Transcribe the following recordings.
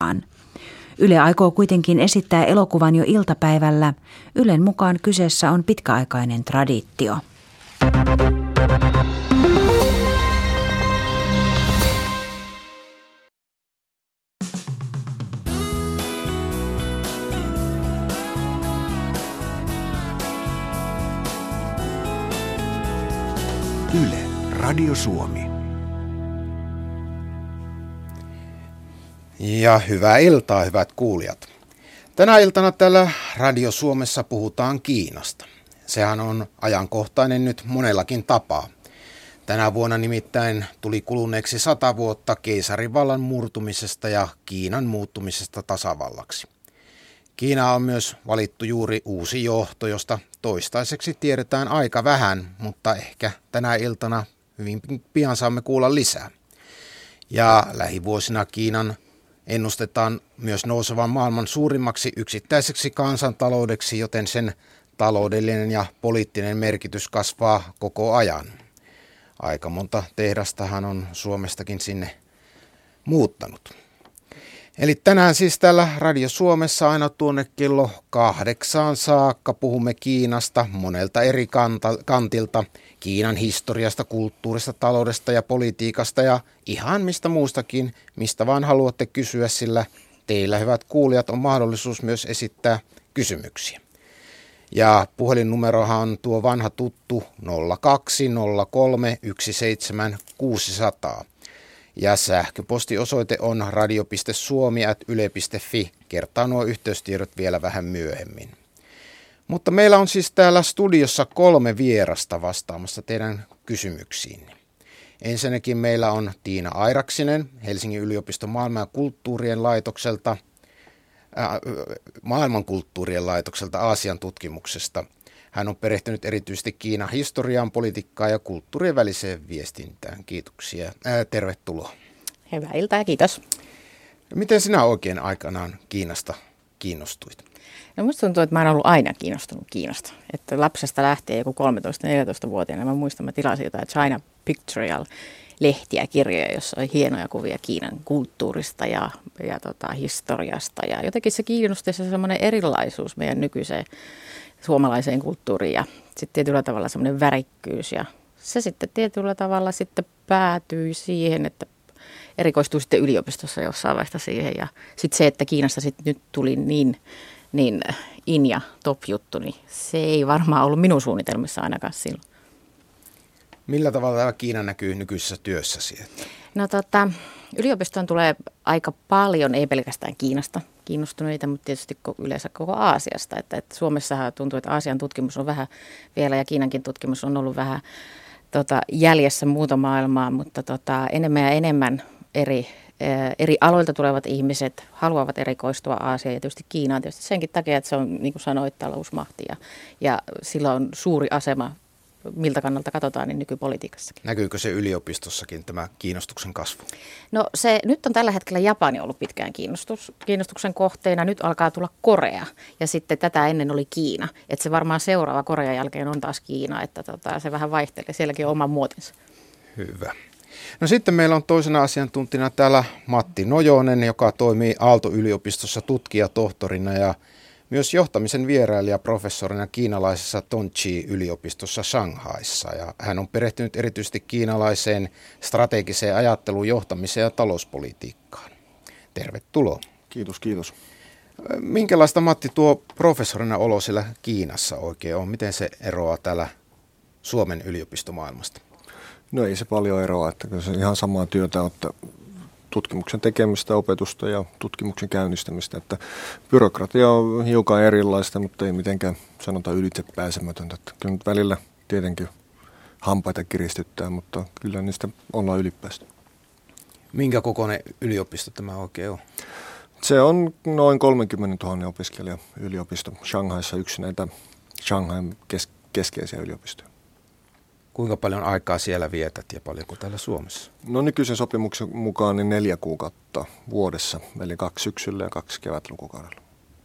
mukaan. Yle aikoo kuitenkin esittää elokuvan jo iltapäivällä. Ylen mukaan kyseessä on pitkäaikainen traditio. Yle, Radio Suomi. Ja hyvää iltaa, hyvät kuulijat. Tänä iltana täällä Radio Suomessa puhutaan Kiinasta. Sehän on ajankohtainen nyt monellakin tapaa. Tänä vuonna nimittäin tuli kuluneeksi 100 vuotta keisarivallan murtumisesta ja Kiinan muuttumisesta tasavallaksi. Kiina on myös valittu juuri uusi johto, josta toistaiseksi tiedetään aika vähän, mutta ehkä tänä iltana hyvin pian saamme kuulla lisää. Ja lähivuosina Kiinan ennustetaan myös nousevan maailman suurimmaksi yksittäiseksi kansantaloudeksi, joten sen taloudellinen ja poliittinen merkitys kasvaa koko ajan. Aika monta tehdastahan on Suomestakin sinne muuttanut. Eli tänään siis täällä Radio Suomessa aina tuonne kello 8 saakka puhumme Kiinasta monelta eri kantilta. Kiinan historiasta, kulttuurista, taloudesta ja politiikasta ja ihan mistä muustakin, mistä vaan haluatte kysyä, sillä teillä, hyvät kuulijat, on mahdollisuus myös esittää kysymyksiä. Ja puhelinnumerohan on tuo vanha tuttu 0203 17600. Ja sähköpostiosoite on radio.suomi@yle.fi. Kertaa nuo yhteystiedot vielä vähän myöhemmin. Mutta meillä on siis täällä studiossa 3 vierasta vastaamassa teidän kysymyksiinne. Ensinnäkin meillä on Tiina Airaksinen Helsingin yliopiston maailmankulttuurien laitokselta Aasian tutkimuksesta. Hän on perehtynyt erityisesti Kiinan historiaan, politiikkaan ja kulttuurien väliseen viestintään. Kiitoksia. Tervetuloa. Hyvää iltaa ja kiitos. Miten sinä oikein aikanaan Kiinasta kiinnostuit? No musta tuntuu, että mä oon ollut aina kiinnostunut Kiinasta. Että lapsesta lähtien joku 13-14-vuotiaana mä muistan, mä tilasin jotain China Pictorial-lehtiä, kirjoja, jossa oli hienoja kuvia Kiinan kulttuurista ja historiasta. Ja jotenkin se kiinnosti se semmoinen erilaisuus meidän nykyiseen suomalaiseen kulttuuriin ja sitten tietyllä tavalla semmoinen värikkyys. Ja se sitten tietyllä tavalla sitten päätyi siihen, että erikoistui sitten yliopistossa jossain vaiheessa siihen. Ja sitten se, että Kiinasta sitten nyt tuli niin in ja top juttu, niin se ei varmaan ollut minun suunnitelmissa ainakaan silloin. Millä tavalla tämä Kiina näkyy nykyisessä työssäsi? No yliopistoon tulee aika paljon, ei pelkästään Kiinasta kiinnostuneita, mutta tietysti yleensä koko Aasiasta. Että Suomessahan tuntuu, että Aasian tutkimus on vähän vielä ja Kiinankin tutkimus on ollut vähän jäljessä muuta maailmaa, mutta enemmän ja enemmän eri aloilta tulevat ihmiset haluavat erikoistua Aasiaan ja tietysti Kiinaan tietysti senkin takia, että se on, niin kuin sanoit, talousmahti ja sillä on suuri asema, miltä kannalta katsotaan, niin nykypolitiikassakin. Näkyykö se yliopistossakin tämä kiinnostuksen kasvu? No nyt on tällä hetkellä Japani ollut pitkään kiinnostuksen kohteena. Nyt alkaa tulla Korea ja sitten tätä ennen oli Kiina. Että se varmaan seuraava Korean jälkeen on taas Kiina, että se vähän vaihtelee. Sielläkin on oma muotinsa. Hyvä. No sitten meillä on toisena asiantuntijana täällä Matti Nojonen, joka toimii Aalto-yliopistossa tutkijatohtorina ja myös johtamisen vierailija professorina kiinalaisessa Tongji-yliopistossa Shanghaissa. Ja hän on perehtynyt erityisesti kiinalaiseen strategiseen ajatteluun, johtamiseen ja talouspolitiikkaan. Tervetuloa. Kiitos. Minkälaista, Matti, tuo professorina olo siellä Kiinassa oikein on? Miten se eroaa täällä Suomen yliopistomaailmasta? No ei se paljon eroa, että kyllä se ihan samaa työtä, että tutkimuksen tekemistä, opetusta ja tutkimuksen käynnistämistä, että byrokratia on hiukan erilaista, mutta ei mitenkään sanota ylitsepääsemätöntä. Että kyllä nyt välillä tietenkin hampaita kiristyttää, mutta kyllä niistä ollaan ylipäästä. Minkä kokoinen yliopisto tämä oikein on? Se on noin 30 000 opiskelija yliopisto. Shanghaissa yksi näitä Shanghain keskeisiä yliopistoja. Kuinka paljon aikaa siellä vietät ja paljonko täällä Suomessa? No nykyisen sopimuksen mukaan niin 4 kuukautta vuodessa, eli 2 syksyllä ja 2 kevätlukukaudella.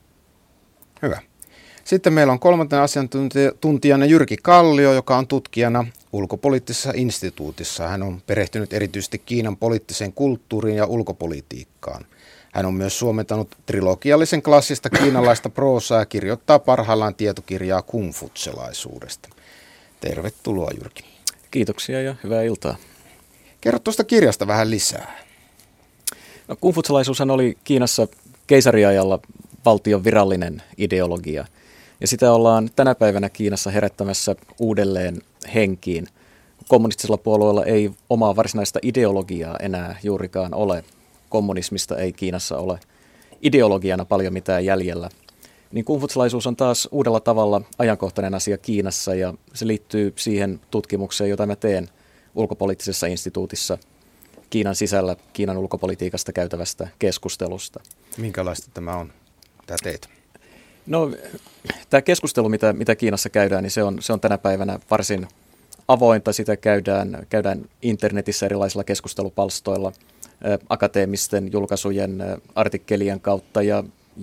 Hyvä. Sitten meillä on kolmantena asiantuntijana Jyrki Kallio, joka on tutkijana ulkopoliittisessa instituutissa. Hän on perehtynyt erityisesti Kiinan poliittiseen kulttuuriin ja ulkopolitiikkaan. Hän on myös suomentanut trilogiallisen klassista kiinalaista proosaa ja kirjoittaa parhaillaan tietokirjaa kungfutselaisuudesta. Tervetuloa, Jyrki. Kiitoksia ja hyvää iltaa. Kerro tuosta kirjasta vähän lisää. No, kungfutselaisuushan oli Kiinassa keisariajalla valtion virallinen ideologia. Ja sitä ollaan tänä päivänä Kiinassa herättämässä uudelleen henkiin. Kommunistisella puolueella ei omaa varsinaista ideologiaa enää juurikaan ole. Kommunismista ei Kiinassa ole ideologiana paljon mitään jäljellä. Niin kungfutselaisuus on taas uudella tavalla ajankohtainen asia Kiinassa ja se liittyy siihen tutkimukseen, jota mä teen ulkopoliittisessa instituutissa Kiinan sisällä Kiinan ulkopolitiikasta käytävästä keskustelusta. Minkälaista tämä on, mitä teet? No, tämä keskustelu, mitä Kiinassa käydään, niin se on tänä päivänä varsin avointa. Sitä käydään internetissä erilaisilla keskustelupalstoilla, akateemisten julkaisujen, artikkelien kautta ja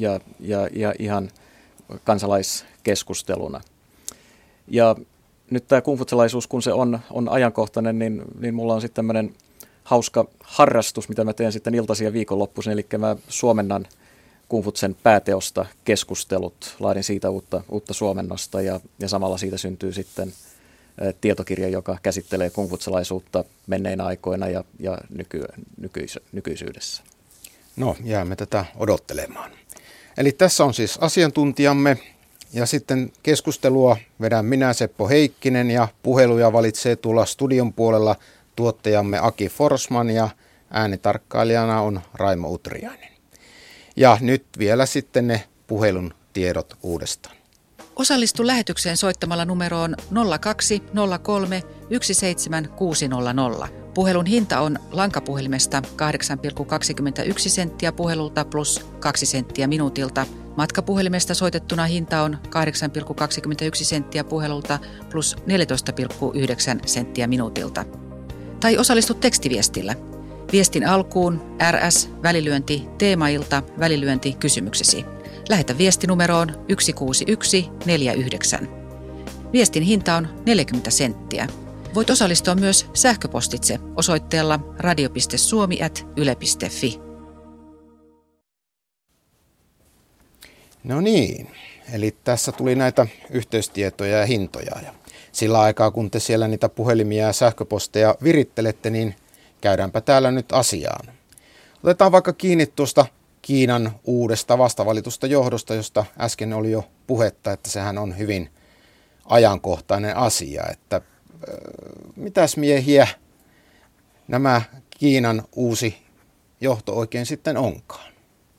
ihan kansalaiskeskusteluna. Ja nyt tämä kungfutselaisuus, kun se on ajankohtainen, niin mulla on sitten tämmöinen hauska harrastus, mitä mä teen sitten iltaisin ja viikonloppuisin, eli mä suomennan kungfutsen pääteosta keskustelut, laadin siitä uutta suomennosta ja samalla siitä syntyy sitten tietokirja, joka käsittelee kungfutselaisuutta menneinä aikoina ja nykyisyydessä. No, jäämme tätä odottelemaan. Eli tässä on siis asiantuntijamme ja sitten keskustelua vedän minä, Seppo Heikkinen, ja puheluja valitsee tulla studion puolella tuottajamme Aki Forsman ja äänitarkkailijana on Raimo Utriainen. Ja nyt vielä sitten ne puhelun tiedot uudestaan. Osallistu lähetykseen soittamalla numeroon 0203 17600. Puhelun hinta on lankapuhelimesta 8,21 senttiä puhelulta plus 2 senttiä minuutilta. Matkapuhelimesta soitettuna hinta on 8,21 senttiä puhelulta plus 14,9 senttiä minuutilta. Tai osallistu tekstiviestillä. Viestin alkuun RS, välilyönti, teemailta, välilyönti, kysymyksesi. Lähetä viesti numeroon 16149. Viestin hinta on 40 senttiä. Voit osallistua myös sähköpostitse osoitteella radio.suomi@yle.fi. No niin, eli tässä tuli näitä yhteystietoja ja hintoja. Ja sillä aikaa, kun te siellä niitä puhelimia ja sähköposteja virittelette, niin käydäänpä täällä nyt asiaan. Otetaan vaikka kiinni tuosta Kiinan uudesta vastavalitusta johdosta, josta äsken oli jo puhetta, että sehän on hyvin ajankohtainen asia. Että mitäs miehiä nämä Kiinan uusi johto oikein sitten onkaan?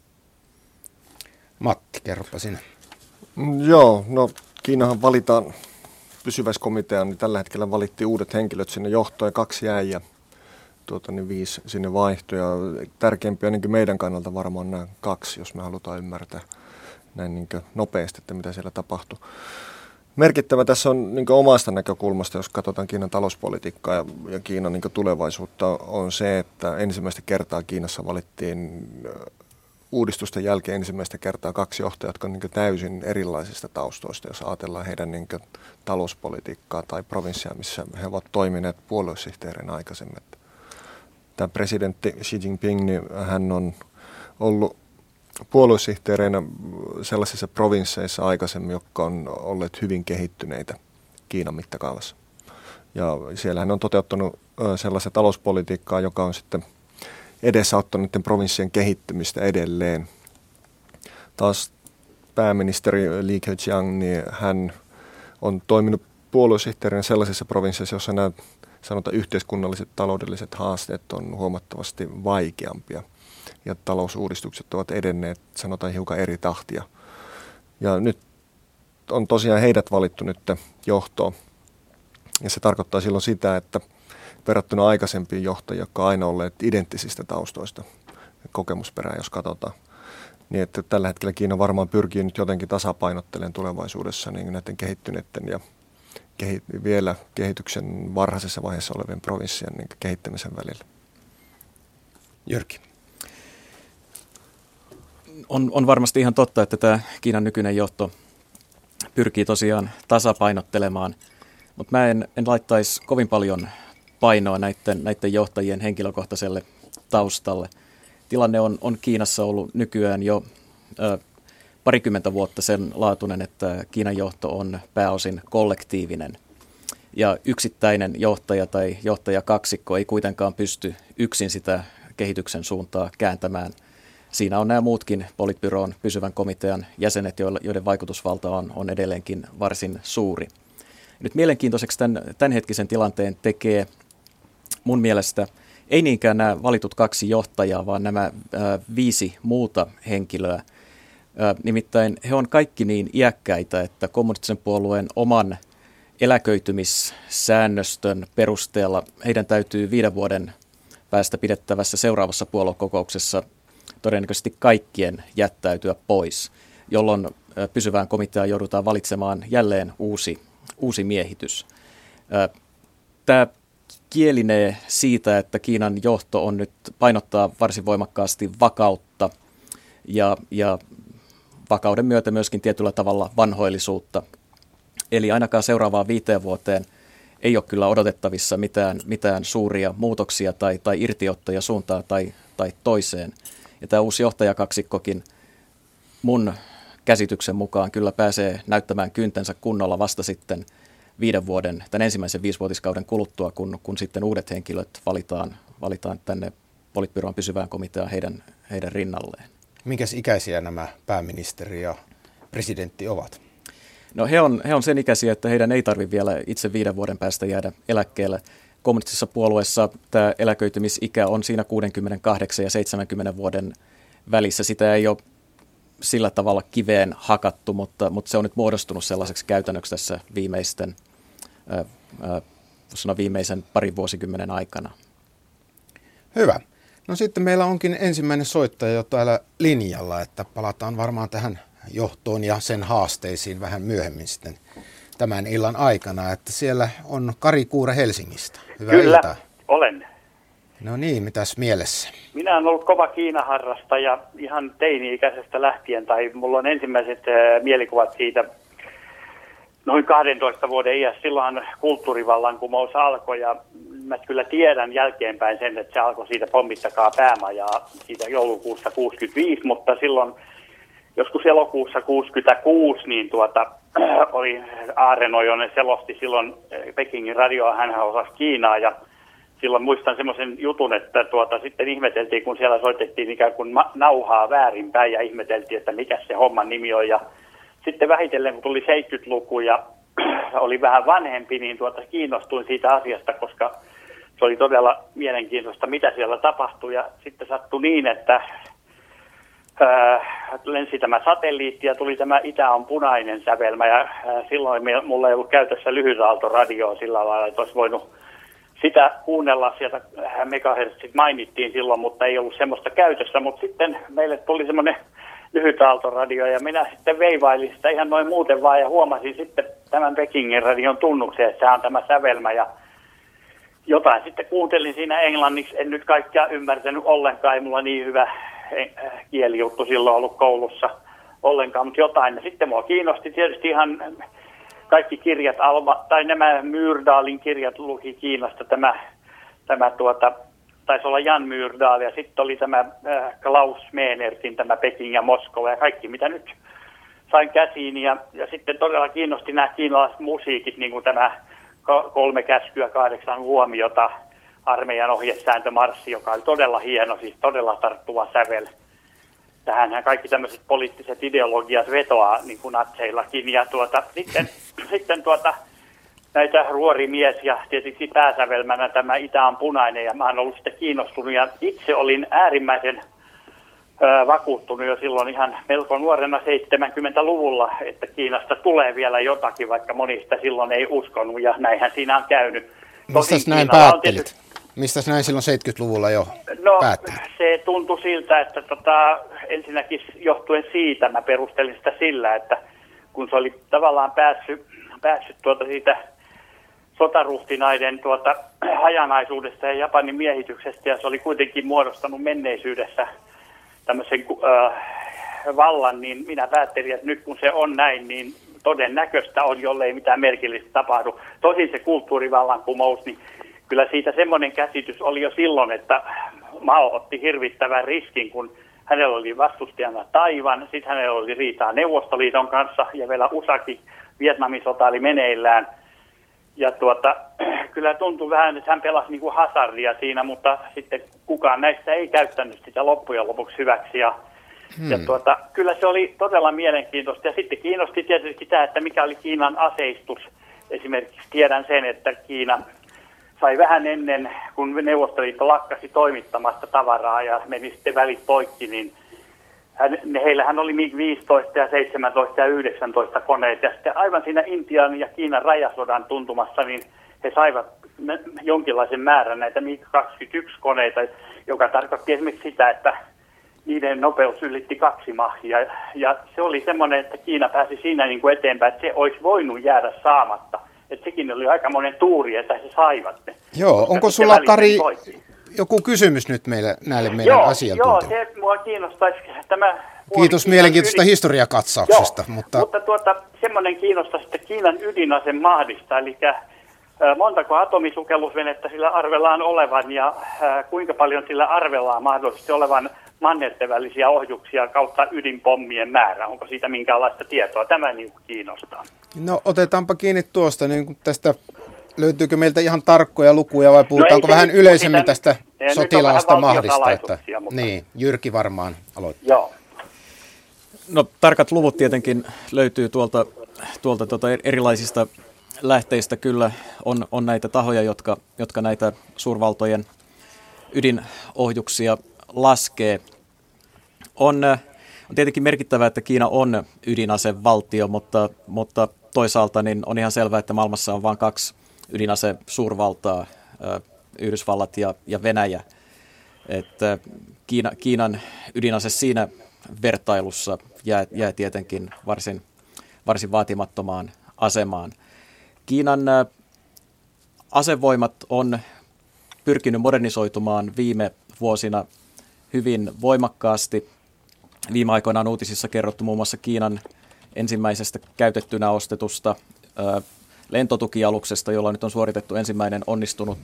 Matti, kerropa sinä. Joo, no Kiinahan valitaan pysyväiskomiteaan, niin tällä hetkellä valittiin uudet henkilöt sinne johtoon ja 2 jäi ja 5 sinne vaihtoja. Tärkeimpiä niin meidän kannalta varmaan nämä 2, jos me halutaan ymmärtää näin niin nopeasti, että mitä siellä tapahtuu. Merkittävä tässä on niin omasta näkökulmasta, jos katsotaan Kiinan talouspolitiikkaa ja Kiinan niin tulevaisuutta, on se, että ensimmäistä kertaa Kiinassa valittiin uudistusten jälkeen ensimmäistä kertaa 2 johtajaa, jotka on niin täysin erilaisista taustoista, jos ajatellaan heidän niin talouspolitiikkaa tai provinssia, missä he ovat toimineet puoluesihteerinä aikaisemmin. Tämä presidentti Xi Jinping, niin hän on ollut puoluesihteereinä sellaisissa provinsseissa aikaisemmin, jotka on olleet hyvin kehittyneitä Kiinan mittakaavassa. Ja siellä hän on toteuttanut sellaista talouspolitiikkaa, joka on sitten edesauttanut niiden provinssien kehittymistä edelleen. Taas pääministeri Li Keqiang, niin hän on toiminut puoluesihteerinä sellaisissa provinsseissa, joissa nämä sanotaan yhteiskunnalliset taloudelliset haasteet on huomattavasti vaikeampia. Ja talousuudistukset ovat edenneet, sanotaan hiukan eri tahtia. Ja nyt on tosiaan heidät valittu nyt johtoon. Ja se tarkoittaa silloin sitä, että verrattuna aikaisempiin johtajiin, jotka on aina olleet identtisistä taustoista, kokemusperää jos katsotaan, niin että tällä hetkellä Kiina varmaan pyrkii nyt jotenkin tasapainottelemaan tulevaisuudessa niin näiden kehittyneiden ja vielä kehityksen varhaisessa vaiheessa olevien provinssien niin kehittämisen välillä. Jyrki. On varmasti ihan totta, että tämä Kiinan nykyinen johto pyrkii tosiaan tasapainottelemaan, mutta mä en laittaisi kovin paljon painoa näiden johtajien henkilökohtaiselle taustalle. tilanne on Kiinassa ollut nykyään jo parikymmentä vuotta sen laatuinen, että Kiinan johto on pääosin kollektiivinen. Ja yksittäinen johtaja tai johtajakaksikko ei kuitenkaan pysty yksin sitä kehityksen suuntaa kääntämään. Siinä on nämä muutkin Politbyroon pysyvän komitean jäsenet, joiden vaikutusvalta on edelleenkin varsin suuri. Nyt mielenkiintoiseksi tämänhetkisen tilanteen tekee mun mielestä ei niinkään nämä valitut 2 johtajaa, vaan nämä 5 muuta henkilöä. Nimittäin he on kaikki niin iäkkäitä, että kommunistisen puolueen oman eläköitymissäännöstön perusteella heidän täytyy 5 vuoden päästä pidettävässä seuraavassa puoluekokouksessa todennäköisesti kaikkien jättäytyä pois, jolloin pysyvään komiteaan joudutaan valitsemaan jälleen uusi miehitys. Tämä kielinee siitä, että Kiinan johto on nyt painottaa varsin voimakkaasti vakautta ja vakauden myötä myöskin tietyllä tavalla vanhoillisuutta. Eli ainakaan seuraavaan 5 vuoteen ei ole kyllä odotettavissa mitään suuria muutoksia tai irtiottoja suuntaan tai toiseen. Ja tämä uusi johtajakaksikkokin mun käsityksen mukaan kyllä pääsee näyttämään kyntensä kunnolla vasta sitten 5 vuoden, tämän ensimmäisen 5-vuotiskauden kuluttua, kun sitten uudet henkilöt valitaan tänne Politbyroon pysyvään komiteaan heidän rinnalleen. Minkäs ikäisiä nämä pääministeri ja presidentti ovat? No he on sen ikäisiä, että heidän ei tarvitse vielä itse 5 vuoden päästä jäädä eläkkeelle. Kommunistisessa puolueessa tämä eläköitymisikä on siinä 68 ja 70 vuoden välissä. Sitä ei ole sillä tavalla kiveen hakattu, mutta se on nyt muodostunut sellaiseksi käytännöksi tässä viimeisen 2 vuosikymmenen aikana. Hyvä. No sitten meillä onkin ensimmäinen soittaja jo täällä linjalla, että palataan varmaan tähän johtoon ja sen haasteisiin vähän myöhemmin sitten tämän illan aikana, että siellä on Kari Kuure Helsingistä. Hyvää Kyllä, iltaa. olen. No niin, mitäs mielessä? Minä olen ollut kova Kiina-harrastaja ihan teini-ikäisestä lähtien, tai mulla on ensimmäiset mielikuvat siitä noin 12 vuoden iässä. Silloin kulttuurivallankumous alkoi, ja mä kyllä tiedän jälkeenpäin sen, että se alkoi siitä pommittakaa päämajaa siitä joulukuussa 65, mutta silloin joskus elokuussa 66, niin oli Aaren Ojonen selosti silloin Pekingin radioa, hänhän osasi Kiinaa, ja silloin muistan semmoisen jutun, että sitten ihmeteltiin, kun siellä soitettiin ikään kuin nauhaa väärinpäin ja ihmeteltiin, että mikä se homman nimi on. Ja sitten vähitellen, kun tuli 70-luku ja oli vähän vanhempi, niin kiinnostuin siitä asiasta, koska se oli todella mielenkiintoista, mitä siellä tapahtui. Ja sitten sattui niin, että lensi tämä satelliitti ja tuli tämä Itä on punainen sävelmä. Ja silloin mulla ei ollut käytössä lyhytaaltoradioa sillä lailla, että olisi voinut sitä kuunnella, sieltä megahertsit mainittiin silloin, mutta ei ollut semmoista käytössä, mutta sitten meille tuli semmoinen lyhytaaltoradio ja minä sitten veivailin sitä ihan noin muuten vaan ja huomasin sitten tämän Pekingin radion tunnuksen, että sehän on tämä sävelmä ja jotain sitten kuuntelin siinä englanniksi, en nyt kaikkea ymmärtänyt ollenkaan, ei mulla niin hyvä kielijuttu silloin ollut koulussa ollenkaan, mutta jotain. Ja sitten mua kiinnosti tietysti ihan kaikki kirjat, tai nämä Myrdalin kirjat luki Kiinasta, tämä taisi olla Jan Myrdal, ja sitten oli tämä Klaus Mehnertin, tämä Peking ja Moskova, ja kaikki mitä nyt sain käsiin, ja sitten todella kiinnosti nämä kiinalaiset musiikit, niin kuin tämä 3 käskyä 8 huomiota, armeijan ohjesääntömarssi, joka oli todella hieno, siis todella tarttuva sävel. Tähänhän kaikki tämmöiset poliittiset ideologiat vetoaa niin kuin natseillakin. Ja sitten näitä ruorimies ja tietysti pääsävelmänä tämä Itä on punainen. Ja mä oon ollut sitten kiinnostunut ja itse olin äärimmäisen vakuuttunut jo silloin ihan melko nuorena 70-luvulla, että Kiinasta tulee vielä jotakin, vaikka monista silloin ei uskonut ja näinhän siinä on käynyt. Mistäs näin päättelit? Mistäs näin silloin 70-luvulla jo päättelit? Se tuntui siltä, että ensinnäkin johtuen siitä, mä perustelin sitä sillä, että kun se oli tavallaan päässyt siitä sotaruhtinaiden hajanaisuudesta ja Japanin miehityksestä, ja se oli kuitenkin muodostanut menneisyydessä tämmöisen vallan, niin minä päättelin, että nyt kun se on näin, niin todennäköistä on, jollei mitään merkillistä tapahdu. Tosin se kulttuurivallankumous, niin kyllä siitä semmoinen käsitys oli jo silloin, että Mao otti hirvittävän riskin, kun hänellä oli vastustajana Taiwan, sitten hänellä oli riitaa Neuvostoliiton kanssa ja vielä USAkin, Vietnamin sota oli meneillään. Ja kyllä tuntui vähän, että hän pelasi niin kuin hazardia siinä, mutta sitten kukaan näistä ei käyttänyt sitä loppujen lopuksi hyväksi. Ja kyllä se oli todella mielenkiintoista. Ja sitten kiinnosti tietysti tämä, että mikä oli Kiinan aseistus. Esimerkiksi tiedän sen, että Kiina sai vähän ennen, kun Neuvostoliitto lakkasi toimittamasta tavaraa ja meni sitten välit poikki, niin heillähän oli MiG-15 ja 17 ja 19 koneet. Ja sitten aivan siinä Intian ja Kiinan rajasodan tuntumassa, niin he saivat jonkinlaisen määrän näitä MiG-21-koneita, joka tarkoitti esimerkiksi sitä, että niiden nopeus ylitti 2 machia. Ja se oli semmoinen, että Kiina pääsi siinä niin kuin eteenpäin, että se olisi voinut jäädä saamatta. Että sekin oli aikamoinen tuuri, että he saivat ne. Joo, onko sulla, Kari, joku kysymys nyt näille meidän asiantuntijoille? Joo, se mua kiinnostaisi. Kiitos mielenkiintoista historiakatsauksesta. Joo, mutta semmoinen kiinnostaisi, että Kiinan ydinaseen mahdista, eli montako atomisukellusvenettä sillä arvellaan olevan ja kuinka paljon sillä arvellaan mahdollisesti olevan mannerten välisiä ohjuksia kautta ydinpommien määrä. Onko siitä minkäänlaista tietoa? Tämä niin kiinnostaa. No otetaanpa kiinni tuosta, niin tästä löytyykö meiltä ihan tarkkoja lukuja vai puhutaanko vähän yleisemmin tästä sotilaasta mahdista? Niin, Jyrki varmaan aloittaa. Joo. No tarkat luvut tietenkin löytyy tuolta erilaisista lähteistä. Kyllä on näitä tahoja, jotka näitä suurvaltojen ydinohjuksia laskee. On tietenkin merkittävää, että Kiina on ydinasevaltio, mutta toisaalta niin on ihan selvää, että maailmassa on vain 2 ydinasesuurvaltaa, Yhdysvallat ja Venäjä. Että Kiinan ydinase siinä vertailussa jää tietenkin varsin vaatimattomaan asemaan. Kiinan asevoimat on pyrkinyt modernisoitumaan viime vuosina hyvin voimakkaasti. Viime aikoina on uutisissa kerrottu muun muassa Kiinan ensimmäisestä käytettynä ostetusta lentotukialuksesta, jolla nyt on suoritettu ensimmäinen onnistunut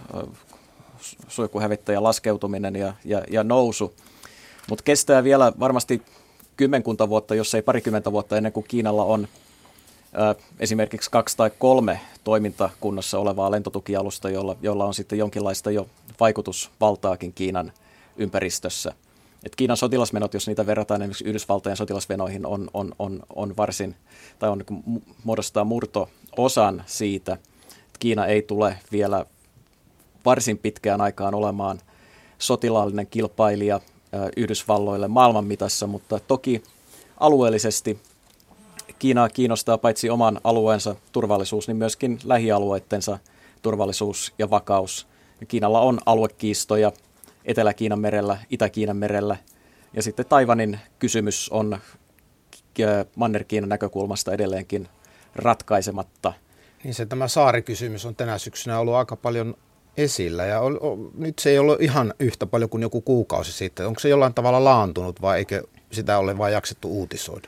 suihkuhävittäjän laskeutuminen ja nousu. Mutta kestää vielä varmasti 10 vuotta, jos ei parikymmentä vuotta ennen kuin Kiinalla on esimerkiksi 2 tai 3 toimintakunnossa olevaa lentotukialusta, jolla on sitten jonkinlaista jo vaikutusvaltaakin Kiinan ympäristössä. Et Kiinan sotilasmenot, jos niitä verrataan esimerkiksi Yhdysvaltojen sotilasmenoihin, on varsin, tai muodostaa murto-osan siitä, että Kiina ei tule vielä varsin pitkään aikaan olemaan sotilaallinen kilpailija Yhdysvalloille maailman mitassa, mutta toki alueellisesti Kiinaa kiinnostaa paitsi oman alueensa turvallisuus, niin myöskin lähialueittensa turvallisuus ja vakaus. Kiinalla on aluekiistoja Etelä-Kiinan merellä, Itä-Kiinan merellä ja sitten Taiwanin kysymys on Manner-Kiinan näkökulmasta edelleenkin ratkaisematta. Niin tämä saarikysymys on tänä syksynä ollut aika paljon esillä ja nyt se ei ollut ihan yhtä paljon kuin joku kuukausi sitten. Onko se jollain tavalla laantunut vai eikö sitä ole vain jaksettu uutisoida?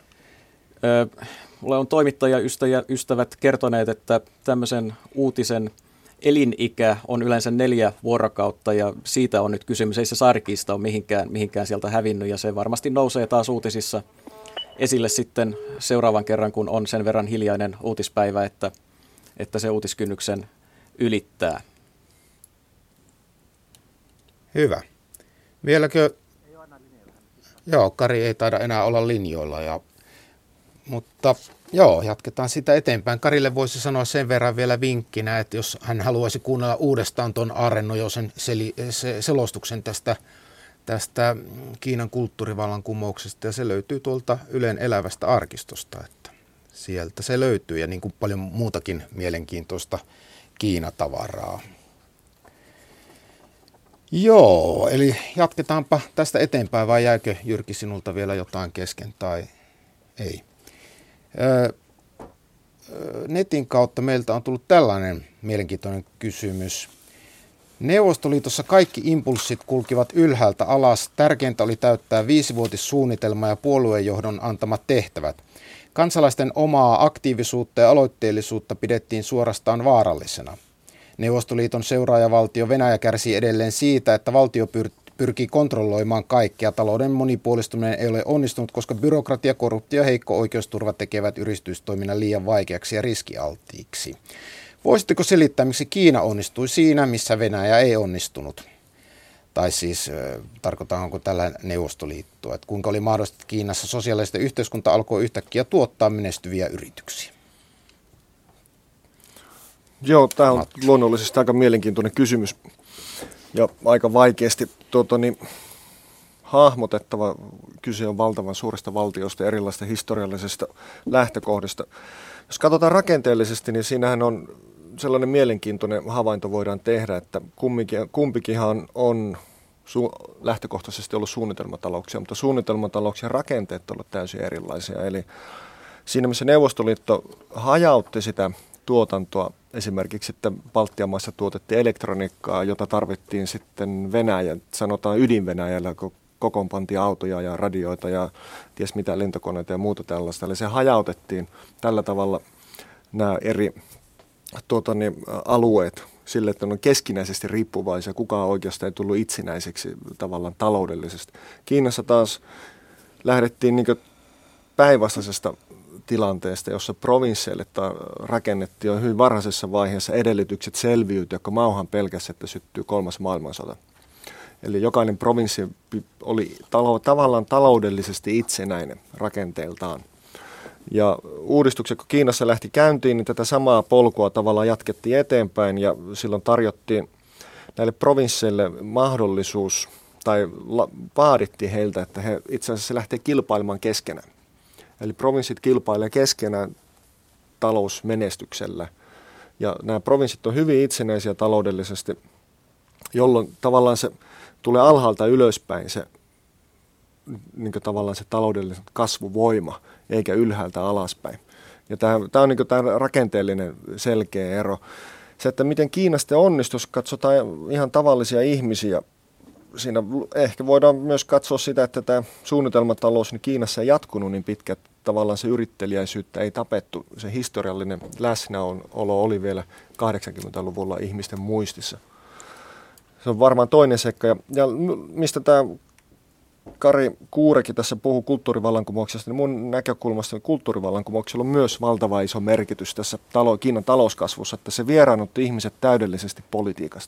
Mulle on toimittajaystävät kertoneet, että tämmöisen uutisen elinikä on yleensä 4 vuorokautta ja siitä on nyt kysymys. Ei se saarikiista ole mihinkään sieltä hävinnyt ja se varmasti nousee taas uutisissa esille sitten seuraavan kerran, kun on sen verran hiljainen uutispäivä, että se uutiskynnyksen ylittää. Hyvä. Vieläkö? Joo, Kari ei taida enää olla linjoilla. Mutta joo, jatketaan sitä eteenpäin. Karille voisi sanoa sen verran vielä vinkkinä, että jos hän haluaisi kuunnella uudestaan tuon Aarre Nojosen selostuksen tästä Kiinan kulttuurivallankumouksesta, ja se löytyy tuolta Ylen elävästä arkistosta, että sieltä se löytyy, ja niin kuin paljon muutakin mielenkiintoista Kiinatavaraa. Joo, eli jatketaanpa tästä eteenpäin, vai jäikö Jyrki sinulta vielä jotain kesken tai ei? Netin kautta meiltä on tullut tällainen mielenkiintoinen kysymys. Neuvostoliitossa kaikki impulssit kulkivat ylhäältä alas. Tärkeintä oli täyttää 5-vuotissuunnitelma ja puoluejohdon antamat tehtävät. Kansalaisten omaa aktiivisuutta ja aloitteellisuutta pidettiin suorastaan vaarallisena. Neuvostoliiton seuraajavaltio Venäjä kärsii edelleen siitä, että valtio pyrkii kontrolloimaan kaikkea. Talouden monipuolistuminen ei ole onnistunut, koska byrokratia, korruptio ja heikko oikeusturva tekevät yritystoiminnan liian vaikeaksi ja riskialttiiksi. Voisitteko selittää, miksi Kiina onnistui siinä, missä Venäjä ei onnistunut? Tai siis tarkoitanko tällä Neuvostoliittoa, että kuinka oli mahdollista, että Kiinassa sosiaalista yhteiskunta alkoi yhtäkkiä tuottaa menestyviä yrityksiä? Joo, tämä on luonnollisesti aika mielenkiintoinen kysymys ja aika vaikeasti hahmotettava. Kyse on valtavan suuresta valtiosta ja erilaisista historiallisista lähtökohdista. Jos katsotaan rakenteellisesti, niin siinähän on sellainen mielenkiintoinen havainto voidaan tehdä, että kumpikinhan on lähtökohtaisesti ollut suunnitelmatalouksia, mutta suunnitelmatalouksien rakenteet ovat täysin erilaisia. Eli siinä missä Neuvostoliitto hajautti sitä tuotantoa, esimerkiksi sitten Baltian maissa tuotettiin elektroniikkaa, jota tarvittiin sitten sanotaan ydin-Venäjällä, kun kokoonpantiin autoja ja radioita ja ties mitä lentokoneita ja muuta tällaista. Eli se hajautettiin tällä tavalla nämä eri alueet sille, että ne on keskinäisesti riippuvaisia. Kukaan oikeastaan ei tullut itsenäiseksi tavallaan taloudellisesti. Kiinassa taas lähdettiin päinvastaisesta tilanteesta, jossa provinsseille rakennettiin jo hyvin varhaisessa vaiheessa edellytykset selviytyä, kun mauhan pelkäsi, että syttyy 3. maailmansota. Eli jokainen provinssi oli tavallaan taloudellisesti itsenäinen rakenteeltaan. Ja uudistukset, kun Kiinassa lähti käyntiin, niin tätä samaa polkua tavallaan jatkettiin eteenpäin ja silloin tarjottiin näille provinsseille mahdollisuus tai vaadittiin heiltä, että he itse asiassa lähtee kilpailemaan keskenään. Eli provinssit kilpailee keskenään talousmenestyksellä. Ja nämä provinssit on hyvin itsenäisiä taloudellisesti, jolloin tavallaan se tulee alhaalta ylöspäin se, tavallaan se taloudellinen kasvuvoima, eikä ylhäältä alaspäin. Ja tämä on tämä rakenteellinen selkeä ero. Se, että miten Kiina sitten onnistui, jos katsotaan ihan tavallisia ihmisiä, siinä ehkä voidaan myös katsoa sitä, että tämä suunnitelmatalous niin Kiinassa ei jatkunut niin pitkä, että tavallaan se yrittelijäisyyttä ei tapettu. Se historiallinen läsnäolo oli vielä 80-luvulla ihmisten muistissa. Se on varmaan toinen seikka. Ja mistä tämä Kari Kuurekin tässä puhuu kulttuurivallankumouksesta, niin mun näkökulmasta kulttuurivallankumouksella on myös valtava iso merkitys tässä Kiinan talouskasvussa, että se vieraannutti ihmiset täydellisesti politiikasta.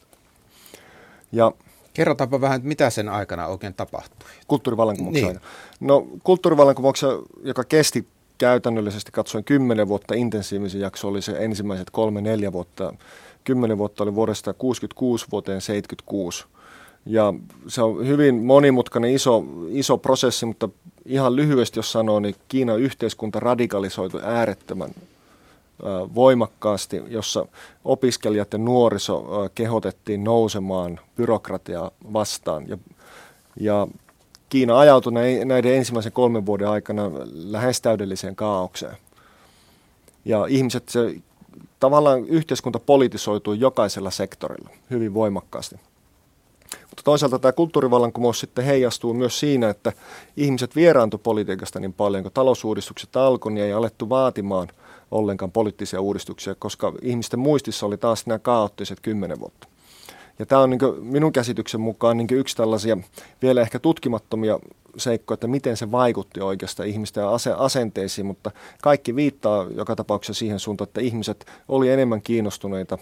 Ja kerrotaanpa vähän, mitä sen aikana oikein tapahtui. Kulttuurivallankumouksen niin. aikana. No kulttuurivallankumouksen, joka kesti käytännöllisesti katsoen 10 vuotta, intensiivisen jakso oli se ensimmäiset 3-4 vuotta. 10 vuotta oli vuodesta 66 vuoteen 76. Ja se on hyvin monimutkainen iso prosessi, mutta ihan lyhyesti jos sanoo, niin Kiinan yhteiskunta radikalisoitui äärettömän voimakkaasti, jossa opiskelijat ja nuoriso kehotettiin nousemaan byrokratiaa vastaan. Ja Kiina ajautui näiden ensimmäisen 3 vuoden aikana lähes täydelliseen kaaukseen. Ja tavallaan yhteiskunta politisoitui jokaisella sektorilla hyvin voimakkaasti. Mutta toisaalta tämä kulttuurivallankumous sitten heijastuu myös siinä, että ihmiset vieraantui politiikasta niin paljon, kun talousuudistukset alkoi, niin ei alettu vaatimaan ollenkaan poliittisia uudistuksia, koska ihmisten muistissa oli taas nämä kaoottiset 10 vuotta. Ja tämä on minun käsityksen mukaan yksi tällaisia vielä ehkä tutkimattomia seikkoja, että miten se vaikutti oikeastaan ihmisten asenteisiin, mutta kaikki viittaa joka tapauksessa siihen suuntaan, että ihmiset oli enemmän kiinnostuneita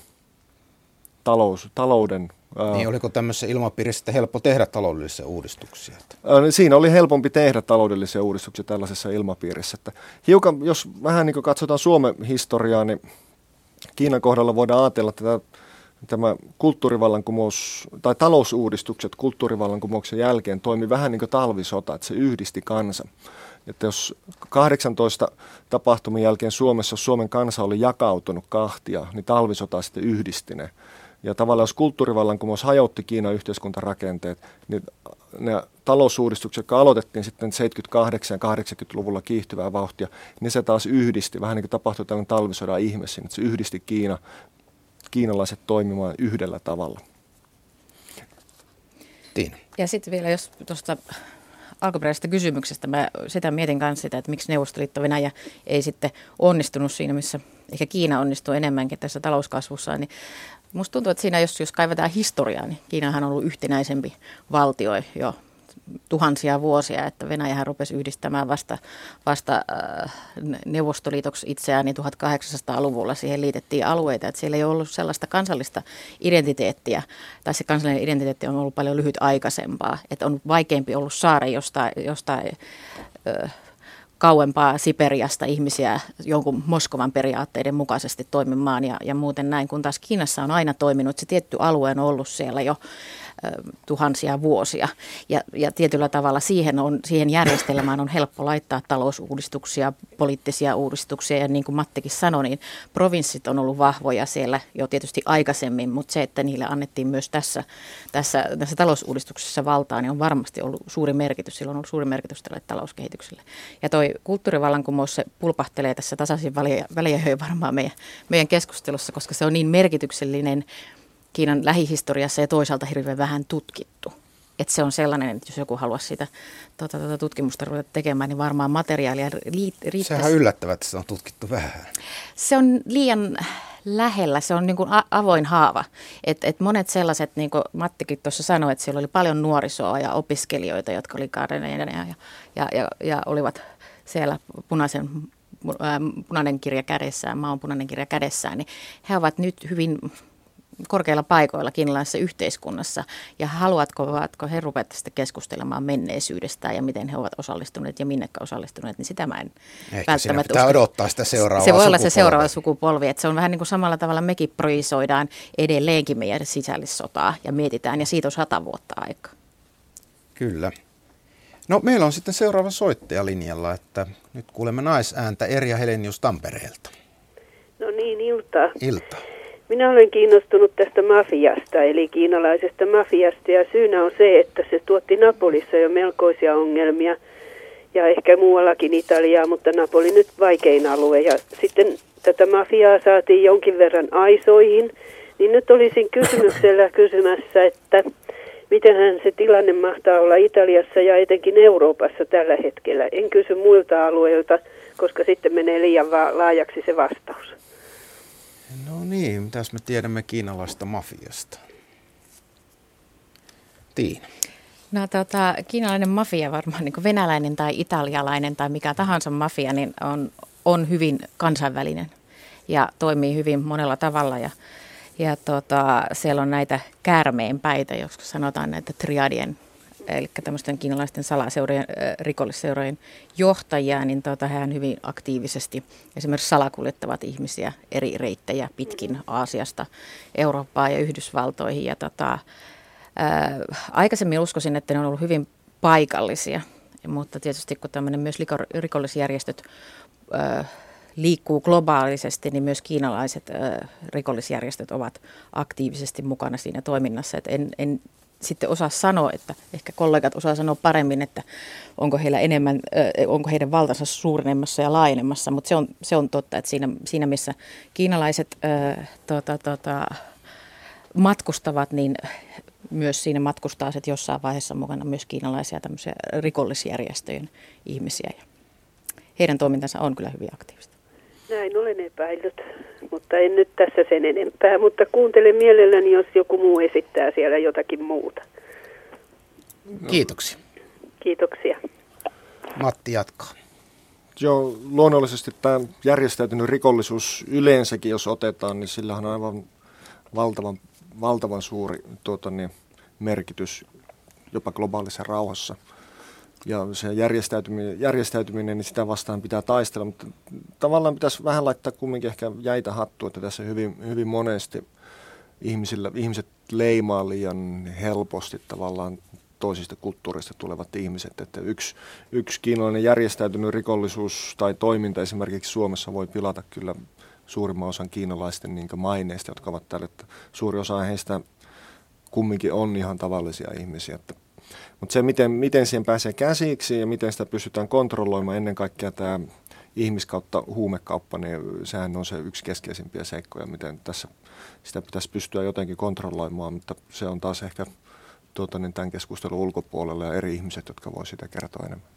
talouden. Niin oliko tämmöisessä ilmapiirissä helppo tehdä taloudellisia uudistuksia? Siinä oli helpompi tehdä taloudellisia uudistuksia tällaisessa ilmapiirissä. Että hiukan, jos vähän katsotaan Suomen historiaa, niin Kiinan kohdalla voidaan ajatella, että tämä kulttuurivallankumous tai talousuudistukset kulttuurivallankumouksen jälkeen toimi vähän niin kuin talvisota, että se yhdisti kansan. Että jos 18 tapahtuman jälkeen Suomen kansa oli jakautunut kahtia, niin talvisota sitten yhdisti ne. Ja tavallaan jos kulttuurivallankumous hajotti Kiinan yhteiskuntarakenteet, niin ne talousuudistukset, jotka aloitettiin sitten 78 ja 80-luvulla kiihtyvää vauhtia, niin se taas yhdisti, vähän niin kuin tapahtui tällainen talvisodan ihme siinä, että se yhdisti kiinalaiset toimimaan yhdellä tavalla. Ja sitten vielä, jos tuosta alkuperäisestä kysymyksestä. Mä sitä mietin kanssa sitä, että miksi Neuvostoliitto Venäjä ei sitten onnistunut siinä, missä ehkä Kiina onnistuu enemmänkin tässä talouskasvussa. Niin musta tuntuu, että siinä jos kaivetaan historiaa, niin Kiinahan on ollut yhtenäisempi valtio jo tuhansia vuosia, että Venäjähän rupesi yhdistämään vasta Neuvostoliitoksi itseään niin 1800-luvulla. Siihen liitettiin alueita, että siellä ei ollut sellaista kansallista identiteettiä, tai se kansallinen identiteetti on ollut paljon lyhyt aikaisempaa, että on vaikeampi ollut saada jostain kauempaa Siperiasta ihmisiä jonkun Moskovan periaatteiden mukaisesti toimimaan ja muuten näin, kun taas Kiinassa on aina toiminut, se tietty alue on ollut siellä jo tuhansia vuosia ja tietyllä tavalla siihen järjestelmään on helppo laittaa talousuudistuksia, poliittisia uudistuksia ja niin kuin Mattikin sanoi, niin provinssit on ollut vahvoja siellä jo tietysti aikaisemmin, mutta se, että niille annettiin myös tässä talousuudistuksessa valtaa, niin on varmasti ollut suuri merkitys, sillä on ollut suuri merkitys tälle talouskehitykselle. Ja toi kulttuurivallankumous, se pulpahtelee tässä tasaisin väliä varmaan meidän keskustelussa, koska se on niin merkityksellinen Kiinan lähihistoriassa ja toisaalta hirveän vähän tutkittu. Että se on sellainen, että jos joku haluaisi sitä tutkimusta ruveta tekemään, niin varmaan materiaalia riittäisi. Sehän on yllättävää, että se on tutkittu vähän. Se on liian lähellä, se on niin kuin avoin haava. Et monet sellaiset, niin kuin Mattikin tuossa sanoi, että siellä oli paljon nuorisoa ja opiskelijoita, jotka oli kaareneja ja olivat siellä punainen kirja kädessään, maan punainen kirja kädessään, niin he ovat nyt hyvin korkeilla paikoilla kiinalaisessa yhteiskunnassa ja haluatko he ruveta sitten keskustelemaan menneisyydestä ja miten he ovat osallistuneet ja minnekä osallistuneet, niin sitä mä en välttämättä pitää odottaa sitä seuraavaa Se voi sukupolvea. olla se seuraava sukupolvi, että se on vähän niin kuin samalla tavalla mekin projisoidaan edelleenkin meidän sisällissotaa ja mietitään ja siitä on 100 vuotta aikaa. Kyllä. No meillä on sitten seuraava soittaja linjalla, että nyt kuulemme naisääntä Erja Helenius Tampereelta. No niin, iltaa. Ilta. Minä olen kiinnostunut tästä mafiasta, eli kiinalaisesta mafiasta, ja syynä on se, että se tuotti Napolissa jo melkoisia ongelmia, ja ehkä muuallakin Italiaa, mutta Napoli nyt vaikein alue, ja sitten tätä mafiaa saatiin jonkin verran aisoihin, niin nyt olisin kysymyksellä kysymässä, että mitenhän se tilanne mahtaa olla Italiassa ja etenkin Euroopassa tällä hetkellä. En kysy muilta alueilta, koska sitten menee liian laajaksi se vastaus. No niin, mitäs me tiedämme kiinalaista mafiasta? Tiina. No kiinalainen mafia varmaan, niin kuin venäläinen tai italialainen tai mikä tahansa mafia, niin on hyvin kansainvälinen ja toimii hyvin monella tavalla ja siellä on näitä käärmeenpäitä, jos sanotaan näitä triadien, eli tämmöisten kiinalaisten salaseurojen, rikollisseurojen johtajia, niin hän hyvin aktiivisesti esimerkiksi salakuljettavat ihmisiä eri reittejä pitkin Aasiasta Eurooppaan ja Yhdysvaltoihin. Ja aikaisemmin uskoisin, että ne on ollut hyvin paikallisia, mutta tietysti kun tämmöinen myös rikollisjärjestöt liikkuu globaalisesti, niin myös kiinalaiset rikollisjärjestöt ovat aktiivisesti mukana siinä toiminnassa. Et en sitten osaa sanoa, että ehkä kollegat osaa sanoa paremmin, että onko heillä enemmän, onko heidän valtansa suurenemassa ja laajenemassa, mutta se on totta, että siinä missä kiinalaiset matkustavat, niin myös siinä matkustaa sitten jossain vaiheessa mukana myös kiinalaisia tämmöisiä rikollisjärjestöjen ihmisiä ja heidän toimintansa on kyllä hyvin aktiivista. Näin olen epäillyt, mutta en nyt tässä sen enempää, mutta kuuntelen mielelläni, jos joku muu esittää siellä jotakin muuta. Kiitoksia. Kiitoksia. Matti jatkaa. Joo, luonnollisesti tämä järjestäytynyt rikollisuus yleensäkin, jos otetaan, niin sillä on aivan valtavan suuri merkitys jopa globaalissa rauhassa. Ja se järjestäytyminen, niin sitä vastaan pitää taistella, mutta tavallaan pitäisi vähän laittaa kumminkin ehkä jäitä hattua, että tässä hyvin monesti ihmiset leimaa liian helposti tavallaan toisista kulttuureista tulevat ihmiset. Että yksi kiinalainen järjestäytynyt rikollisuus tai toiminta esimerkiksi Suomessa voi pilata kyllä suurimman osan kiinalaisten maineista, jotka ovat täällä. Että suuri osa heistä kumminkin on ihan tavallisia ihmisiä. Mutta se, miten siihen pääsee käsiksi ja miten sitä pystytään kontrolloimaan, ennen kaikkea tämä ihmiskautta huumekauppa, niin sehän on se yksi keskeisimpiä seikkoja, miten tässä sitä pitäisi pystyä jotenkin kontrolloimaan, mutta se on taas ehkä tämän keskustelun ulkopuolella ja eri ihmiset, jotka voi sitä kertoa enemmän.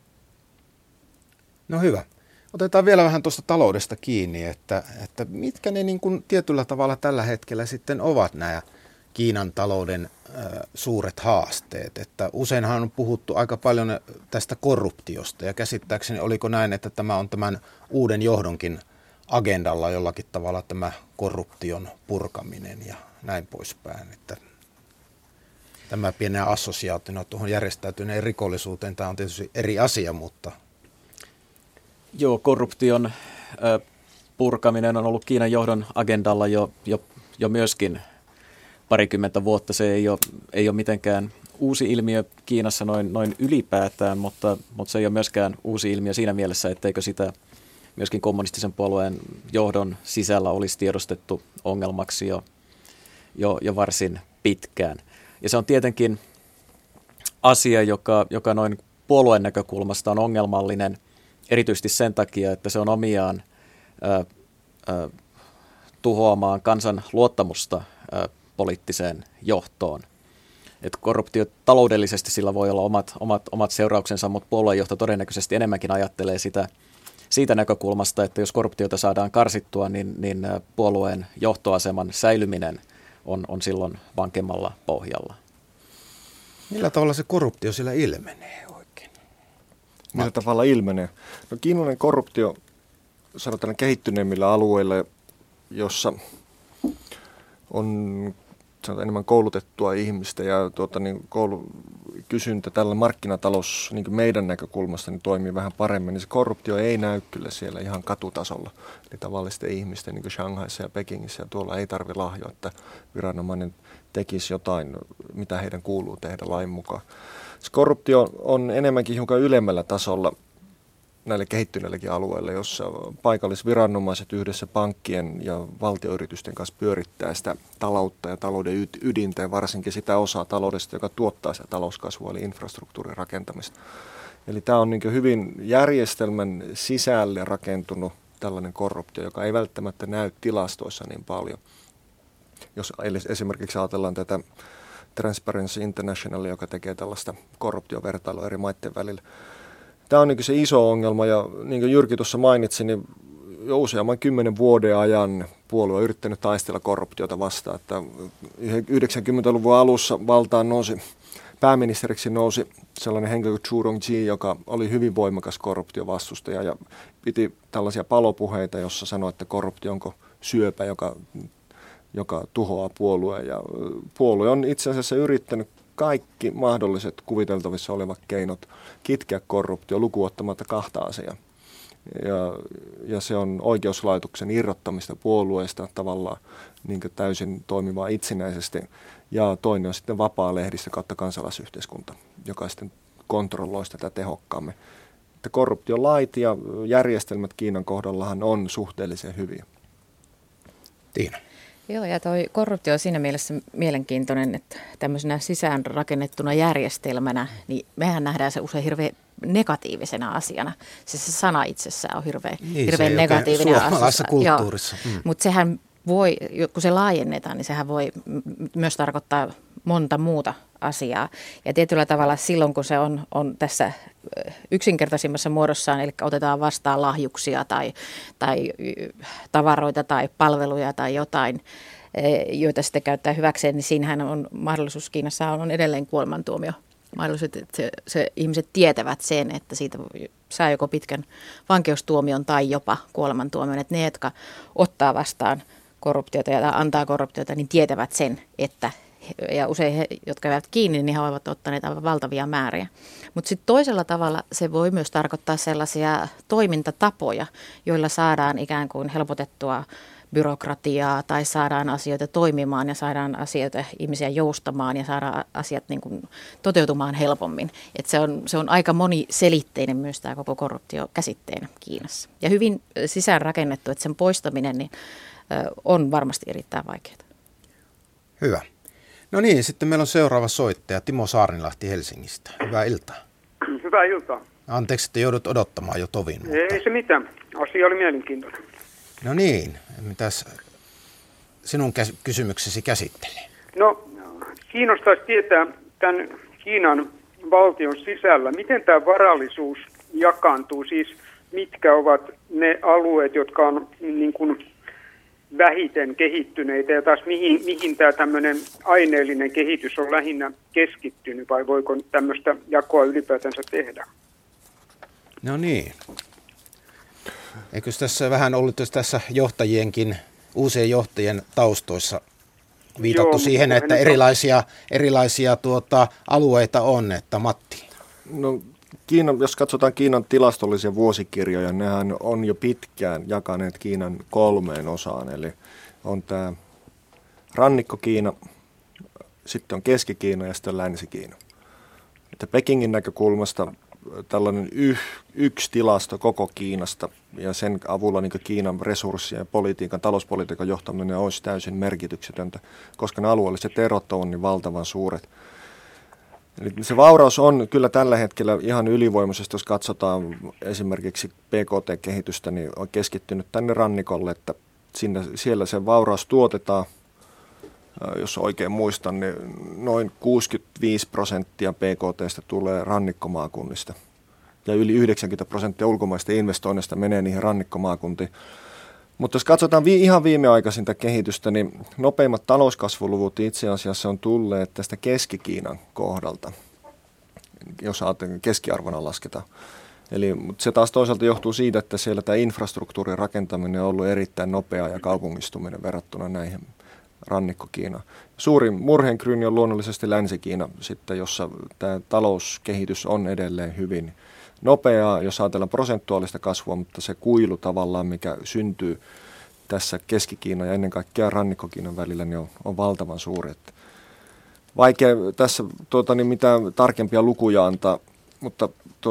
No hyvä. Otetaan vielä vähän tuosta taloudesta kiinni, että mitkä ne niin kuin tietyllä tavalla tällä hetkellä sitten ovat nämä Kiinan talouden suuret haasteet. Että useinhan on puhuttu aika paljon tästä korruptiosta ja käsittääkseni oliko näin, että tämä on tämän uuden johdonkin agendalla jollakin tavalla tämä korruption purkaminen ja näin poispäin. Että tämä pienenä assosiaationa tuohon järjestäytyneen rikollisuuteen, tämä on tietysti eri asia, mutta... Joo, korruption purkaminen on ollut Kiinan johdon agendalla jo myöskin parikymmentä vuotta. Se ei ole mitenkään uusi ilmiö Kiinassa noin ylipäätään, mutta se ei ole myöskään uusi ilmiö siinä mielessä, etteikö sitä myöskin kommunistisen puolueen johdon sisällä olisi tiedostettu ongelmaksi jo varsin pitkään. Ja se on tietenkin asia, joka noin puolueen näkökulmasta on ongelmallinen, erityisesti sen takia, että se on omiaan tuhoamaan kansan luottamusta poliittiseen johtoon. Et korruptio taloudellisesti sillä voi olla omat seurauksensa, mutta puoluejohto todennäköisesti enemmänkin ajattelee siitä näkökulmasta, että jos korruptiota saadaan karsittua, niin puolueen johtoaseman säilyminen on silloin vankemmalla pohjalla. Millä tavalla se korruptio sillä ilmenee oikein? Millä tavalla ilmenee? No, kiinalainen korruptio, sanotaan kehittyneimmillä alueilla, jossa on enemmän koulutettua ihmistä ja kysyntä tällä markkinatalous niin kuin meidän näkökulmasta niin toimii vähän paremmin, niin se korruptio ei näy kyllä siellä ihan katutasolla. Eli tavallisten ihmisten niin kuin Shanghaissa ja Pekingissä ja tuolla ei tarvitse lahjoa, että viranomainen tekisi jotain, mitä heidän kuuluu tehdä lain mukaan. Se korruptio on enemmänkin hiukan ylemmällä tasolla näille kehittyneillekin alueille, jossa paikallisviranomaiset yhdessä pankkien ja valtioyritysten kanssa pyörittää sitä taloutta ja talouden ydintä ja varsinkin sitä osaa taloudesta, joka tuottaa sitä talouskasvua, eli infrastruktuurin rakentamista. Eli tämä on niin kuin hyvin järjestelmän sisälle rakentunut tällainen korruptio, joka ei välttämättä näy tilastoissa niin paljon. Jos esimerkiksi ajatellaan tätä Transparency International, joka tekee tällaista korruptiovertailua eri maiden välillä. Tämä on niin se iso ongelma ja niin kuin Jyrki tuossa mainitsi, niin jo useamman 10 vuoden ajan puolue on yrittänyt taistella korruptiota vastaan. Että 90-luvun alussa valtaan pääministeriksi nousi sellainen henkilö kuin Zhu Rongji, joka oli hyvin voimakas korruptiovastustaja ja piti tällaisia palopuheita, jossa sanoi, että korruptio onko syöpä, joka tuhoaa puolueen. Ja puolue on itse asiassa yrittänyt kaikki mahdolliset kuviteltavissa olevat keinot kitkeä korruptio lukuun ottamatta 2 asiaa. Ja se on oikeuslaitoksen irrottamista puolueesta tavallaan niin kuin täysin toimivaa itsenäisesti. Ja toinen on sitten vapaa lehdistö kautta kansalaisyhteiskunta, joka sitten kontrolloi tätä tehokkaammin. Että korruptiolait ja järjestelmät Kiinan kohdallahan on suhteellisen hyviä. Tiina. Joo, ja toi korruptio on siinä mielessä mielenkiintoinen, että tämmöisenä sisäänrakennettuna järjestelmänä, niin mehän nähdään se usein hirveän negatiivisena asiana. Se sana itsessään on hirveän negatiivinen asia. Suomalaisessa kulttuurissa. Mutta sehän voi, kun se laajennetaan, niin sehän voi myös tarkoittaa monta muuta asiaa. Ja tietyllä tavalla silloin, kun se on tässä yksinkertaisimmassa muodossaan, eli otetaan vastaan lahjuksia tai tavaroita tai palveluja tai jotain, joita sitten käyttää hyväkseen, niin siinähän on mahdollisuus, Kiinassa on edelleen kuolemantuomio. Mahdollisuus, että se ihmiset tietävät sen, että siitä saa joko pitkän vankeustuomion tai jopa kuolemantuomion. Että ne, jotka ottaa vastaan korruptiota ja antaa korruptiota, niin tietävät sen, että ja usein he, jotka jäävät kiinni, niin he ovat ottaneet aivan valtavia määriä. Mutta sitten toisella tavalla se voi myös tarkoittaa sellaisia toimintatapoja, joilla saadaan ikään kuin helpotettua byrokratiaa tai saadaan asioita toimimaan ja saadaan asioita ihmisiä joustamaan ja saadaan asiat niin kuin toteutumaan helpommin. Et se on aika moniselitteinen myös tämä koko korruptio käsitteenä Kiinassa. Ja hyvin sisäänrakennettu, että sen poistaminen niin, on varmasti erittäin vaikeaa. Hyvä. No niin, sitten meillä on seuraava soittaja, Timo Saarinlahti Helsingistä. Hyvää iltaa. Hyvää iltaa. Anteeksi, että joudut odottamaan jo tovin. Mutta... Ei se mitään. Asia oli mielenkiintoinen. No niin, mitäs sinun kysymyksesi käsittelee? No, kiinnostaisi tietää tämän Kiinan valtion sisällä, miten tämä varallisuus jakaantuu? Siis mitkä ovat ne alueet, jotka on niin kuin vähiten kehittyneitä ja taas mihin tämä tämmöinen aineellinen kehitys on lähinnä keskittynyt vai voiko tämmöistä jakoa ylipäätänsä tehdä? No niin. Eikö tässä vähän ollut tässä uusien johtajien taustoissa viitattu siihen, että erilaisia alueita on, että Matti? No jos katsotaan Kiinan tilastollisia vuosikirjoja, nehän on jo pitkään jakaneet Kiinan 3 osaan. Eli on tämä Rannikko-Kiina, sitten on Keski-Kiina ja sitten on Länsi-Kiina. Että Pekingin näkökulmasta tällainen yksi tilasto koko Kiinasta ja sen avulla niin Kiinan resurssien ja talouspolitiikan johtaminen olisi täysin merkityksetöntä, koska ne alueelliset erot on niin valtavan suuret. Eli se vauraus on kyllä tällä hetkellä ihan ylivoimaisesti, jos katsotaan esimerkiksi PKT-kehitystä, niin on keskittynyt tänne rannikolle, että siellä se vauraus tuotetaan, jos oikein muistan, niin noin 65% PKT:stä tulee rannikkomaakunnista. Ja yli 90% ulkomaista investoinnista menee niihin rannikkomaakuntiin. Mutta jos katsotaan ihan viimeaikaisinta kehitystä, niin nopeimmat talouskasvuluvut itse asiassa on tulleet tästä Keski-Kiinan kohdalta, jos keskiarvona lasketaan. Mutta se taas toisaalta johtuu siitä, että siellä tämä infrastruktuurin rakentaminen on ollut erittäin nopeaa ja kaupungistuminen verrattuna näihin Rannikko-Kiinaan. Suurin murheenkryyni on luonnollisesti Länsi-Kiina, sitten, jossa tämä talouskehitys on edelleen hyvin nopeaa, jos ajatellaan prosentuaalista kasvua, mutta se kuilu tavallaan, mikä syntyy tässä Keski-Kiinan ja ennen kaikkea Rannikko-Kiinan välillä, niin on valtavan suuri. Vaikea tässä mitään tarkempia lukuja antaa, mutta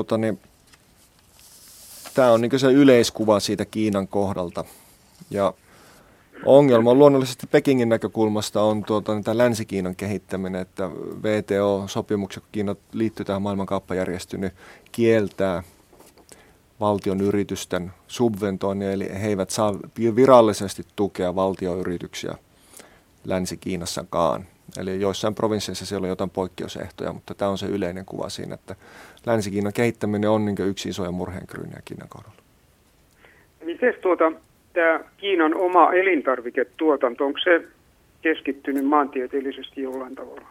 tämä on niin se yleiskuva siitä Kiinan kohdalta. Ja ongelma on luonnollisesti Pekingin näkökulmasta on tämä Länsi-Kiinan kehittäminen, että VTO-sopimukset, kun Kiina liittyy tähän maailmankauppajärjestöön, niin kieltää valtion yritysten subventoinnia, eli he eivät saa virallisesti tukea valtioyrityksiä Länsi-Kiinassakaan. Eli joissain provinsseissa siellä on jotain poikkeusehtoja, mutta tämä on se yleinen kuva siinä, että Länsi-Kiinan kehittäminen on niin yksi isoja murheenkryyniä Kiinan kohdalla. Miten tämä Kiinan oma elintarviketuotanto, onko se keskittynyt maantieteellisesti jollain tavalla?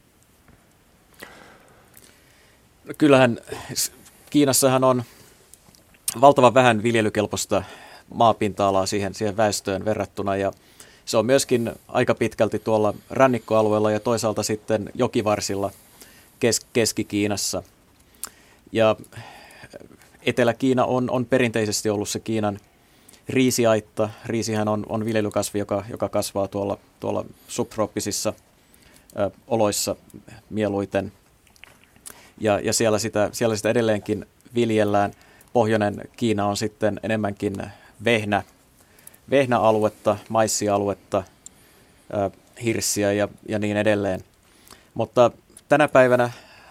No kyllähän Kiinassahan on valtavan vähän viljelykelpoista maapinta-alaa siihen väestöön verrattuna ja se on myöskin aika pitkälti tuolla rannikkoalueella ja toisaalta sitten jokivarsilla Keski-Kiinassa. Ja Etelä-Kiina on perinteisesti ollut se Kiinan riisiaitta. Riisihän on viljelykasvi, joka kasvaa tuolla subtrooppisissa oloissa mieluiten. Ja siellä sitä edelleenkin viljellään. Pohjoinen Kiina on sitten enemmänkin vehnäaluetta, maissialuetta, hirssiä ja niin edelleen. Mutta tänä päivänä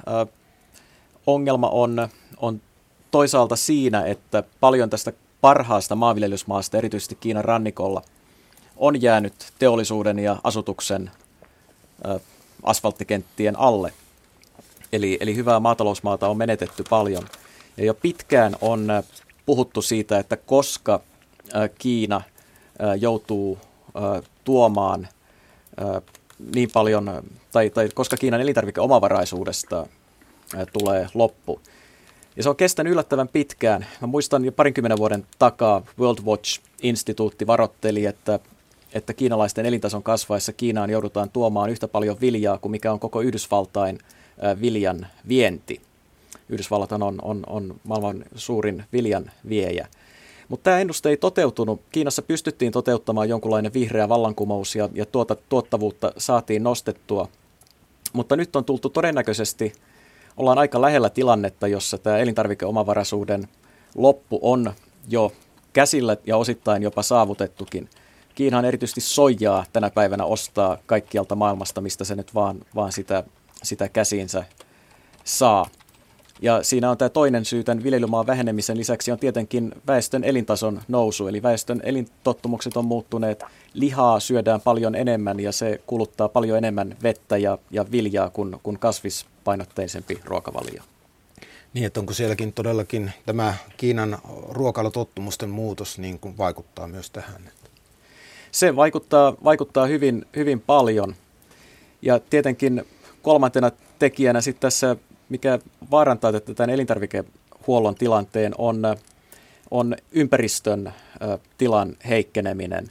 ongelma on toisaalta siinä, että paljon tästä parhaasta maanviljelysmaasta, erityisesti Kiinan rannikolla, on jäänyt teollisuuden ja asutuksen asfalttikenttien alle. Eli hyvää maatalousmaata on menetetty paljon. Ja jo pitkään on puhuttu siitä, että koska Kiina joutuu tuomaan niin paljon, tai koska Kiinan elintarvikeomavaraisuudesta tulee loppu. Ja se on kestänyt yllättävän pitkään. Mä muistan jo 20 vuoden takaa World Watch-instituutti varoitteli, että kiinalaisten elintason kasvaessa Kiinaan joudutaan tuomaan yhtä paljon viljaa kuin mikä on koko Yhdysvaltain viljan vienti. Yhdysvallathan on maailman suurin viljan viejä. Mutta tämä ennuste ei toteutunut. Kiinassa pystyttiin toteuttamaan jonkunlainen vihreä vallankumous ja tuottavuutta saatiin nostettua. Mutta nyt on tultu todennäköisesti, ollaan aika lähellä tilannetta, jossa tämä elintarvikeomavaraisuuden loppu on jo käsillä ja osittain jopa saavutettukin. Kiinahan erityisesti soijaa tänä päivänä ostaa kaikkialta maailmasta, mistä se nyt vaan sitä käsiinsä saa. Ja siinä on tämä toinen syy tämän viljelymaan vähenemisen lisäksi on tietenkin väestön elintason nousu. Eli väestön elintottumukset on muuttuneet, lihaa syödään paljon enemmän ja se kuluttaa paljon enemmän vettä ja viljaa kuin kasvispainotteisempi ruokavalio. Niin, että onko sielläkin todellakin tämä Kiinan ruokailutottumusten muutos niin kuin vaikuttaa myös tähän? Se vaikuttaa hyvin, hyvin paljon. Ja tietenkin kolmantena tekijänä sitten tässä, mikä vaarantaa tämän elintarvikehuollon tilanteen, on ympäristön tilan heikkeneminen.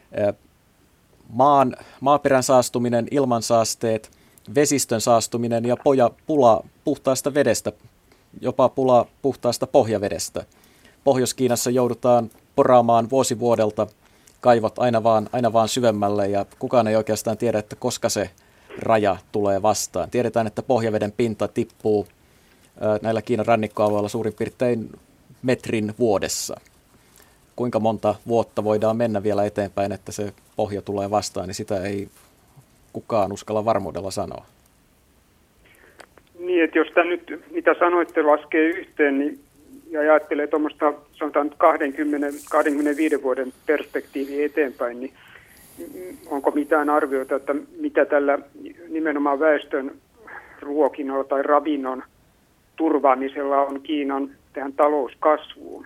Maaperän saastuminen, ilmansaasteet, vesistön saastuminen ja pula puhtaasta vedestä, jopa pula puhtaasta pohjavedestä. Pohjois-Kiinassa joudutaan poraamaan vuosi vuodelta kaivot aina vaan syvemmälle ja kukaan ei oikeastaan tiedä, että koska se raja tulee vastaan. Tiedetään, että pohjaveden pinta tippuu näillä Kiinan rannikkoalueilla suurin piirtein metrin vuodessa. Kuinka monta vuotta voidaan mennä vielä eteenpäin, että se pohja tulee vastaan, niin sitä ei kukaan uskalla varmuudella sanoa. Niin, että jos tämä nyt, mitä sanoitte, laskee yhteen, niin ja ajattelee tuommoista, sanotaan 20-25 vuoden perspektiiviä eteenpäin, niin onko mitään arvioita, että mitä tällä nimenomaan väestön ruokinnalla tai ravinnon turvaamisella on Kiinan tähän talouskasvuun?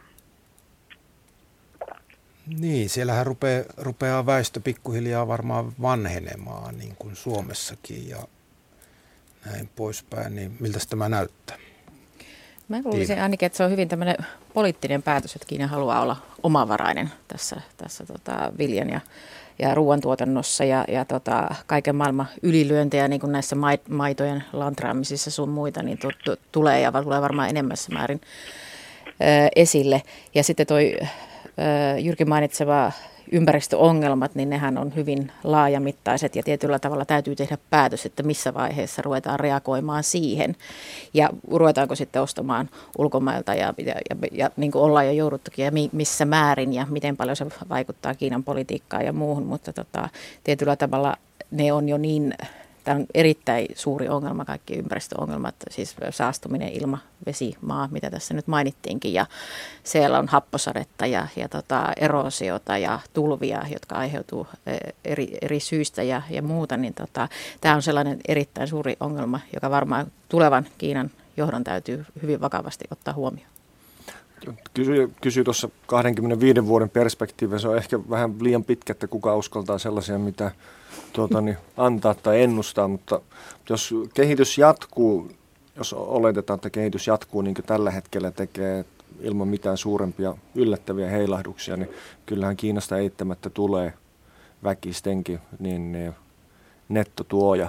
Niin, siellähän rupeaa väestö pikkuhiljaa varmaan vanhenemaan, niin kuin Suomessakin ja näin poispäin. Niin miltä tämä näyttää? Mä luulisin ainakin, että se on hyvin tämmöinen poliittinen päätös, että Kiina haluaa olla omavarainen tässä viljan ja ruoantuotannossa ja kaiken maailman ylilyöntejä niin kuin näissä maitojen lantraamisissa sun muita, niin tulee ja tulee varmaan enemmässä määrin esille. Ja sitten toi Jyrki mainitseva ympäristöongelmat, niin nehän on hyvin laajamittaiset ja tietyllä tavalla täytyy tehdä päätös, että missä vaiheessa ruvetaan reagoimaan siihen ja ruvetaanko sitten ostamaan ulkomailta ja niin kuin ollaan jo jouduttukin ja missä määrin ja miten paljon se vaikuttaa Kiinan politiikkaan ja muuhun, mutta tietyllä tavalla ne on jo niin. Tämä on erittäin suuri ongelma, kaikki ympäristöongelmat, siis saastuminen, ilma, vesi, maa, mitä tässä nyt mainittiinkin. Ja siellä on happosadetta ja eroosiota ja tulvia, jotka aiheutuu eri syistä ja muuta. Niin tämä on sellainen erittäin suuri ongelma, joka varmaan tulevan Kiinan johdon täytyy hyvin vakavasti ottaa huomioon. Kysyi tuossa 25 vuoden perspektiiviä. Se on ehkä vähän liian pitkä, että kuka uskaltaa sellaisia, mitä antaa tai ennustaa, mutta jos kehitys jatkuu, jos oletetaan, että kehitys jatkuu niin kuin tällä hetkellä tekee ilman mitään suurempia yllättäviä heilahduksia, niin kyllähän Kiinasta eittämättä tulee väkistenkin niin nettotuoja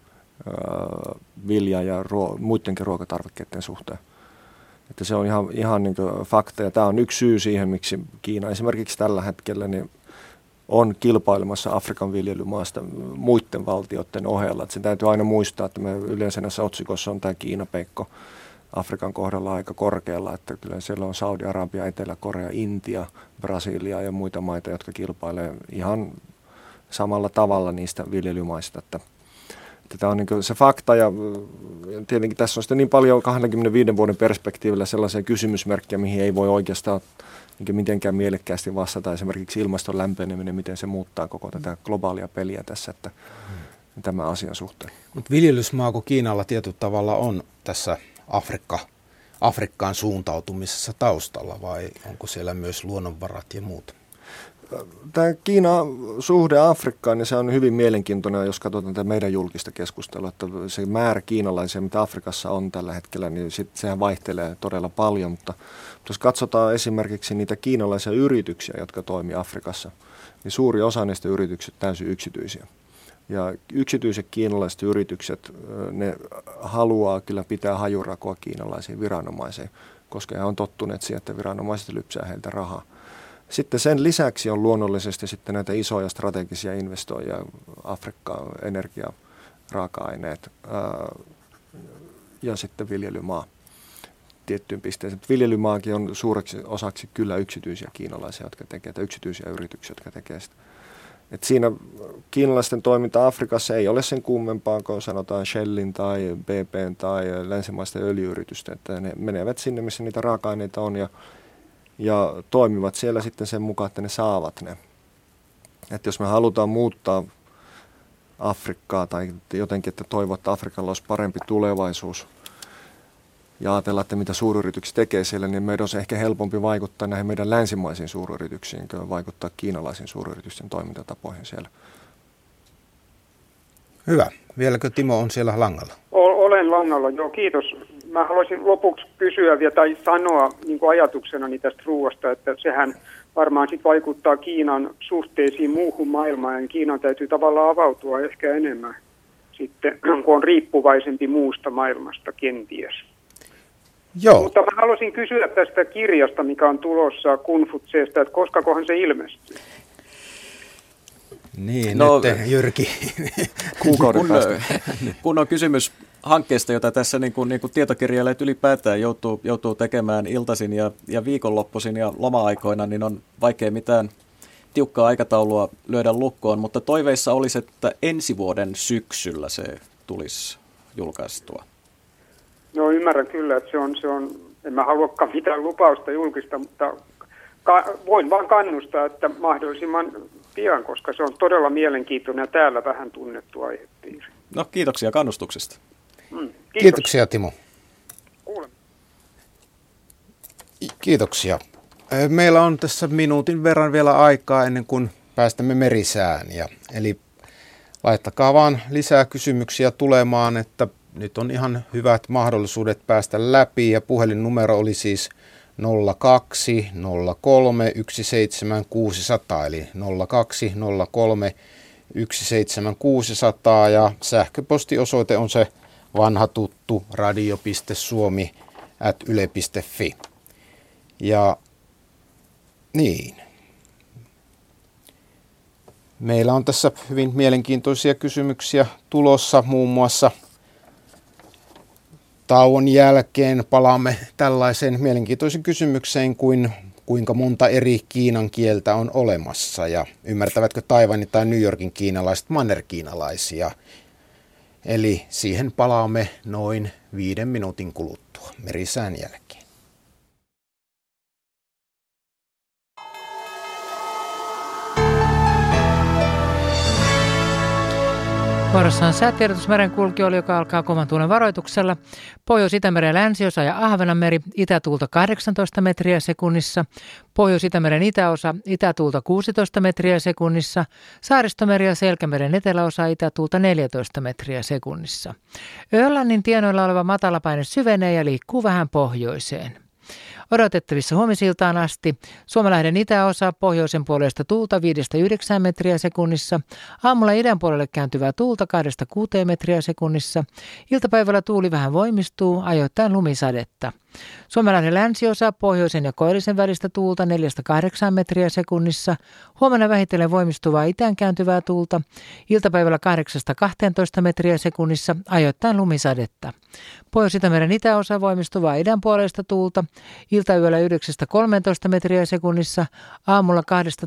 vilja ja muidenkin ruokatarvikkeiden suhteen. Että se on ihan niin kuin fakta ja tämä on yksi syy siihen, miksi Kiina esimerkiksi tällä hetkellä niin on kilpailemassa Afrikan viljelymaasta muiden valtioiden ohella. Että sen täytyy aina muistaa, että me yleensä näissä otsikossa on tämä Kiina-peikko Afrikan kohdalla aika korkealla, että kyllä siellä on Saudi-Arabia, Etelä-Korea, Intia, Brasilia ja muita maita, jotka kilpailee ihan samalla tavalla niistä viljelymaista. Että tämä on niin se fakta ja tietenkin tässä on sitten niin paljon 25 vuoden perspektiivillä sellaisia kysymysmerkkejä, mihin ei voi oikeastaan niin mitenkään mielekkäästi vastata. Esimerkiksi ilmaston lämpeneminen, miten se muuttaa koko tätä globaalia peliä tässä, että tämän asian suhteen. Mutta viljelysmaa, kun Kiinalla tietyllä tavalla on tässä Afrikkaan suuntautumisessa taustalla vai onko siellä myös luonnonvarat ja muut? Tämä Kiinan suhde Afrikkaan, niin se on hyvin mielenkiintoinen, jos katsotaan tätä meidän julkista keskustelua, että se määrä kiinalaisia, mitä Afrikassa on tällä hetkellä, niin sehän vaihtelee todella paljon, mutta jos katsotaan esimerkiksi niitä kiinalaisia yrityksiä, jotka toimii Afrikassa, niin suuri osa niistä yrityksistä täysin yksityisiä. Ja yksityiset kiinalaiset yritykset, ne haluaa kyllä pitää hajurakoa kiinalaisiin viranomaisiin, koska he on tottuneet siihen, että viranomaiset lypsää heiltä rahaa. Sitten sen lisäksi on luonnollisesti sitten näitä isoja strategisia investoijia, Afrikkaan, energia, raaka-aineet ja sitten viljelymaa tiettyyn pisteeseen. Viljelymaakin on suureksi osaksi kyllä yksityisiä kiinalaisia, jotka tekevät, yksityisiä yrityksiä, jotka tekevät sitä. Et siinä kiinalaisten toiminta Afrikassa ei ole sen kummempaa kuin sanotaan Shellin tai BPn tai länsimaisten öljyyritysten, että ne menevät sinne, missä niitä raaka-aineita on ja toimivat siellä sitten sen mukaan, että ne saavat ne. Että jos me halutaan muuttaa Afrikkaa tai jotenkin, että toivoa, että Afrikalla olisi parempi tulevaisuus ja ajatella, että mitä suuryrityksiä tekee siellä, niin meidän on ehkä helpompi vaikuttaa näihin meidän länsimaisiin suuryrityksiin kuin vaikuttaa kiinalaisiin suuryritysten toimintatapoihin siellä. Hyvä. Vieläkö Timo on siellä langalla? Olen langalla, joo, kiitos. Mä haluaisin lopuksi kysyä vielä tai sanoa niin kuin ajatuksenani tästä ruoasta, että sehän varmaan sit vaikuttaa Kiinan suhteisiin muuhun maailmaan, ja Kiinan täytyy tavallaan avautua ehkä enemmän sitten, kun on riippuvaisempi muusta maailmasta kenties. Joo. Mutta mä haluaisin kysyä tästä kirjasta, mikä on tulossa Konfutseesta, että koskakohan se ilmestyy? Niin, no, nyt Jyrki. Kun on kysymys hankkeesta, jota tässä niin kuin tietokirjailijat ylipäätään joutuu tekemään iltaisin ja viikonloppuisin ja loma-aikoina, niin on vaikea mitään tiukkaa aikataulua lyödä lukkoon, mutta toiveissa olisi, että ensi vuoden syksyllä se tulisi julkaistua. No ymmärrän kyllä, että se on en mä haluakaan mitään lupausta julkista, mutta voin vaan kannustaa, että mahdollisimman pian, koska se on todella mielenkiintoinen ja täällä vähän tunnettu aihepiiri. No kiitoksia kannustuksesta. Kiitoksia Timo. Kiitoksia. Meillä on tässä minuutin verran vielä aikaa ennen kuin päästämme merisään. Eli laittakaa vaan lisää kysymyksiä tulemaan, että nyt on ihan hyvät mahdollisuudet päästä läpi ja puhelinnumero oli siis 02 03 17600 eli 02 03 17600 ja sähköpostiosoite on se vanha tuttu radio.suomi@yle.fi. Ja niin. Meillä on tässä hyvin mielenkiintoisia kysymyksiä tulossa, muun muassa tauon jälkeen palaamme tällaiseen mielenkiintoisen kysymykseen kuin kuinka monta eri Kiinan kieltä on olemassa ja ymmärtävätkö Taiwanin tai New Yorkin kiinalaiset mannerkiinalaisia. Eli siihen palaamme noin 5 minuutin kuluttua merisään jälkeen. Vuorossa on säätiedotus merenkulkijoille, joka alkaa kovan tuulen varoituksella. Pohjois-Itämeren länsiosa ja Ahvenanmeri, itätuulta 18 metriä sekunnissa. Pohjois-Itämeren itäosa, itätuulta 16 metriä sekunnissa. Saaristomeri ja Selkämeren eteläosa, itätuulta 14 metriä sekunnissa. Ölannin tienoilla oleva matalapaine syvenee ja liikkuu vähän pohjoiseen. Odotettavissa huomisiltaan asti Suomenlahden itäosa pohjoisen puolesta tuulta 5-9 metriä sekunnissa, aamulla idän puolelle kääntyvää tuulta 2-6 metriä sekunnissa, iltapäivällä tuuli vähän voimistuu, ajoittain lumisadetta. Suomenlahden länsiosa pohjoisen ja koillisen välistä tuulta 4-8 metriä sekunnissa, huomenna vähitellen voimistuvaa itään kääntyvää tuulta, iltapäivällä 8-12 metriä sekunnissa, ajoittain lumisadetta. Pohjois-Itämeren itäosa voimistuvaa idän puolesta tuulta, iltayöllä 9-13 metriä sekunnissa, aamulla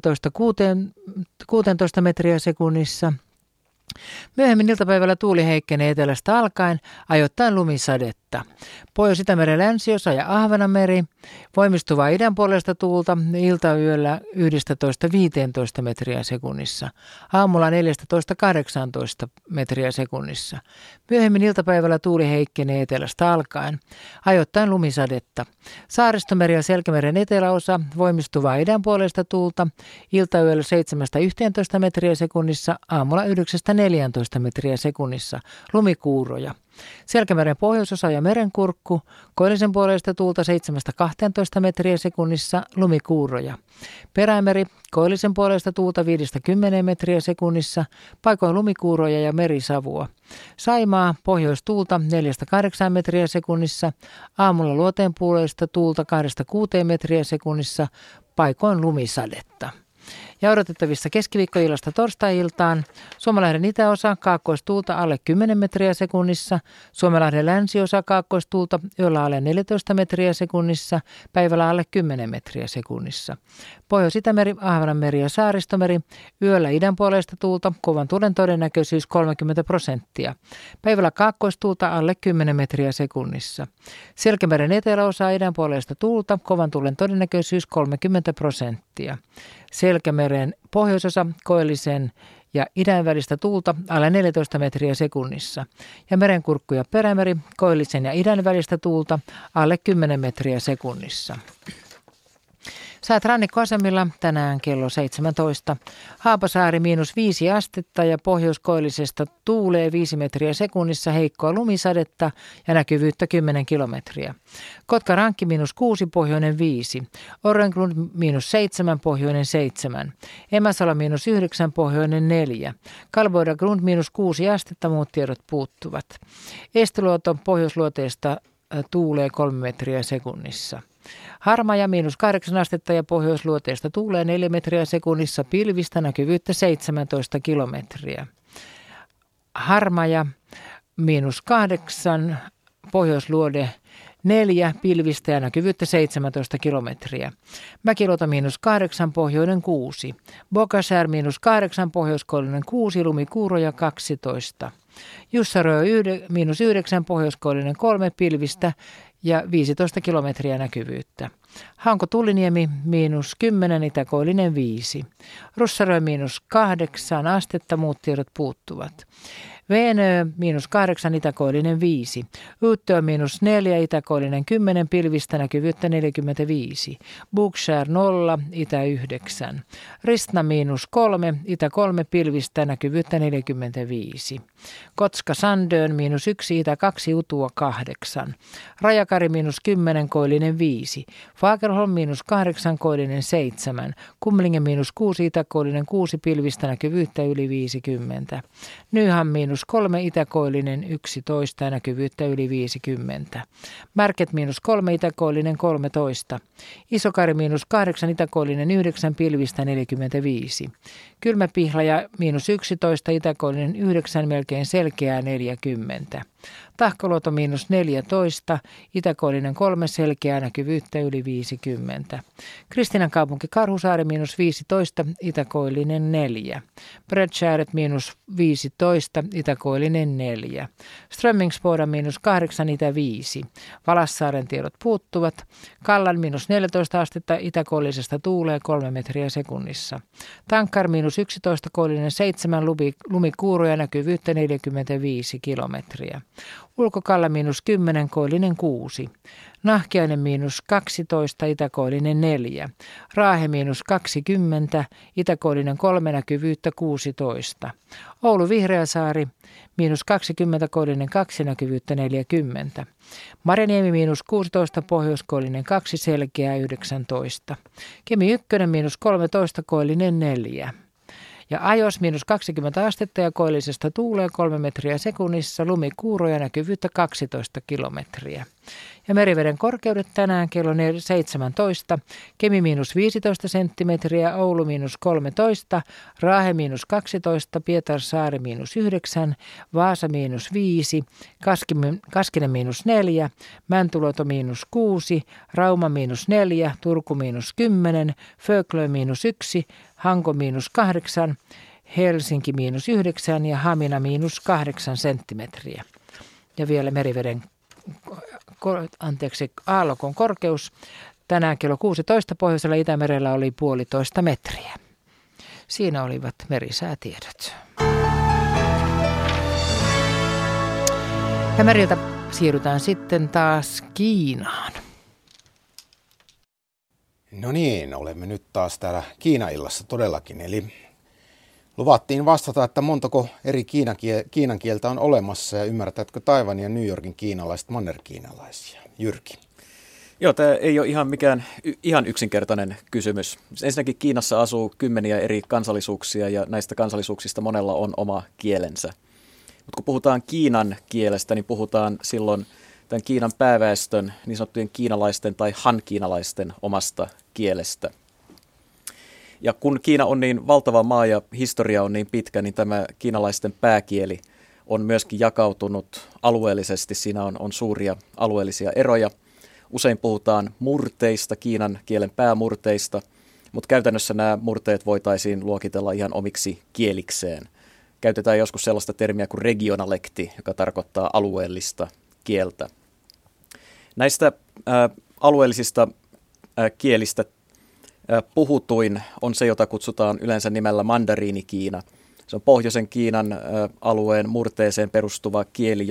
12-16 metriä sekunnissa. Myöhemmin iltapäivällä tuuli heikkenee etelästä alkaen, ajoittain lumisadetta. Pohjois-Itämeren länsiosa ja Ahvenanmeri, voimistuvaa idän puolesta tuulta, iltayöllä 11-15 metriä sekunnissa, aamulla 14-18 metriä sekunnissa. Myöhemmin iltapäivällä tuuli heikkenee etelästä alkaen, ajoittain lumisadetta. Saaristomeri ja Selkämeren eteläosa, voimistuvaa idän puolesta tuulta, iltayöllä 7-11 metriä sekunnissa, aamulla 9-14 metriä sekunnissa, lumikuuroja. Selkämeren pohjoisosa ja merenkurkku, koillisen puolesta tuulta 7-12 metriä sekunnissa, lumikuuroja. Perämeri, koillisen puolesta tuulta 5-10 metriä sekunnissa, paikoin lumikuuroja ja merisavua. Saimaa, pohjoistuulta 4-8 metriä sekunnissa, aamulla luoteen puolesta tuulta 2-6 metriä sekunnissa, paikoin lumisadetta. Ja odotettavissa keskiviikkoillasta torstai-iltaan Suomenlahden itäosa kaakkoistuulta alle 10 metriä sekunnissa, Suomenlahden länsiosa kaakkoistuulta yöllä alle 14 metriä sekunnissa, päivällä alle 10 metriä sekunnissa. Pohjois-Itämeri, Ahvenanmeri ja Saaristomeri yöllä idänpuoleista tuulta, kovan tuulen todennäköisyys 30%. Päivällä kaakkoistuulta alle 10 metriä sekunnissa. Selkämeren eteläosa idänpuoleista tuulta, kovan tuulen todennäköisyys 30%. Selkämeren pohjoisosa koillisen ja idän välistä tuulta alle 14 metriä sekunnissa. Ja merenkurkku ja Perämeri koillisen ja idän välistä tuulta alle 10 metriä sekunnissa. Säät rannikkoasemilla tänään kello 17. Haapasaari -5 astetta ja pohjoiskoillisesta tuulee 5 metriä sekunnissa, heikkoa lumisadetta ja näkyvyyttä 10 kilometriä. Kotka-Rankki -6, pohjoinen 5. Orrengrund -7, pohjoinen 7. Emäsala -9, pohjoinen 4. Kalvoida-Grund -6 astetta, muut tiedot puuttuvat. Eestiluoto pohjoisluoteesta tuulee 3 metriä sekunnissa. Harmaja -8 astetta ja pohjoisluoteesta tuulee 4 metriä sekunnissa, pilvistä, näkyvyyttä 17 kilometriä. Harmaja -8, pohjoisluode 4, pilvistä ja näkyvyyttä 17 kilometriä. Mäkiluoto -8, pohjoinen 6. Bokasär -8, pohjoiskoillinen 6, lumikuuroja 12. Jussarö -9, pohjoiskoillinen 3, pilvistä ja 15 kilometriä näkyvyyttä. Hanko-Tulliniemi -10, itäkoillinen 5. Russarö -8 astetta, muut tiedot puuttuvat. Veenö -8, itäkoillinen 5. Uuttöö -4, itäkoillinen 10, pilvistä, näkyvyyttä 45. Bookshare 0, itä 9. Ristna -3, itä 3, pilvistä, näkyvyyttä 45. Kotska Sandön -1, itä 2, utua 8. Rajakari -10, koillinen 5. Fagerholm -8, koillinen 7. Kumlingen -6, itäkoillinen 6, pilvistä, näkyvyyttä yli 50. Nyham -3, itäkoillinen 11 ja näkyvyyttä yli 50. Märket -3, itäkoillinen 13. Isokari -8, itäkoillinen 9, pilvistä 45. Kylmäpihlaja -11, itäkoillinen 9, melkein selkeää 40. Tahkoluoto -14, itäkoillinen 3, selkeää, näkyvyyttä yli 50. Kristiinankaupunki Karhusaari -15, itäkoillinen 4. Bredshäret -15, itäkoillinen 4. Strömmingsboda -8, itä 5. Valassaaren tiedot puuttuvat. Kallan -14 astetta, itäkoillisesta tuulee 3 metriä sekunnissa. Tankkar -11, koillinen 7, lumikuuroja, näkyvyyttä 45 kilometriä. Ulkokalla -10, koillinen 6. Nahkiainen -12, itäkoillinen 4. Raahe -20, itäkoillinen 3, näkyvyyttä 16. Oulu Vihreäsaari -20, koillinen 2, näkyvyyttä 40. Marjaniemi -16, pohjoiskoillinen 2, selkeää 19. Kemi 1 -13, koillinen 4. Ja Ajos -20 astetta ja koillisesta tuulee 3 metriä sekunnissa, lumikuuroja, näkyvyyttä 12 kilometriä. Ja meriveden korkeudet tänään kello 17, Kemi -15 senttimetriä, Oulu -13, Raahe -12, Pietarsaari -9, Vaasa -5, Kaskinen -4, Mäntyluoto -6, Rauma -4, Turku -10, Föglö -1, Hanko -8, Helsinki -9 ja Hamina -8 senttimetriä. Ja vielä meriveden aallokon korkeus tänään kello 16 pohjoisella Itämerellä oli 1,5 metriä. Siinä olivat merisäätiedot. Ja meriltä siirrytään sitten taas Kiinaan. No niin, olemme nyt taas täällä Kiina-illassa todellakin. Eli luvattiin vastata, että montako eri kiinan kieltä on olemassa ja ymmärtätkö Taiwanin ja New Yorkin kiinalaiset mannerkiinalaisia? Jyrki. Joo, tämä ei ole ihan mikään ihan yksinkertainen kysymys. Ensinnäkin Kiinassa asuu kymmeniä eri kansallisuuksia ja näistä kansallisuuksista monella on oma kielensä. Mutta kun puhutaan Kiinan kielestä, niin puhutaan silloin tämän Kiinan pääväestön, niin sanottujen kiinalaisten tai han-kiinalaisten omasta kielestä. Ja kun Kiina on niin valtava maa ja historia on niin pitkä, niin tämä kiinalaisten pääkieli on myöskin jakautunut alueellisesti. Siinä on suuria alueellisia eroja. Usein puhutaan murteista, Kiinan kielen päämurteista, mutta käytännössä nämä murteet voitaisiin luokitella ihan omiksi kielikseen. Käytetään joskus sellaista termiä kuin regionalekti, joka tarkoittaa alueellista kieltä. Näistä alueellisista kielistä puhutuin on se, jota kutsutaan yleensä nimellä mandariini-Kiina. Se on pohjoisen Kiinan alueen murteeseen perustuva kieli,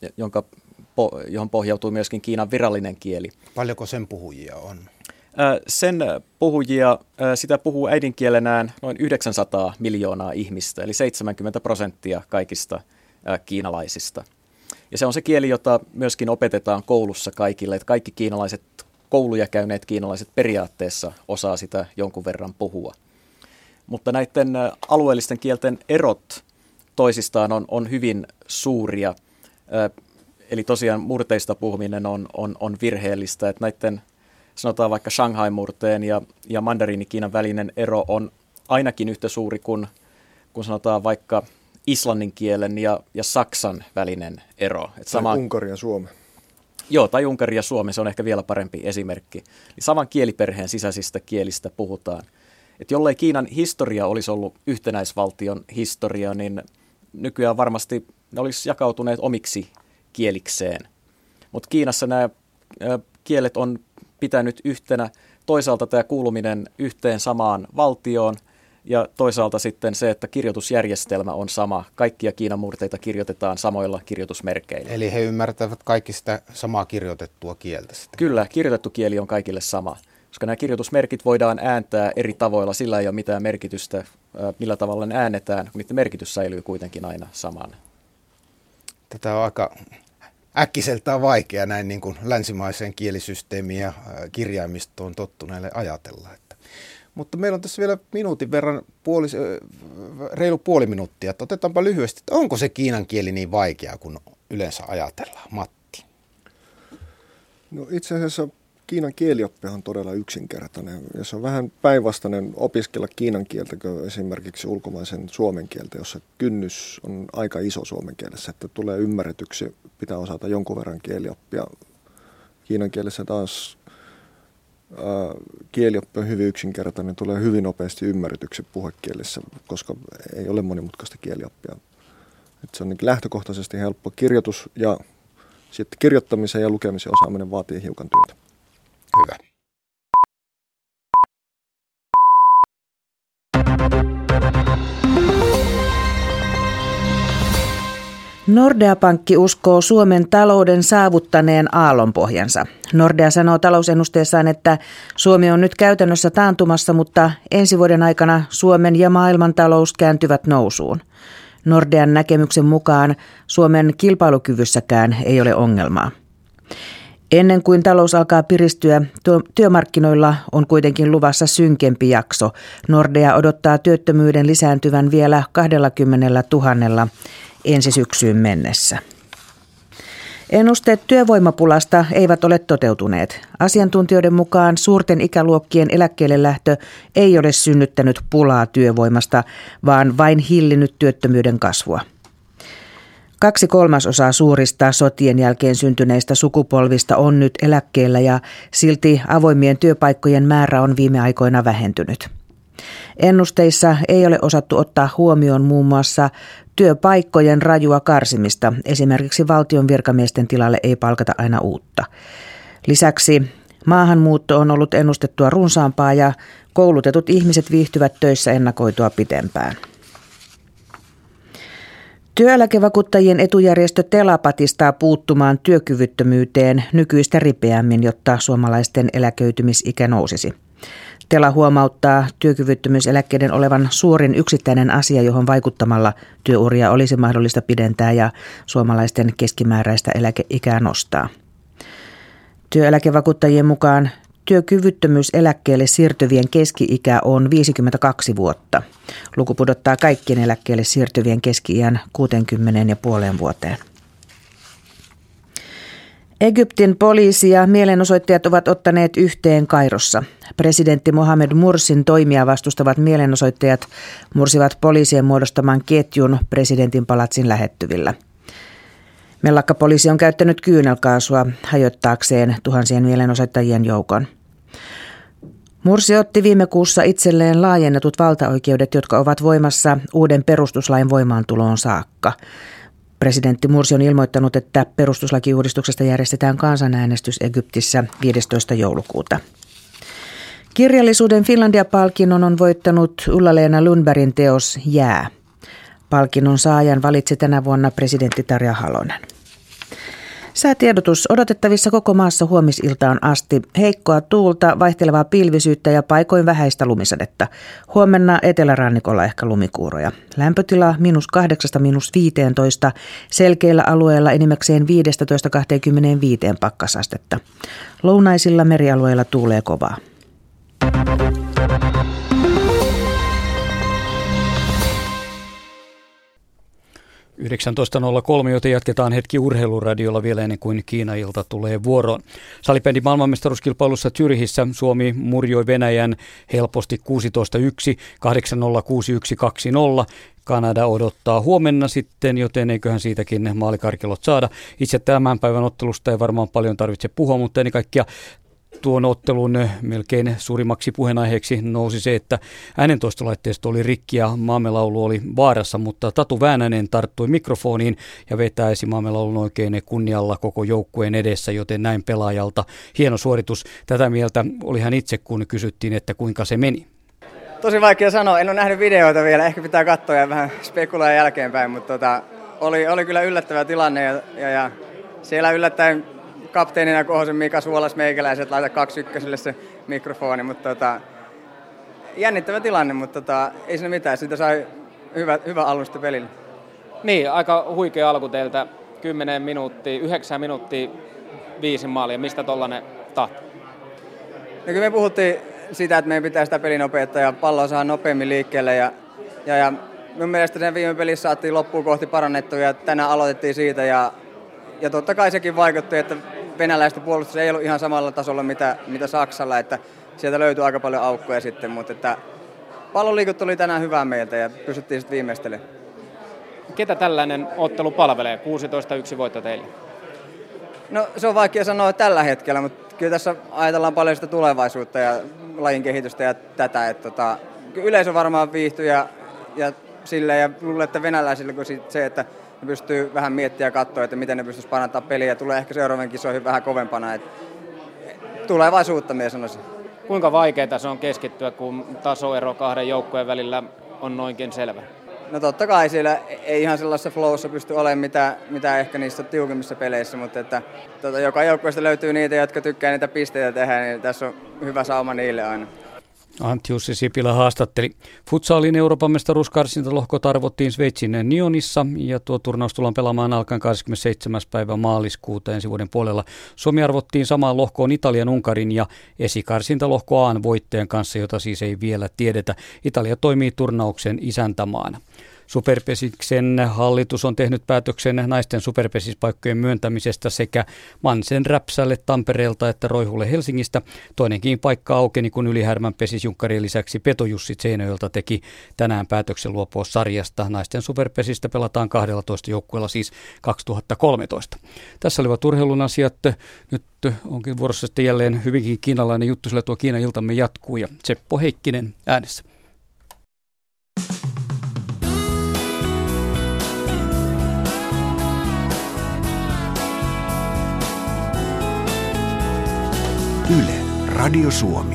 johon pohjautuu myöskin Kiinan virallinen kieli. Paljonko sen puhujia on? Sen puhujia, sitä puhuu äidinkielenään noin 900 miljoonaa ihmistä, eli 70% kaikista kiinalaisista. Ja se on se kieli, jota myöskin opetetaan koulussa kaikille, että kaikki kiinalaiset, kouluja käyneet kiinalaiset periaatteessa osaa sitä jonkun verran puhua. Mutta näiden alueellisten kielten erot toisistaan on hyvin suuria. Eli tosiaan murteista puhuminen on virheellistä, että näiden sanotaan vaikka Shanghai-murteen ja mandariini-Kiinan välinen ero on ainakin yhtä suuri kuin sanotaan vaikka islannin kielen ja saksan välinen ero. Tai Unkari ja Suomi. Joo, tai Unkari ja Suomi, se on ehkä vielä parempi esimerkki. Eli saman kieliperheen sisäisistä kielistä puhutaan. Et jollei Kiinan historia olisi ollut yhtenäisvaltion historia, niin nykyään varmasti ne olisi jakautuneet omiksi kielikseen. Mutta Kiinassa nämä kielet on pitänyt yhtenä. Toisaalta tämä kuuluminen yhteen samaan valtioon ja toisaalta sitten se, että kirjoitusjärjestelmä on sama. Kaikkia Kiinan murteita kirjoitetaan samoilla kirjoitusmerkeillä. Eli he ymmärtävät kaikki sitä samaa kirjoitettua kieltä sitten. Kyllä, kirjoitettu kieli on kaikille sama. Koska nämä kirjoitusmerkit voidaan ääntää eri tavoilla, sillä ei ole mitään merkitystä, millä tavalla ne äänetään, kun niiden merkitys säilyy kuitenkin aina samana. Tätä on aika äkkiseltään vaikea näin niin kuin länsimaiseen kielisysteemiin ja kirjaimistoon tottuneille ajatella. Mutta meillä on tässä vielä minuutin verran, reilu puoli minuuttia. Että otetaanpa lyhyesti, että onko se kiinan kieli niin vaikeaa kuin yleensä ajatellaan? Matti. No itse asiassa Kiinan kielioppi on todella yksinkertainen ja se on vähän päinvastainen opiskella kiinan kieltä kuin esimerkiksi ulkomaisen suomen kieltä, jossa kynnys on aika iso suomen kielessä, että tulee ymmärretyksi, pitää osata jonkun verran kielioppia. Kiinan kielessä taas kielioppi on hyvin yksinkertainen, tulee hyvin nopeasti ymmärretyksi puhekielessä, koska ei ole monimutkaista kielioppia. Että se on niin lähtökohtaisesti helppo kirjoitus ja sitten kirjoittamisen ja lukemisen osaaminen vaatii hiukan työtä. Hyvä. Nordea-pankki uskoo Suomen talouden saavuttaneen aallonpohjansa. Nordea sanoo talousennusteessaan, että Suomi on nyt käytännössä taantumassa, mutta ensi vuoden aikana Suomen ja maailman talous kääntyvät nousuun. Nordean näkemyksen mukaan Suomen kilpailukyvyssäkään ei ole ongelmaa. Ennen kuin talous alkaa piristyä, työmarkkinoilla on kuitenkin luvassa synkempi jakso. Nordea odottaa työttömyyden lisääntyvän vielä 20 000 ensi syksyyn mennessä. Ennusteet työvoimapulasta eivät ole toteutuneet. Asiantuntijoiden mukaan suurten ikäluokkien eläkkeelle lähtö ei ole synnyttänyt pulaa työvoimasta, vaan vain hillinnyt työttömyyden kasvua. 2/3 suurista sotien jälkeen syntyneistä sukupolvista on nyt eläkkeellä ja silti avoimien työpaikkojen määrä on viime aikoina vähentynyt. Ennusteissa ei ole osattu ottaa huomioon muun muassa työpaikkojen rajua karsimista. Esimerkiksi valtion virkamiesten tilalle ei palkata aina uutta. Lisäksi maahanmuutto on ollut ennustettua runsaampaa ja koulutetut ihmiset viihtyvät töissä ennakoitua pitempään. Työeläkevakuuttajien etujärjestö Tela patistaa puuttumaan työkyvyttömyyteen nykyistä ripeämmin, jotta suomalaisten eläköitymisikä nousisi. Tela huomauttaa työkyvyttömyyseläkkeiden olevan suurin yksittäinen asia, johon vaikuttamalla työuria olisi mahdollista pidentää ja suomalaisten keskimääräistä eläkeikää nostaa. Työeläkevakuuttajien mukaan työkyvyttömyyseläkkeelle siirtyvien keski-ikä on 52 vuotta. Luku pudottaa kaikkien eläkkeelle siirtyvien keski-iän 60,5 vuoteen. Egyptin poliisi ja mielenosoittajat ovat ottaneet yhteen Kairossa. Presidentti Mohamed Mursin toimia vastustavat mielenosoittajat mursivat poliisien muodostaman ketjun presidentin palatsin lähettyvillä. Mellakkapoliisi on käyttänyt kyynelkaasua hajottaakseen tuhansien mielenosoittajien joukon. Mursi otti viime kuussa itselleen laajennetut valtaoikeudet, jotka ovat voimassa uuden perustuslain voimaantuloon saakka. Presidentti Mursi on ilmoittanut, että perustuslakiuudistuksesta järjestetään kansanäänestys Egyptissä 15. joulukuuta. Kirjallisuuden Finlandia-palkinnon on voittanut Ulla-Leena Lundbergin teos Jää. Palkinnon saajan valitsi tänä vuonna presidentti Tarja Halonen. Säätiedotus odotettavissa koko maassa huomisiltaan asti. Heikkoa tuulta, vaihtelevaa pilvisyyttä ja paikoin vähäistä lumisadetta. Huomenna etelärannikolla ehkä lumikuuroja. Lämpötila -8––15, selkeillä alueilla enimmäkseen 15–25 pakkasastetta. Lounaisilla merialueilla tuulee kovaa. 19.03, joten jatketaan hetki urheiluradiolla vielä ennen kuin Kiina-ilta tulee vuoroon. Salibändin maailmanmestaruuskilpailussa Zürichissä Suomi murjoi Venäjän helposti 16-1, 8-0, 6-1, 2-0. Kanada odottaa huomenna sitten, joten eiköhän siitäkin maalikarkelot saada. Itse tämän päivän ottelusta ei varmaan paljon tarvitse puhua, mutta ennen kaikkea tuon ottelun melkein suurimmaksi puheenaiheeksi nousi se, että äänentoistolaitteisto oli rikki ja maamelaulu oli vaarassa, mutta Tatu Väänänen tarttui mikrofoniin ja vetäisi maamelaulun oikein kunnialla koko joukkueen edessä, joten näin pelaajalta hieno suoritus. Tätä mieltä oli hän itse, kun kysyttiin, että kuinka se meni. Tosi vaikea sanoa, en ole nähnyt videoita vielä, ehkä pitää katsoa ja vähän spekuloida jälkeenpäin, mutta oli kyllä yllättävä tilanne ja siellä yllättäen kapteenina Kohosen Mika suolas meikäläiset, laita 2-1 se mikrofoni, mutta jännittävä tilanne, mutta ei siinä mitään, siitä sai hyvä alusta pelille. Niin, aika huikea alku teiltä, 10 minuuttia, 9 minuuttia 5 maalia, mistä tollainen tahto? No kyllä me puhuttiin siitä, että meidän pitää sitä pelinopeutta ja palloa saada nopeammin liikkeelle ja mun mielestä sen viime pelissä saatiin loppuun kohti parannettua ja tänään aloitettiin siitä ja totta kai sekin vaikutti, että venäläisten puolustus ei ollut ihan samalla tasolla mitä Saksalla, että sieltä löytyi aika paljon aukkoja sitten, mutta että palloliikut oli tänään hyvää meiltä ja pystyttiin sitten viimeistelemään. Ketä tällainen ottelu palvelee? 16-1 voitto teille. No se on vaikea sanoa tällä hetkellä, mutta kyllä tässä ajatellaan paljon sitä tulevaisuutta ja lajin kehitystä ja tätä. Että yleisö varmaan viihtyy ja silleen ja luulen, että venäläisillä kun se, että ne pystyy vähän miettimään ja katsoa, että miten ne pystyisi parantamaan peliä ja tulee ehkä seuraavan kisoihin vähän kovempana. Että tulevaisuutta minä sanoisin. Kuinka vaikeaa se on keskittyä, kun tasoero kahden joukkueen välillä on noinkin selvä? No totta kai siellä ei ihan sellaisessa flowssa pysty olemaan mitä ehkä niissä tiukemmissa peleissä, mutta että joka joukkueesta löytyy niitä, jotka tykkää niitä pisteitä tehdä, niin tässä on hyvä sauma niille aina. Antti Jussi Sipilä haastatteli. Futsalin Euroopan mestaruuskarsintalohkot arvottiin Sveitsin Nyonissa ja tuo turnaus tullaan pelaamaan alkaen 27. päivä maaliskuuta ensi vuoden puolella. Suomi arvottiin samaan lohkoon Italian, Unkarin ja esikarsintalohko A:n voittajan kanssa, jota siis ei vielä tiedetä. Italia toimii turnauksen isäntämaana. Superpesiksen hallitus on tehnyt päätöksen naisten superpesispaikkojen myöntämisestä sekä Mansen Räpsälle Tampereelta että Roihulle Helsingistä. Toinenkin paikka aukeni, kun Ylihärmän pesisjunkkarien lisäksi Peto-Jussi Seinäjoelta teki tänään päätöksen luopua sarjasta. Naisten superpesistä pelataan 12 joukkueella siis 2013. Tässä olivat urheilun asiat. Nyt onkin vuorossa sitten jälleen hyvinkin kiinalainen juttu, sillä tuo Kiina-iltamme jatkuu ja Seppo Heikkinen äänessä. Yle, Radio Suomi.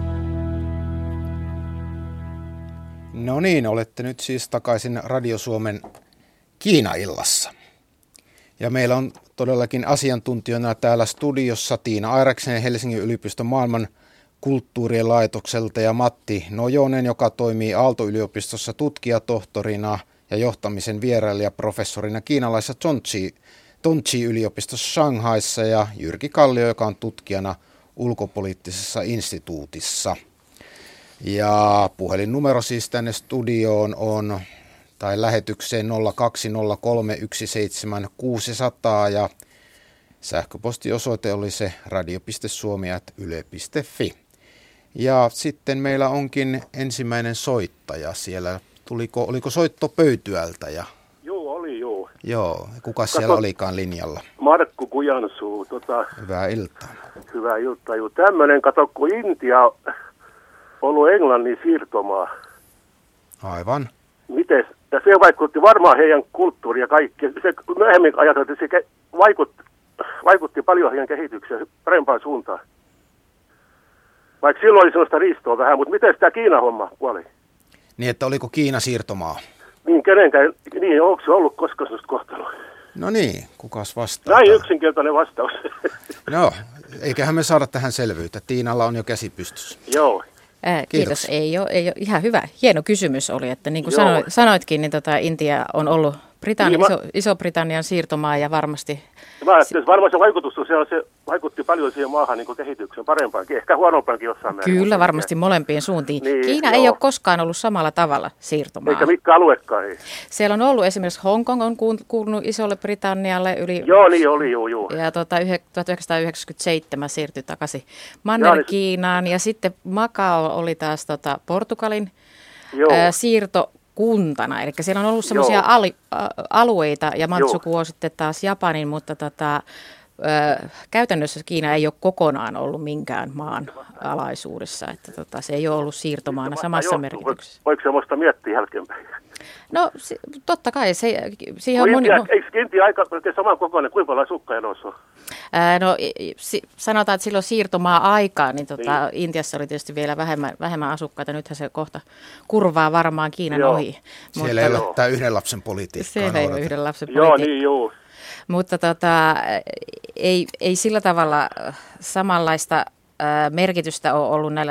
No niin, olette nyt siis takaisin Radio Suomen Kiina-illassa. Ja meillä on todellakin asiantuntijana täällä studiossa Tiina Airaksen Helsingin yliopiston maailman kulttuurien laitokselta ja Matti Nojonen, joka toimii Aalto-yliopistossa tutkijatohtorina ja johtamisen vierailijaprofessorina kiinalaisessa Tongji-yliopistossa Shanghaissa ja Jyrki Kallio, joka on tutkijana ulkopoliittisessa instituutissa. Ja puhelinnumero siis tänne studioon on, tai lähetykseen 020317600 ja Sähköpostiosoite oli se radio.suomi@yle.fi. Ja sitten meillä onkin ensimmäinen soittaja siellä. Oliko soitto Pöytyältä? Joo, oli joo. Joo, kuka siellä olikaan linjalla? Markku Kujansuu. Hyvää iltaa. Hyvää iltaa. Joo, tämmöinen, kun Intia on ollut Englannin siirtomaa. Aivan. Miten? Ja se vaikutti varmaan heidän kulttuuriin ja kaikki. Se myöhemmin ajateltiin, että se vaikutti paljon heidän kehitykseen parempaan suuntaan. Vaikka silloin oli sellaista riistoa vähän, mutta miten sitä Kiina-homma puoli? Niin, että oliko Kiina siirtomaa? Niin, kenenkään, niin onko se ollut koskaan sellaista kohtelua? No niin, kukas vastaa? Näin yksinkertainen vastaus. No, eiköhän me saada tähän selvyyttä. Tiinalla on jo käsi pystyssä. Joo. Kiitos. Ei ole ihan hyvä. Hieno kysymys oli, että niin kuin sanoitkin, niin Intia on ollut Iso-Britannian siirtomaa ja varmasti... Varmaan se vaikutus, se vaikutti paljon siihen maahan niin kehitykseen parempaankin, ehkä huonompaankin jossain määrin. Kyllä, varmasti molempiin suuntiin. Niin, Kiina ei ole koskaan ollut samalla tavalla siirtomaa. Eikä mitkä aluekaan ei. Siellä on ollut esimerkiksi Hongkong on kuulunut Isolle Britannialle yli... Joo, niin oli, joo. Ja 1997 siirtyi takaisin Manner-Kiinaan ja sitten Macao oli taas Portugalin siirtokuntana. Eli siellä on ollut semmoisia alueita ja Matsuku on sitten taas Japanin, mutta käytännössä Kiina ei ole kokonaan ollut minkään maan alaisuudessa. Että se ei ole ollut siirtomaana samassa merkityksessä. Voiko semmoista miettiä jälkeenpäin? No totta kai. Siihen on eikö Intia aika saman kokoinen? Kuinka paljon asukkaita noissa on? No sanotaan, että silloin siirtomaa-aikaa, niin Intiassa oli tietysti vielä vähemmän asukkaita. Nythän se kohta kurvaa varmaan Kiinan ohi. Siellä ei ole tämä yhden lapsen politiikkaa. Siellä ei ole yhden lapsen politiikkaa. Joo. Mutta ei sillä tavalla samanlaista merkitystä ole ollut näillä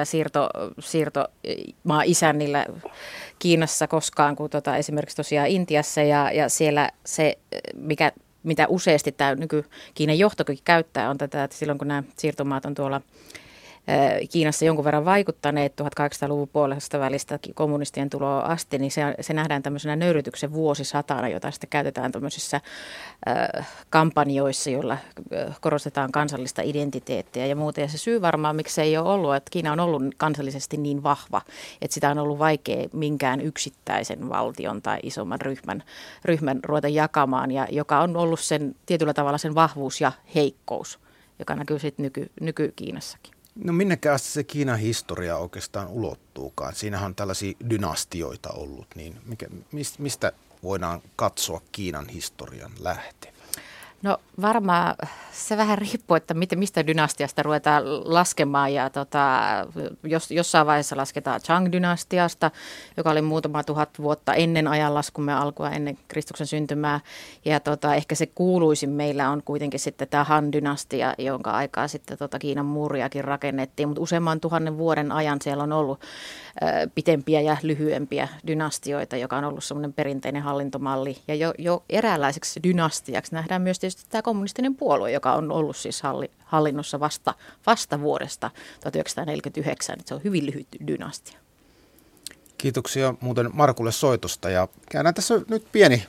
siirtomaa-isännillä Kiinassa koskaan kuin esimerkiksi tosiaan Intiassa ja siellä se, mitä useasti tämä Kiinan johtokin käyttää, on tätä, että silloin kun nämä siirtomaat on tuolla Kiinassa jonkun verran vaikuttaneet 1800-luvun puolesta välistä kommunistien tuloa asti, niin se nähdään tämmöisenä nöyrytyksen vuosisatana, jota sitten käytetään tämmöisissä kampanjoissa, joilla korostetaan kansallista identiteettiä ja muuta. Ja se syy varmaan, miksi se ei ole ollut, että Kiina on ollut kansallisesti niin vahva, että sitä on ollut vaikea minkään yksittäisen valtion tai isomman ryhmän ruveta jakamaan, ja joka on ollut sen tietyllä tavalla sen vahvuus ja heikkous, joka näkyy sitten nyky-Kiinassakin. No minnekä asti se Kiinan historia oikeastaan ulottuukaan? Siinähän on tällaisia dynastioita ollut, niin mistä voidaan katsoa Kiinan historian lähte? No varmaan se vähän riippuu, että mistä dynastiasta ruvetaan laskemaan ja jossain vaiheessa lasketaan Chang-dynastiasta, joka oli muutama tuhat vuotta ennen ajanlaskumme alkua, ennen Kristuksen syntymää. Ja ehkä se kuuluisin meillä on kuitenkin sitten tämä Han-dynastia, jonka aikaa sitten Kiinan muuriakin rakennettiin, mutta useamman 1000 vuoden ajan siellä on ollut pitempiä ja lyhyempiä dynastioita, joka on ollut semmoinen perinteinen hallintomalli. Ja jo eräänlaiseksi dynastiaksi nähdään myös tietysti tämä kommunistinen puolue, joka on ollut siis hallinnossa vasta vuodesta 1949. Se on hyvin lyhyt dynastia. Kiitoksia muuten Markulle soitosta ja käydään tässä nyt pieni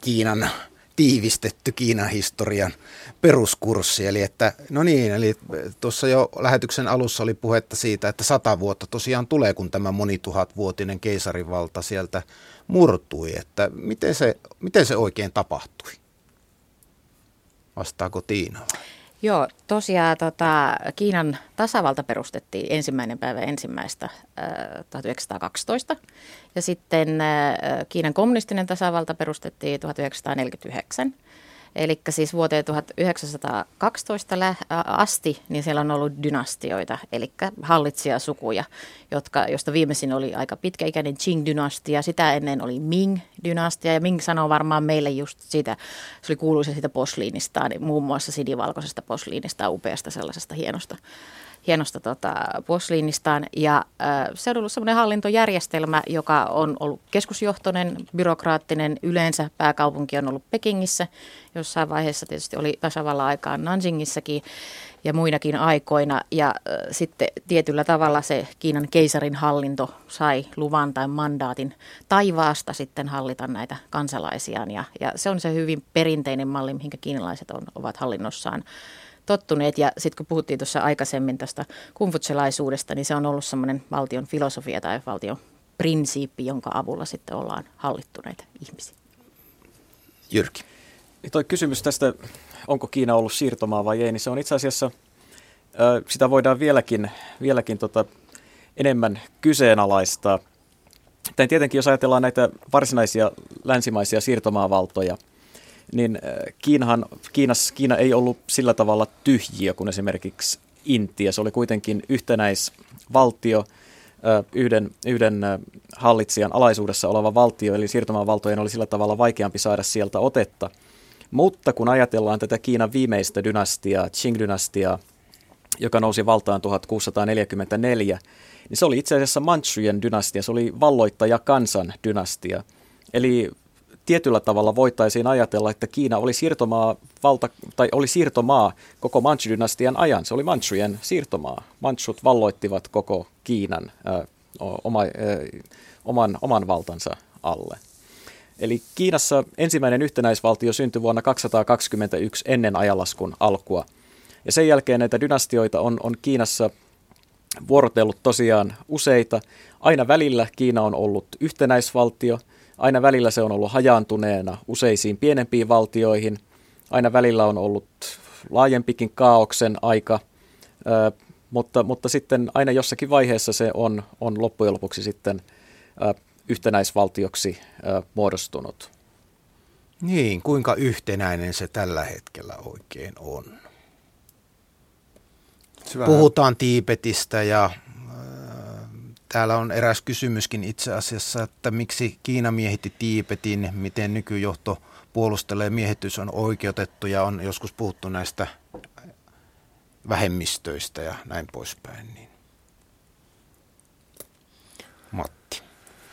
tiivistetty Kiinan historian peruskurssi. Eli tuossa jo lähetyksen alussa oli puhetta siitä, että 100 vuotta tosiaan tulee, kun tämä monituhatvuotinen keisarivalta sieltä murtui. Että miten se oikein tapahtui? Vastaako Tiina? Joo, tosiaan Kiinan tasavalta perustettiin 1.1.1912 ja sitten Kiinan kommunistinen tasavalta perustettiin 1949. Eli siis vuoteen 1912 asti, niin siellä on ollut dynastioita, eli hallitsijasukuja, josta viimeisin oli aika pitkäikäinen Qing-dynastia. Sitä ennen oli Ming-dynastia, ja Ming sanoo varmaan meille just siitä, se oli kuuluisa siitä posliinistaan, muun muassa sinivalkoisesta posliinista, upeasta sellaisesta hienosta posliinistaan. Ja se on ollut semmoinen hallintojärjestelmä, joka on ollut keskusjohtoinen, byrokraattinen. Yleensä pääkaupunki on ollut Pekingissä. Jossain vaiheessa tietysti oli tasavallan aikaan Nanjingissakin ja muinakin aikoina. Ja sitten tietyllä tavalla se Kiinan keisarin hallinto sai luvan tai mandaatin taivaasta sitten hallita näitä kansalaisiaan. Ja se on se hyvin perinteinen malli, mihinkä kiinalaiset ovat hallinnossaan tottuneet. Ja sitten kun puhuttiin tuossa aikaisemmin tästä konfutselaisuudesta, niin se on ollut semmoinen valtion filosofia tai valtion prinsiippi, jonka avulla sitten ollaan hallittu näitä ihmisiä. Jyrki. Toi kysymys tästä, onko Kiina ollut siirtomaa vai ei, niin se on itse asiassa, sitä voidaan vieläkin enemmän kyseenalaistaa. Tämän tietenkin, jos ajatellaan näitä varsinaisia länsimaisia siirtomaavaltoja, niin Kiina ei ollut sillä tavalla tyhjiö kuin esimerkiksi Intia. Se oli kuitenkin yhtenäisvaltio, yhden hallitsijan alaisuudessa oleva valtio, eli siirtomaavaltojen oli sillä tavalla vaikeampi saada sieltä otetta. Mutta kun ajatellaan tätä Kiinan viimeistä dynastiaa, Qing-dynastiaa, joka nousi valtaan 1644, niin se oli itse asiassa Manchujen dynastia, se oli valloittajakansan dynastia. Eli tietyllä tavalla voitaisiin ajatella, että Kiina oli siirtomaa koko Manchu-dynastian ajan. Se oli Manchujen siirtomaa. Manchut valloittivat koko Kiinan oman valtansa alle. Eli Kiinassa ensimmäinen yhtenäisvaltio syntyi vuonna 221 ennen ajanlaskun alkua. Ja sen jälkeen näitä dynastioita on Kiinassa vuorotellut tosiaan useita. Aina välillä Kiina on ollut yhtenäisvaltio. Aina välillä se on ollut hajaantuneena useisiin pienempiin valtioihin. Aina välillä on ollut laajempikin kaaoksen aika, mutta sitten aina jossakin vaiheessa se on loppujen lopuksi sitten yhtenäisvaltioksi muodostunut. Niin, kuinka yhtenäinen se tällä hetkellä oikein on? Puhutaan Tiibetistä ja täällä on eräs kysymyskin itse asiassa, että miksi Kiina miehitti Tiibetin, miten nykyjohto puolustelee, miehitys on oikeutettu ja on joskus puhuttu näistä vähemmistöistä ja näin poispäin. Niin. Matti.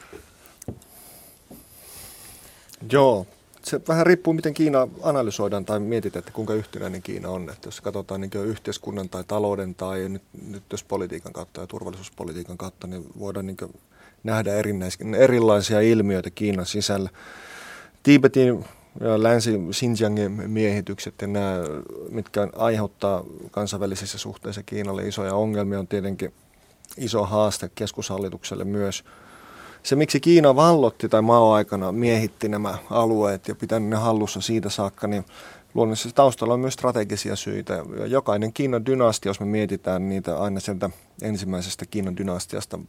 Joo, se vähän riippuu miten Kiina analysoidaan tai mietitään, että kuinka yhtenäinen Kiina on. Että jos katsotaan niin yhteiskunnan tai talouden tai nyt jos politiikan kautta ja turvallisuuspolitiikan kautta, niin voidaan niin nähdä erilaisia ilmiöitä Kiinan sisällä. Tiibetin ja Länsi-Xinjiangin miehitykset ja nämä, mitkä aiheuttaa kansainvälisissä suhteissa Kiinalle isoja ongelmia, on tietenkin iso haaste keskushallitukselle myös. Se, miksi Kiina vallotti tai Mao-aikana miehitti nämä alueet ja pitänyt ne hallussa siitä saakka, niin luonnollisesti taustalla on myös strategisia syitä. Jokainen Kiinan dynastia, jos me mietitään niitä aina sieltä ensimmäisestä Kiinan dynastiasta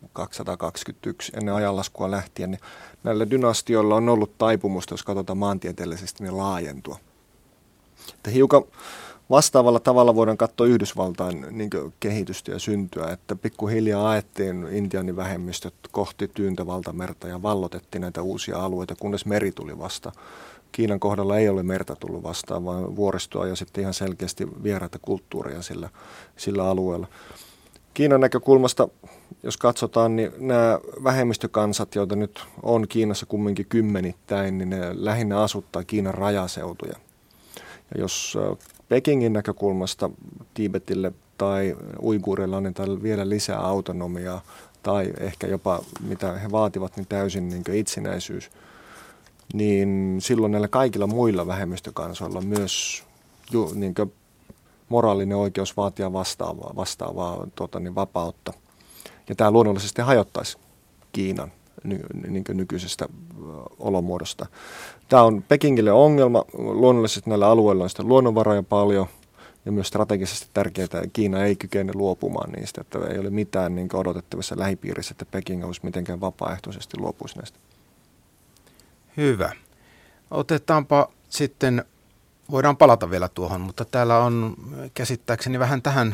221 ennen ajanlaskua lähtien, niin näillä dynastioilla on ollut taipumusta, jos katsotaan maantieteellisesti, niin laajentua. Että hiukan vastaavalla tavalla voidaan katsoa Yhdysvaltain niin kehitystä ja syntyä, että pikkuhiljaa ajettiin Intianin vähemmistöt kohti Tyyntä valtamerta ja vallotettiin näitä uusia alueita, kunnes meri tuli vasta. Kiinan kohdalla ei ole merta tullut vastaan, vaan vuoristoa ja sitten ihan selkeästi vieraita kulttuuria sillä alueella. Kiinan näkökulmasta, jos katsotaan, niin nämä vähemmistökansat, joita nyt on Kiinassa kumminkin kymmenittäin, niin ne lähinnä asuttaa Kiinan rajaseutuja. Ja jos Pekingin näkökulmasta Tiibetille tai uiguureille annetaan vielä lisää autonomiaa tai ehkä jopa mitä he vaativat, niin täysin niin itsenäisyys, niin silloin näillä kaikilla muilla vähemmistökansoilla on myös niin moraalinen oikeus vaatia vastaavaa vapautta. Ja tämä luonnollisesti hajottaisi Kiinan niin nykyisestä olomuodosta. Tämä on Pekingille ongelma. Luonnollisesti näillä alueilla on sitä luonnonvaroja paljon ja myös strategisesti tärkeää, että Kiina ei kykene luopumaan niistä. Että ei ole mitään niin odotettavissa lähipiirissä, että Peking olisi mitenkään vapaaehtoisesti luopuisi näistä. Hyvä. Otetaanpa sitten, voidaan palata vielä tuohon, mutta täällä on käsittääkseni vähän tähän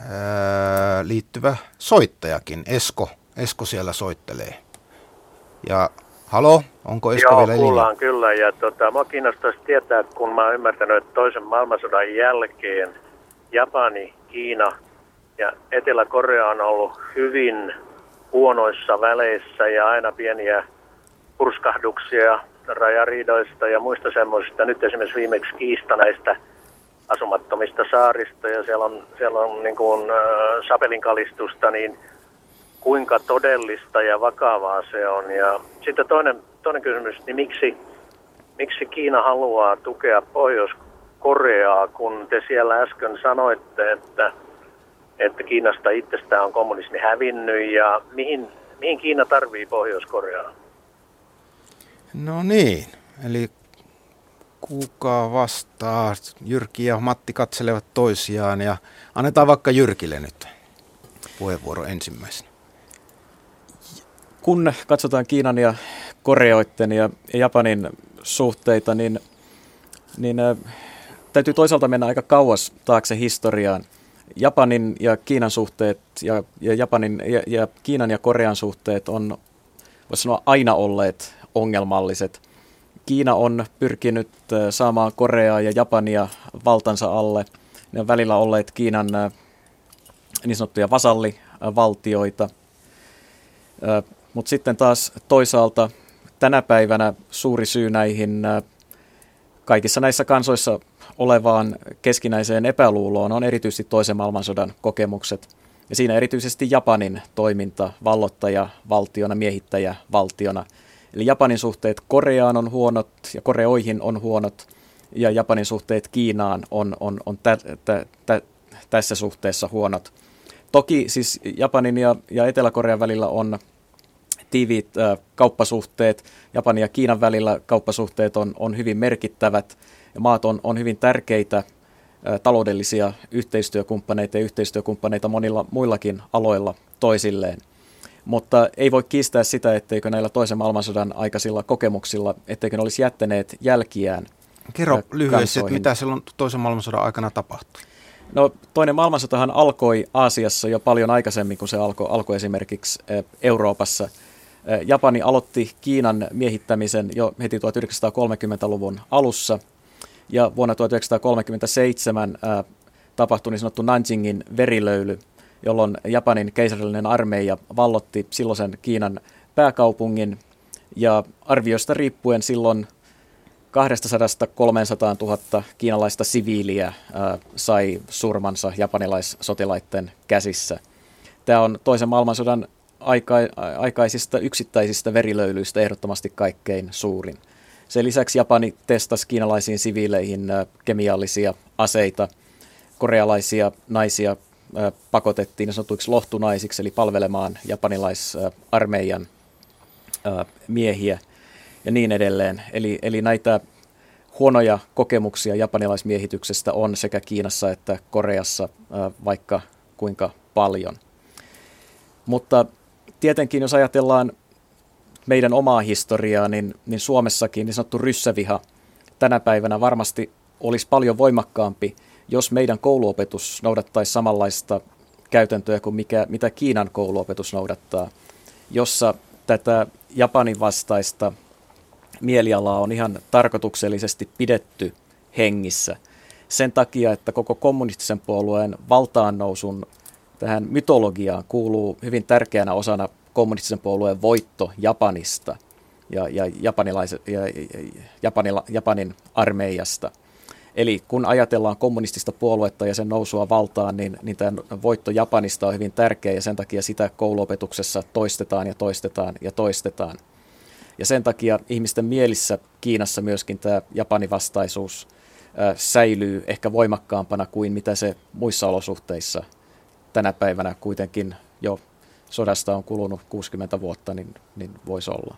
liittyvä soittajakin. Esko siellä soittelee. Ja halo, onko Esko vielä linjalla? Joo, kuullaan kyllä. Ja minua kiinnostaisi tietää, kun mä oon ymmärtänyt, että toisen maailmansodan jälkeen Japani, Kiina Ja Etelä-Korea on ollut hyvin huonoissa väleissä ja aina pieniä purskahduksia rajariidoista ja muista semmoisista. Nyt esimerkiksi viimeksi kiista näistä asumattomista saarista ja siellä on niin kuin sapelinkalistusta, niin kuinka todellista ja vakavaa se on. Ja sitten toinen kysymys, niin miksi Kiina haluaa tukea Pohjois-Koreaa, kun te siellä äsken sanoitte, että Kiinasta itsestään on kommunismi hävinnyt ja mihin Kiina tarvii Pohjois-Koreaa? No niin, eli kuka vastaa? Jyrki ja Matti katselevat toisiaan ja annetaan vaikka Jyrkille nyt puheenvuoro ensimmäisenä. Kun katsotaan Kiinan ja Koreoiden ja Japanin suhteita, niin täytyy toisaalta mennä aika kauas taakse historiaan. Japanin ja Kiinan suhteet ja Kiinan ja Korean suhteet on, voisi sanoa, aina olleet ongelmalliset. Kiina on pyrkinyt saamaan Koreaa ja Japania valtansa alle. Ne on välillä olleet Kiinan niin sanottuja vasallivaltioita. Mutta sitten taas toisaalta tänä päivänä suuri syy näihin kaikissa näissä kansoissa olevaan keskinäiseen epäluuloon on erityisesti toisen maailmansodan kokemukset. Ja siinä erityisesti Japanin toiminta vallottajavaltiona, miehittäjävaltiona. Eli Japanin suhteet Koreaan on huonot ja Koreoihin on huonot ja Japanin suhteet Kiinaan on tässä suhteessa huonot. Toki siis Japanin ja Etelä-Korean välillä on tiiviit kauppasuhteet. Japanin ja Kiinan välillä kauppasuhteet on hyvin merkittävät. Maat on hyvin tärkeitä taloudellisia yhteistyökumppaneita monilla muillakin aloilla toisilleen. Mutta ei voi kiistää sitä, etteikö näillä toisen maailmansodan aikaisilla kokemuksilla, etteikö ne olisi jättäneet jälkiään. Kerro lyhyesti, mitä silloin toisen maailmansodan aikana tapahtui? No, toinen maailmansotahan alkoi Aasiassa jo paljon aikaisemmin kuin se alkoi esimerkiksi Euroopassa. Japani aloitti Kiinan miehittämisen jo heti 1930-luvun alussa ja vuonna 1937 tapahtui niin sanottu Nanjingin verilöyly, jolloin Japanin keisarillinen armeija vallotti silloisen Kiinan pääkaupungin ja arviosta riippuen silloin 200-300 000 kiinalaista siviiliä sai surmansa japanilaissotilaiden käsissä. Tämä on toisen maailmansodan aikaisista yksittäisistä verilöylyistä ehdottomasti kaikkein suurin. Sen lisäksi Japani testasi kiinalaisiin siviileihin kemiallisia aseita. Korealaisia naisia pakotettiin niin sanotuiksi lohtunaisiksi, eli palvelemaan japanilaisarmeijan miehiä ja niin edelleen. Eli näitä huonoja kokemuksia japanilaismiehityksestä on sekä Kiinassa että Koreassa vaikka kuinka paljon. Mutta tietenkin, jos ajatellaan meidän omaa historiaa, niin Suomessakin niin sanottu ryssäviha tänä päivänä varmasti olisi paljon voimakkaampi, jos meidän kouluopetus noudattaisi samanlaista käytäntöä kuin mitä Kiinan kouluopetus noudattaa, jossa tätä Japanin vastaista mielialaa on ihan tarkoituksellisesti pidetty hengissä. Sen takia, että koko kommunistisen puolueen valtaannousun tähän mytologiaan kuuluu hyvin tärkeänä osana kommunistisen puolueen voitto Japanista ja Japanin armeijasta. Eli kun ajatellaan kommunistista puoluetta ja sen nousua valtaan, niin tämä voitto Japanista on hyvin tärkeä ja sen takia sitä kouluopetuksessa toistetaan ja toistetaan ja toistetaan. Ja sen takia ihmisten mielissä Kiinassa myöskin tämä Japanin vastaisuus säilyy ehkä voimakkaampana kuin mitä se muissa olosuhteissa tänä päivänä kuitenkin jo sodasta on kulunut 60 vuotta, niin voisi olla.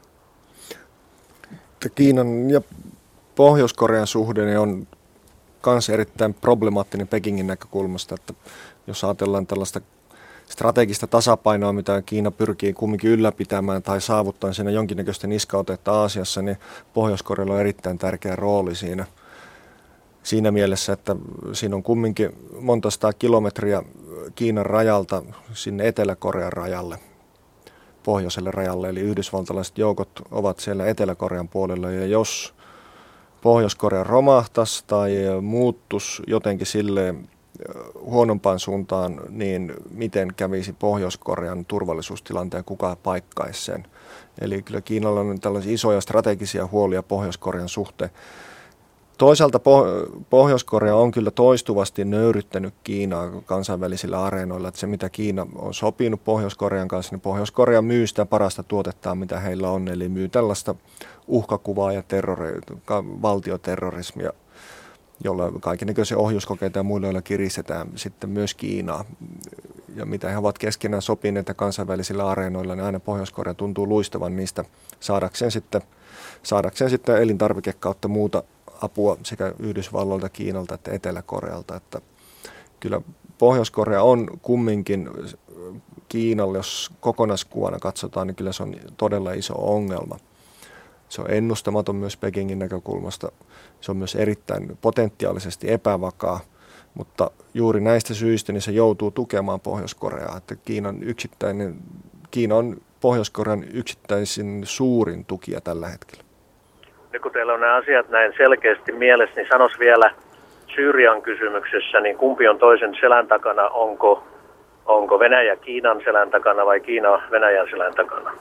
Kiinan ja Pohjois-Korean suhde on myös erittäin problemaattinen Pekingin näkökulmasta, että jos ajatellaan tällaista strategista tasapainoa, mitä Kiina pyrkii kumminkin ylläpitämään tai saavuttaa siinä jonkinnäköistä niskautetta Aasiassa, niin Pohjois-Korealla on erittäin tärkeä rooli siinä mielessä, että siinä on kumminkin monta sataa kilometriä Kiinan rajalta sinne Etelä-Korean rajalle, pohjoiselle rajalle, eli yhdysvaltalaiset joukot ovat siellä Etelä-Korean puolella, ja jos Pohjois-Korea romahtaisi tai muuttuisi jotenkin silleen huonompaan suuntaan, niin miten kävisi Pohjois-Korean turvallisuustilanteen, kuka paikkaisi sen. Eli kyllä Kiinalla on tällaisia isoja strategisia huolia Pohjois-Korean suhteen. Toisaalta Pohjois-Korea on kyllä toistuvasti nöyryttänyt Kiinaa kansainvälisillä areenoilla, että se mitä Kiina on sopinut Pohjois-Korean kanssa, niin Pohjois-Korea myy sitä parasta tuotettaan, mitä heillä on, eli myy tällaista uhkakuvaa ja valtioterrorismia, jolla kaikennäköisiä ohjuskokeita ja muilla, joilla kiristetään sitten myös Kiinaa. Ja mitä he ovat keskenään sopineet kansainvälisillä areenoilla, niin aina Pohjois-Korea tuntuu luistavan niistä saadakseen sitten elintarvike kautta muuta apua sekä Yhdysvalloilta, Kiinalta että Etelä-Korealta. Että kyllä Pohjois-Korea on kumminkin Kiinalle, jos kokonaiskuvana katsotaan, niin kyllä se on todella iso ongelma. Se on ennustamaton myös Pekingin näkökulmasta. Se on myös erittäin potentiaalisesti epävakaa, mutta juuri näistä syistä niin se joutuu tukemaan Pohjois-Koreaa. Että Kiina on Pohjois-Korean yksittäisin suurin tukija tällä hetkellä. Nyt kun teillä on nämä asiat näin selkeästi mielessä, niin sanois vielä Syyrian kysymyksessä, niin kumpi on toisen selän takana? Onko Venäjä Kiinan selän takana vai Kiina Venäjän selän takana?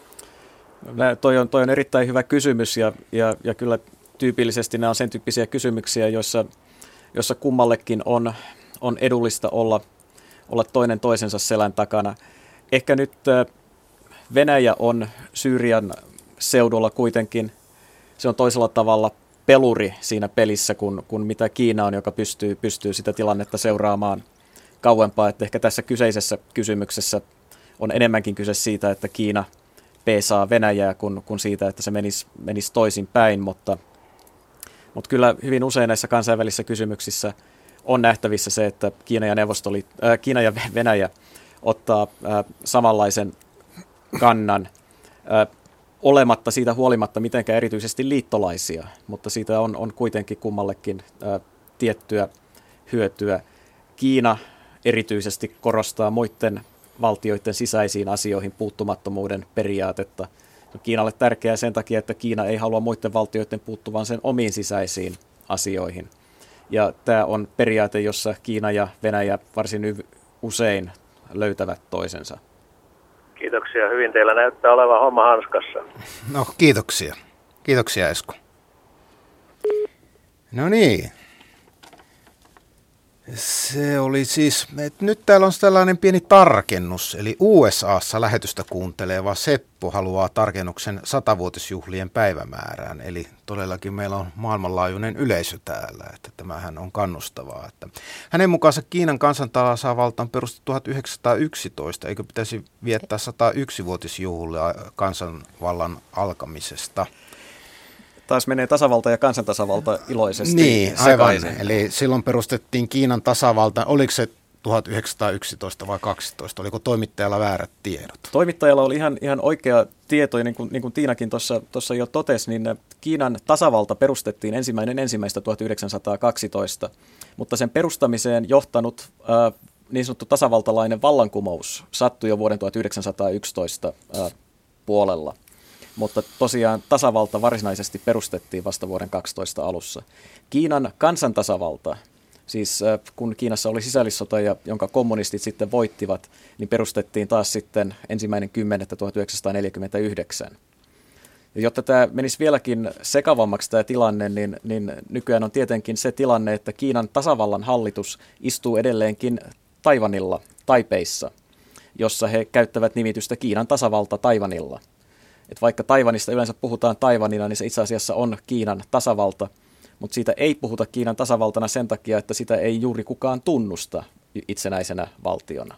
Toi on erittäin hyvä kysymys ja kyllä tyypillisesti nämä on sen tyyppisiä kysymyksiä, joissa kummallekin on edullista olla toinen toisensa selän takana. Ehkä nyt Venäjä on Syyrian seudulla kuitenkin, se on toisella tavalla peluri siinä pelissä kuin mitä Kiina on, joka pystyy sitä tilannetta seuraamaan kauempaa. Että ehkä tässä kyseisessä kysymyksessä on enemmänkin kyse siitä, että Kiina peesaa Venäjää kuin siitä, että se menisi toisin päin, mutta kyllä hyvin usein näissä kansainvälisissä kysymyksissä on nähtävissä se, että Kiina ja Venäjä ottaa samanlaisen kannan olematta siitä huolimatta mitenkään erityisesti liittolaisia, mutta siitä on kuitenkin kummallekin tiettyä hyötyä. Kiina erityisesti korostaa muiden valtioiden sisäisiin asioihin puuttumattomuuden periaatetta. Kiinalle tärkeää sen takia, että Kiina ei halua muiden valtioiden puuttuvan sen omiin sisäisiin asioihin. Ja tämä on periaate, jossa Kiina ja Venäjä varsin usein löytävät toisensa. Kiitoksia. Hyvin teillä näyttää olevan homma hanskassa. No, kiitoksia. Kiitoksia, Esko. No niin. Se oli siis, nyt täällä on tällainen pieni tarkennus, eli USAssa lähetystä kuunteleva Seppo haluaa tarkennuksen 100-vuotisjuhlien päivämäärään, eli todellakin meillä on maailmanlaajuinen yleisö täällä, että tämähän on kannustavaa. Että hänen mukaansa Kiinan kansantasavalta on perustettu 1911, eikö pitäisi viettää 101-vuotisjuhlia kansanvallan alkamisesta? Taas menee tasavalta ja kansantasavalta iloisesti niin, sekaisin. Aivan. Eli silloin perustettiin Kiinan tasavalta. Oliko se 1911 vai 12? Oliko toimittajalla väärät tiedot? Toimittajalla oli ihan oikea tieto, ja niin kuin Tiinakin tuossa jo totesi, niin Kiinan tasavalta perustettiin 1.1.1912, mutta sen perustamiseen johtanut niin sanottu tasavaltalainen vallankumous sattui jo vuoden 1911 puolella. Mutta tosiaan tasavalta varsinaisesti perustettiin vasta vuoden 12 alussa. Kiinan kansantasavalta, siis kun Kiinassa oli sisällissota, jonka kommunistit sitten voittivat, niin perustettiin taas sitten 1.10.1949. Ja jotta tämä menisi vieläkin sekavammaksi tämä tilanne, niin nykyään on tietenkin se tilanne, että Kiinan tasavallan hallitus istuu edelleenkin Taiwanilla, Taipeissa, jossa he käyttävät nimitystä Kiinan tasavalta Taiwanilla. Et vaikka Taiwanista yleensä puhutaan Taiwanina, niin se itse asiassa on Kiinan tasavalta, mutta siitä ei puhuta Kiinan tasavaltana sen takia, että sitä ei juuri kukaan tunnusta itsenäisenä valtiona.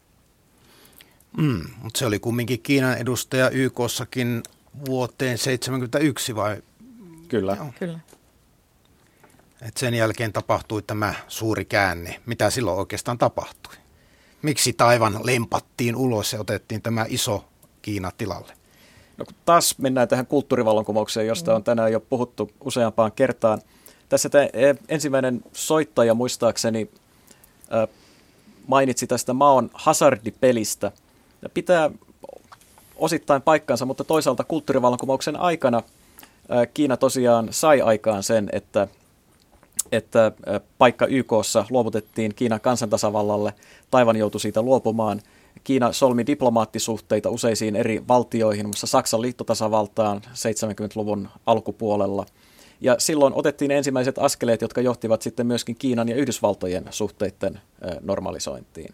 Mutta se oli kumminkin Kiinan edustaja YK:ssakin vuoteen 1971 vai? Kyllä. Kyllä. Et sen jälkeen tapahtui tämä suuri käänne. Mitä silloin oikeastaan tapahtui? Miksi Taiwan lempattiin ulos ja otettiin tämä iso Kiina tilalle? No, kun taas mennään tähän kulttuurivallankumoukseen, josta on tänään jo puhuttu useampaan kertaan. Tässä tämä ensimmäinen soittaja muistaakseni mainitsi tästä Maon hazardipelistä. Ja pitää osittain paikkansa, mutta toisaalta kulttuurivallankumouksen aikana Kiina tosiaan sai aikaan sen, että että paikka YK:ssa luovutettiin Kiinan kansantasavallalle. Taiwan joutui siitä luopumaan. Kiina solmi diplomaattisuhteita useisiin eri valtioihin, muassa Saksan liittotasavaltaan 70-luvun alkupuolella. Ja silloin otettiin ensimmäiset askeleet, jotka johtivat sitten myöskin Kiinan ja Yhdysvaltojen suhteiden normalisointiin.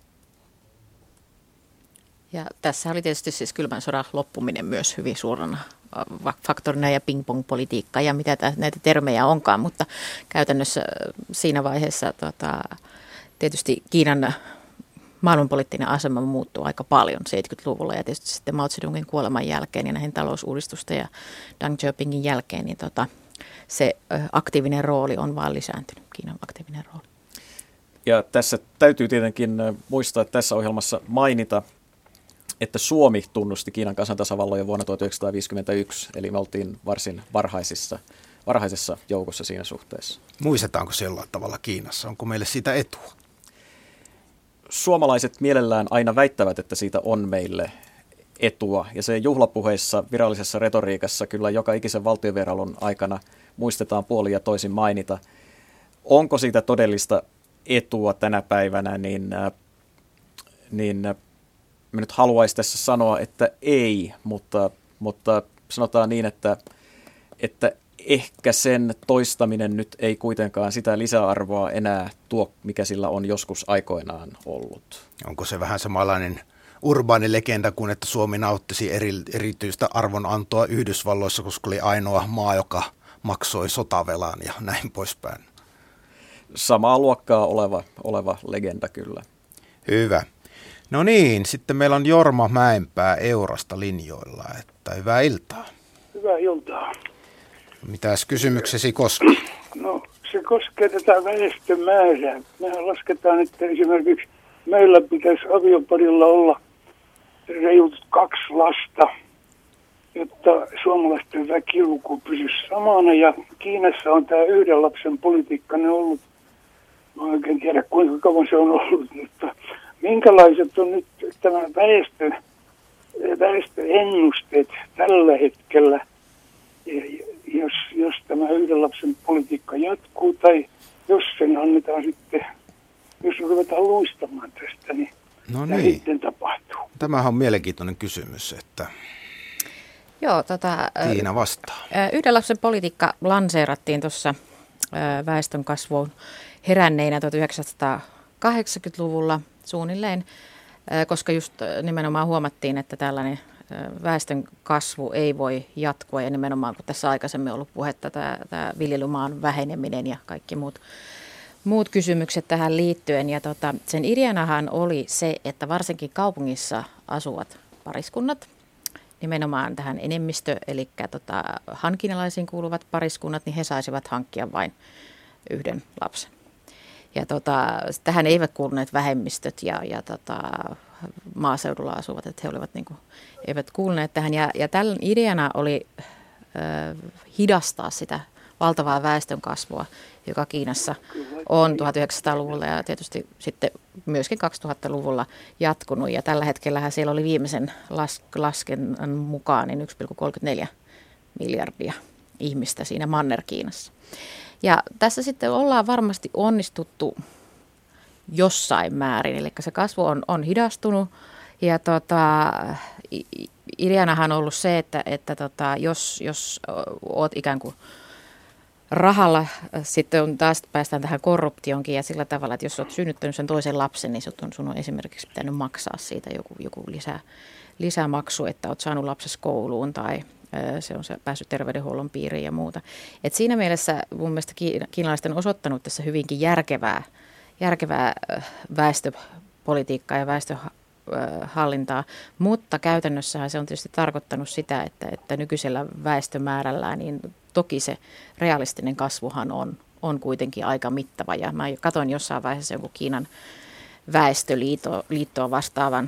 Ja tässä oli tietysti siis kylmän sodan loppuminen myös hyvin suurena faktorina ja ping-pong-politiikka ja mitä näitä termejä onkaan, mutta käytännössä siinä vaiheessa tietysti Kiinan maailmanpoliittinen asema muuttuu aika paljon 70-luvulla ja tietysti sitten Mao Zedongin kuoleman jälkeen ja näihin talousuudistusten ja Deng Xiaopingin jälkeen, niin se aktiivinen rooli on vaan lisääntynyt, Kiinan aktiivinen rooli. Ja tässä täytyy tietenkin muistaa, että tässä ohjelmassa mainita, että Suomi tunnusti Kiinan kansantasavallan jo vuonna 1951, eli me oltiin varsin varhaisessa joukossa siinä suhteessa. Muistetaanko sellainen tavalla Kiinassa? Onko meille siitä etua? Suomalaiset mielellään aina väittävät, että siitä on meille etua, ja se juhlapuheissa, virallisessa retoriikassa kyllä joka ikisen valtiovierailun aikana muistetaan puolin ja toisin mainita. Onko siitä todellista etua tänä päivänä, niin mä nyt haluaisin tässä sanoa, että ei, mutta sanotaan niin, että ehkä sen toistaminen nyt ei kuitenkaan sitä lisäarvoa enää tuo, mikä sillä on joskus aikoinaan ollut. Onko se vähän samanlainen urbaani legenda kuin, että Suomi nauttisi erityistä arvonantoa Yhdysvalloissa, koska oli ainoa maa, joka maksoi sotavelan ja näin poispäin? Samaa luokkaa oleva legenda kyllä. Hyvä. No niin, sitten meillä on Jorma Mäenpää Eurasta linjoilla, että hyvää iltaa. Hyvää iltaa. Mitäs kysymyksesi koskee? No se koskee tätä väestömäärää. Mehän lasketaan, että esimerkiksi meillä pitäisi avioparilla olla reilut 2 lasta, jotta suomalaisten väkiluku pysyisi samana. Ja Kiinassa on tämä yhden lapsen politiikka ollut, mä oikein tiedä kuinka kauan se on ollut, mutta minkälaiset on nyt tämä väestöennusteet tällä hetkellä, jos tämä yhden lapsen politiikka jatkuu, tai jos sen annetaan sitten, jos ruvetaan luistamaan tästä, niin sitten tapahtuu. Tämähän on mielenkiintoinen kysymys, että Joo, Tiina vastaa. Yhden lapsen politiikka lanseerattiin tuossa väestön kasvuun heränneinä 1980-luvulla suunnilleen, koska just nimenomaan huomattiin, että tällainen väestön kasvu ei voi jatkua ja nimenomaan kun tässä aikaisemmin ollut puhetta tämä viljelymaan väheneminen ja kaikki muut kysymykset tähän liittyen. Ja sen ideanahan oli se, että varsinkin kaupungissa asuvat pariskunnat, nimenomaan tähän enemmistö, eli hankinnalaisiin kuuluvat pariskunnat, niin he saisivat hankkia vain yhden lapsen. Ja tähän eivät kuuluneet vähemmistöt ja maaseudulla asuvat, että he olivat eivät kuuluneet tähän. Ja tällä ideana oli hidastaa sitä valtavaa väestönkasvua, joka Kiinassa on 1900-luvulla ja tietysti sitten myöskin 2000-luvulla jatkunut. Ja tällä hetkellähän siellä oli viimeisen laskennan mukaan niin 1,34 miljardia ihmistä siinä Manner-Kiinassa. Ja tässä sitten ollaan varmasti onnistuttu jossain määrin, eli se kasvu on hidastunut ja ideanahan on ollut se, että jos oot ikään kuin rahalla, sitten taas päästään tähän korruptioonkin ja sillä tavalla, että jos olet synnyttänyt sen toisen lapsen, niin sun on esimerkiksi pitänyt maksaa siitä joku lisämaksu, että olet saanut lapsesi kouluun tai se on päässyt terveydenhuollon piiriin ja muuta. Et siinä mielessä mun mielestä kiinalaiset on osoittanut tässä hyvinkin järkevää väestöpolitiikkaa ja väestöhallintaa, mutta käytännössähän se on tietysti tarkoittanut sitä, että nykyisellä väestömäärällä niin toki se realistinen kasvuhan on kuitenkin aika mittava. Ja mä katsoin jossain vaiheessa jonkun Kiinan väestöliittoa vastaavan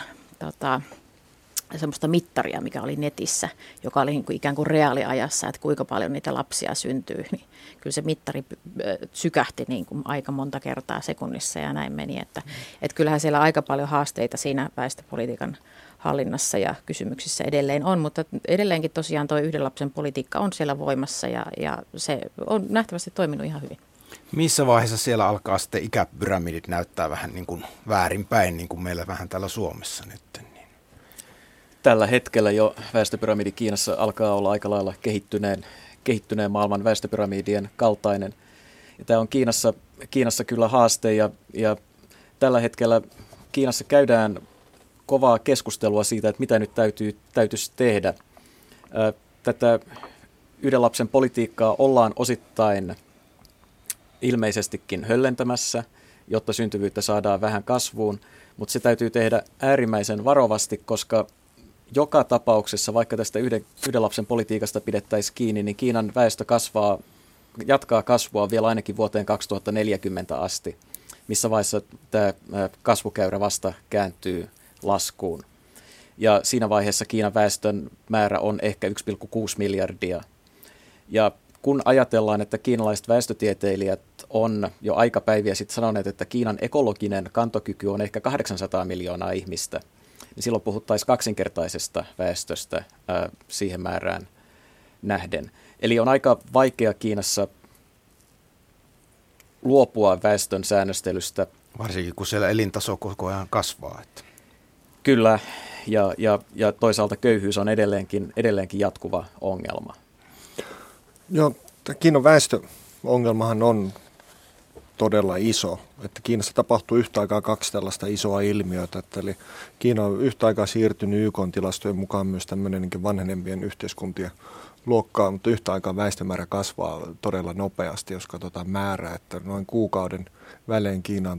semmoista mittaria, mikä oli netissä, joka oli niin kuin ikään kuin reaaliajassa, että kuinka paljon niitä lapsia syntyy. Niin kyllä se mittari sykähti niin kuin aika monta kertaa sekunnissa ja näin meni. Että kyllähän siellä aika paljon haasteita siinä väestöpolitiikan hallinnassa ja kysymyksissä edelleen on, mutta edelleenkin tosiaan tuo yhden lapsen politiikka on siellä voimassa ja se on nähtävästi toiminut ihan hyvin. Missä vaiheessa siellä alkaa sitten ikäpyramidit näyttää vähän niin kuin väärinpäin, niin kuin meillä vähän täällä Suomessa nyt? Niin. Tällä hetkellä jo väestöpyramidi Kiinassa alkaa olla aika lailla kehittyneen maailman väestöpyramidien kaltainen. Ja tämä on Kiinassa kyllä haaste ja tällä hetkellä Kiinassa käydään kovaa keskustelua siitä, että mitä nyt täytyisi tehdä. Tätä yhden lapsen politiikkaa ollaan osittain ilmeisestikin höllentämässä, jotta syntyvyyttä saadaan vähän kasvuun, mutta se täytyy tehdä äärimmäisen varovasti, koska joka tapauksessa, vaikka tästä yhden lapsen politiikasta pidettäisiin kiinni, niin Kiinan väestö jatkaa kasvua vielä ainakin vuoteen 2040 asti, missä vaiheessa tämä kasvukäyrä vasta kääntyy laskuun. Ja siinä vaiheessa Kiinan väestön määrä on ehkä 1,6 miljardia. Ja kun ajatellaan, että kiinalaiset väestötieteilijät on jo aikapäiviä sitten sanoneet, että Kiinan ekologinen kantokyky on ehkä 800 miljoonaa ihmistä, niin silloin puhuttaisiin kaksinkertaisesta väestöstä siihen määrään nähden. Eli on aika vaikea Kiinassa luopua väestön säännöstelystä. Varsinkin kun siellä elintaso koko ajan kasvaa. Että. Kyllä, ja toisaalta köyhyys on edelleenkin jatkuva ongelma. Joo, Kiinan väestöongelmahan on todella iso. Että Kiinassa tapahtuu yhtä aikaa 2 tällaista isoa ilmiötä. Eli Kiina on yhtä aikaa siirtynyt YK-tilastojen mukaan myös tämmöinen niin vanhenempien yhteiskuntien luokkaa, mutta yhtä aikaa väestömäärä kasvaa todella nopeasti, jos katsotaan määrää, että noin kuukauden välein Kiinaan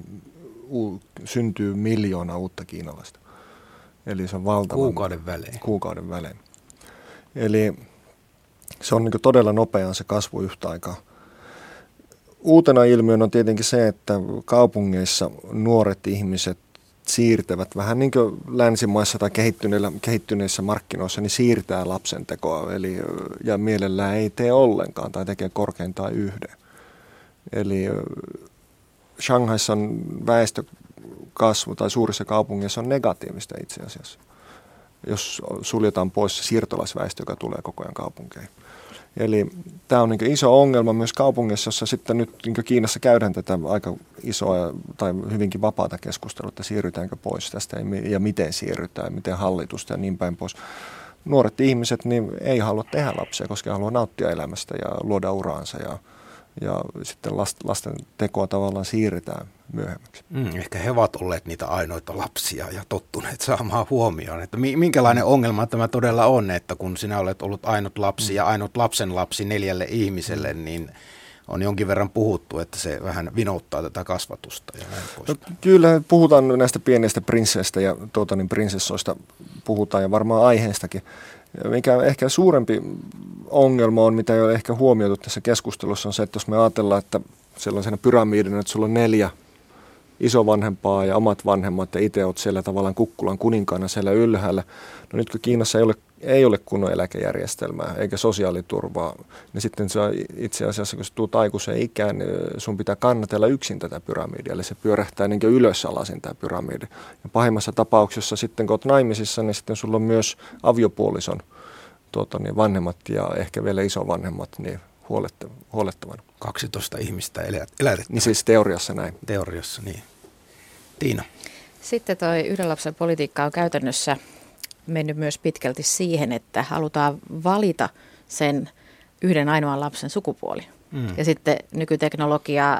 syntyy 1 miljoona uutta kiinalaista. Eli se on valtava. Kuukauden välein. Eli se on niin todella nopeaa se kasvu yhtä aikaa. Uutena ilmiönä on tietenkin se, että kaupungeissa nuoret ihmiset siirtävät vähän niin kuin länsimaissa tai kehittyneissä markkinoissa, niin siirtää lapsentekoa ja mielellään ei tee ollenkaan tai tekee korkeintaan yhden. Eli Shanghaissa on väestökasvu tai suurissa kaupungeissa on negatiivista itse asiassa, jos suljetaan pois se siirtolaisväestö, joka tulee koko ajan kaupunkeihin. Eli tämä on niin iso ongelma myös kaupungeissa, jossa sitten nyt niin Kiinassa käydään tätä aika isoa tai hyvinkin vapaata keskustelua, että siirrytäänkö pois tästä ja miten siirrytään, miten hallitusta ja niin päin pois. Nuoret ihmiset niin ei halua tehdä lapsia, koska haluaa nauttia elämästä ja luoda uraansa ja sitten lasten tekoa tavallaan siirretään myöhemmäksi. Ehkä he ovat olleet niitä ainoita lapsia ja tottuneet saamaan huomioon, että minkälainen ongelma tämä todella on, että kun sinä olet ollut ainut lapsi ja ainut lapsenlapsi 4 ihmiselle, niin on jonkin verran puhuttu, että se vähän vinouttaa tätä kasvatusta. Ja no, kyllä puhutaan näistä pienistä prinsseistä ja prinsessoista puhutaan ja varmaan aiheestakin. Mikä ehkä suurempi ongelma on, mitä ei ole ehkä huomioitu tässä keskustelussa, on se, että jos me ajatellaan, että sellaisena pyramidina, että sulla on 4 isovanhempaa ja omat vanhemmat ja itse olet siellä tavallaan kukkulan kuninkaana siellä ylhäällä. No nyt kun Kiinassa ei ole kunnon eläkejärjestelmää eikä sosiaaliturvaa, niin sitten se itse asiassa, kun sä tuut aikuiseen ikään, niin sun pitää kannatella yksin tätä pyramidia, eli se pyörähtää niin kuin ylös alasin tämä pyramidi. Ja pahimmassa tapauksessa sitten, kun olet naimisissa, niin sitten sulla on myös aviopuolison vanhemmat ja ehkä vielä isovanhemmat niin huolettavana. 12 ihmistä elätettävä. Niin siis teoriassa näin. Teoriassa, niin. Tiina. Sitten toi yhden lapsen politiikka on käytännössä mennyt myös pitkälti siihen, että halutaan valita sen yhden ainoan lapsen sukupuoli. Ja sitten nykyteknologia,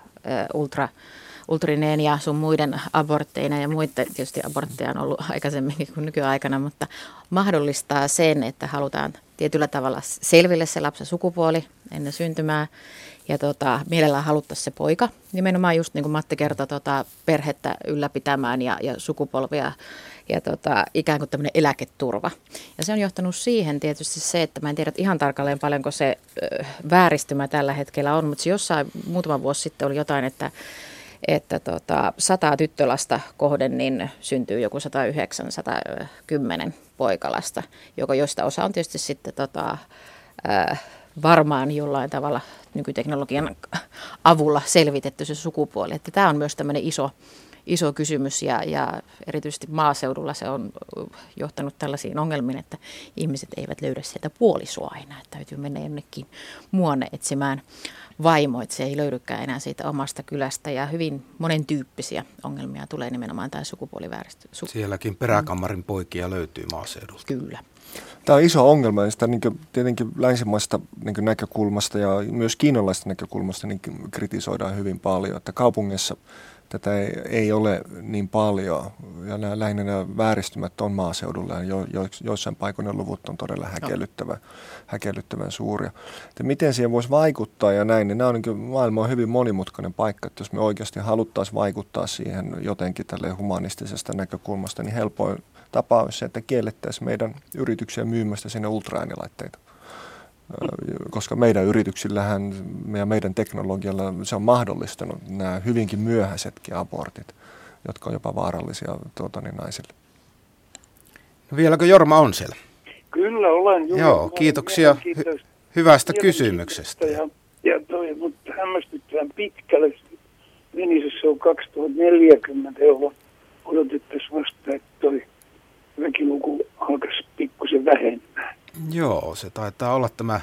ultrineen ja sun muiden abortteina ja muiden, tietysti abortteja on ollut aikaisemminkin kuin nykyaikana, mutta mahdollistaa sen, että halutaan tietyllä tavalla selville se lapsen sukupuoli ennen syntymää. Ja mielellään haluttaisiin se poika, nimenomaan just niin kuin Matti kertoi, perhettä ylläpitämään ja sukupolvia ja ikään kuin tämmöinen eläketurva. Ja se on johtanut siihen tietysti se, että mä en tiedä ihan tarkalleen paljonko se vääristymä tällä hetkellä on, mutta se jossain muutama vuosi sitten oli jotain, että 100 tyttölasta kohden niin syntyy joku 109-110 poikalasta, josta osa on tietysti sitten varmaan jollain tavalla nykyteknologian avulla selvitetty se sukupuoli. Että tämä on myös tämmöinen iso kysymys ja erityisesti maaseudulla se on johtanut tällaisiin ongelmiin, että ihmiset eivät löydä sieltä puolisoa enää. Että täytyy mennä jonnekin muuanne etsimään vaimo, että se ei löydykään enää siitä omasta kylästä ja hyvin monentyyppisiä ongelmia tulee nimenomaan tämä sukupuolivääristö. Sielläkin peräkammarin poikia löytyy maaseudulta. Kyllä. Tämä on iso ongelma ja sitä tietenkin länsimaista näkökulmasta ja myös kiinalaista näkökulmasta kritisoidaan hyvin paljon, että kaupungissa tätä ei ole niin paljon ja lähinnä nämä vääristymät on maaseudulla ja joissain paikoin ne luvut on todella häkellyttävän suuria. Että miten siihen voisi vaikuttaa ja näin, niin maailma on hyvin monimutkainen paikka, että jos me oikeasti haluttaisiin vaikuttaa siihen jotenkin tälle humanistisesta näkökulmasta, niin helpoin tapa olisi se, että kiellettäisiin meidän yrityksiä myymästä sinne ultraäänilaitteita. Koska meidän yrityksillähän ja meidän teknologialla se on mahdollistanut nämä hyvinkin myöhäisetkin abortit, jotka on jopa vaarallisia naisille. No vieläkö Jorma on siellä? Kyllä olen. Joo, kiitoksia hyvästä kysymyksestä. Mutta hämmästyttävän pitkälle menisi, se on 2040, jolloin odotettaisiin vasta, että toi väkiluku alkaisi pikkusen vähemmän. Joo, se taitaa olla tämä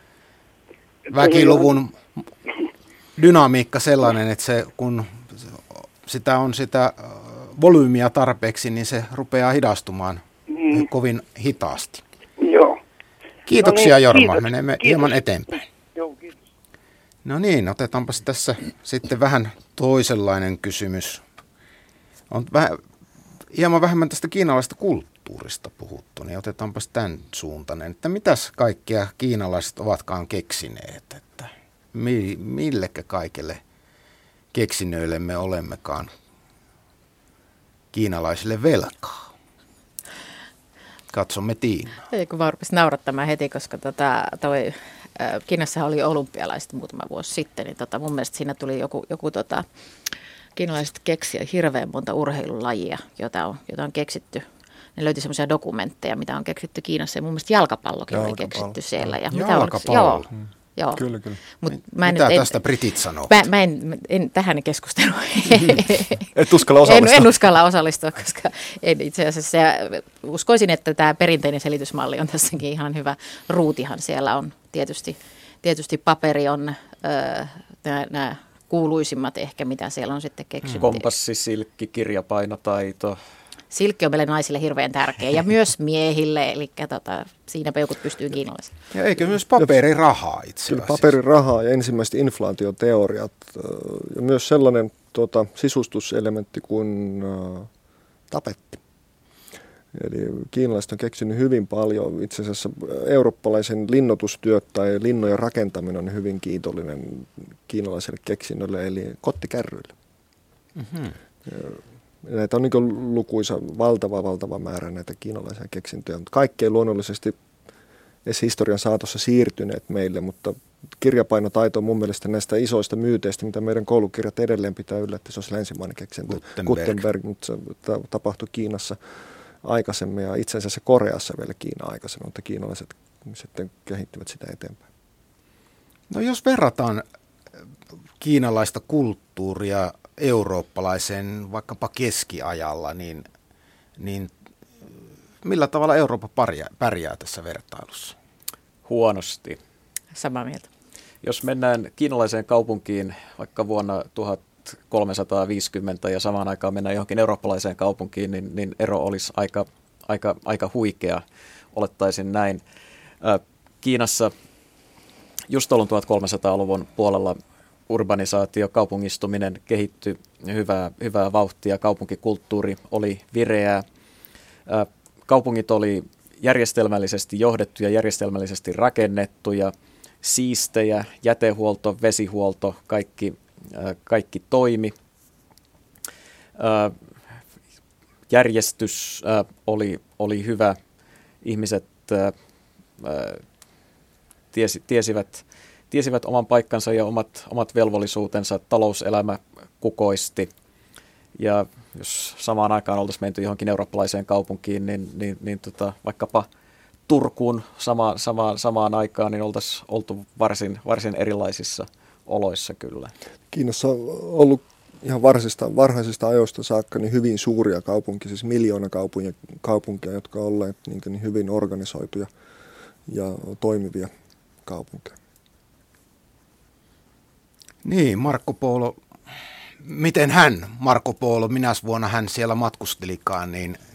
väkiluvun dynamiikka sellainen, että se, kun sitä on sitä volyymiä tarpeeksi, niin se rupeaa hidastumaan kovin hitaasti. Joo. Kiitoksia no niin, Jorma, kiitos. menemme hieman eteenpäin. Joo, kiitos. No niin, otetaanpas tässä sitten vähän toisenlainen kysymys. On hieman vähemmän tästä kiinalaisesta kulttuurista puhuttu, niin otetaanpas tämän suuntainen, että mitäs kaikkea kiinalaiset ovatkaan keksineet, että millekä kaikille keksinnöille me olemmekaan kiinalaisille velkaa. Katsomme Tiinaa. Eikö vaan rupesi naurattamaan heti, koska Kiinassa oli olympialaiset muutama vuosi sitten, niin mun mielestä siinä tuli joku kiinalaiset keksiä hirveän monta urheilulajia, jota on keksitty. Ne löytyi semmoisia dokumentteja, mitä on keksitty Kiinassa ja mun mielestä jalkapallokin oli keksitty siellä. Ja jalkapallo? Joo. Kyllä. Mitä tästä britit sanoo? Mä en tähän keskusteluun. Et uskalla osallistua? En uskalla osallistua, koska itse asiassa uskoisin, että tämä perinteinen selitysmalli on tässäkin ihan hyvä. Ruutihan siellä on tietysti paperi on nämä kuuluisimmat ehkä, mitä siellä on sitten keksitty. Kompassi, silkki, kirjapainotaito. Silkki on meille naisille hirveän tärkeä ja myös miehille, eli siinä peukut pystyy kiinalaisille. Ja eikö myös paperirahaa itse asiassa? Paperirahaa ja ensimmäiset inflaatioteoriat ja myös sellainen sisustuselementti kuin tapetti. Eli kiinalaiset on keksinyt hyvin paljon. Itse asiassa eurooppalaisen linnoitustyö tai linnojen rakentaminen on hyvin kiitollinen kiinalaiselle keksinnölle, eli kottikärryille. Mm-hmm. Näitä on niin lukuisa, valtava määrä näitä kiinalaisia keksintöjä, mutta kaikki ei luonnollisesti edes historian saatossa siirtyneet meille, mutta kirjapainotaito on mun mielestä näistä isoista myyteistä, mitä meidän koulukirjat edelleen pitää yllä, että se olisi länsimainen keksintö. Gutenberg, mutta se tapahtui Kiinassa aikaisemmin ja itse asiassa Koreassa vielä Kiina aikaisemmin, mutta kiinalaiset sitten kehittyvät sitä eteenpäin. No jos verrataan kiinalaista kulttuuria eurooppalaiseen vaikkapa keskiajalla, niin millä tavalla Eurooppa pärjää tässä vertailussa? Huonosti. Samaa mieltä. Jos mennään kiinalaiseen kaupunkiin vaikka vuonna 1350 ja samaan aikaan mennään johonkin eurooppalaiseen kaupunkiin, niin ero olisi aika huikea, olettaisin näin. Kiinassa just ollut 1300-luvun puolella urbanisaatio, kaupungistuminen kehittyi hyvää vauhtia, kaupunkikulttuuri oli vireää. Kaupungit oli järjestelmällisesti johdettu ja järjestelmällisesti rakennettuja, siistejä, jätehuolto, vesihuolto, kaikki toimi. Järjestys oli hyvä, ihmiset tiesivät oman paikkansa ja omat velvollisuutensa, talouselämä kukoisti. Ja jos samaan aikaan oltaisiin menty johonkin eurooppalaiseen kaupunkiin, niin vaikkapa Turkuun samaan aikaan, niin oltaisiin oltu varsin erilaisissa oloissa kyllä. Kiinassa on ollut ihan varhaisista ajoista saakka niin hyvin suuria kaupunkia, siis miljoonakaupunkia, jotka ovat olleet niin hyvin organisoituja ja toimivia kaupunkeja. Niin, Marco Polo, minäs vuonna hän siellä matkustelikaan,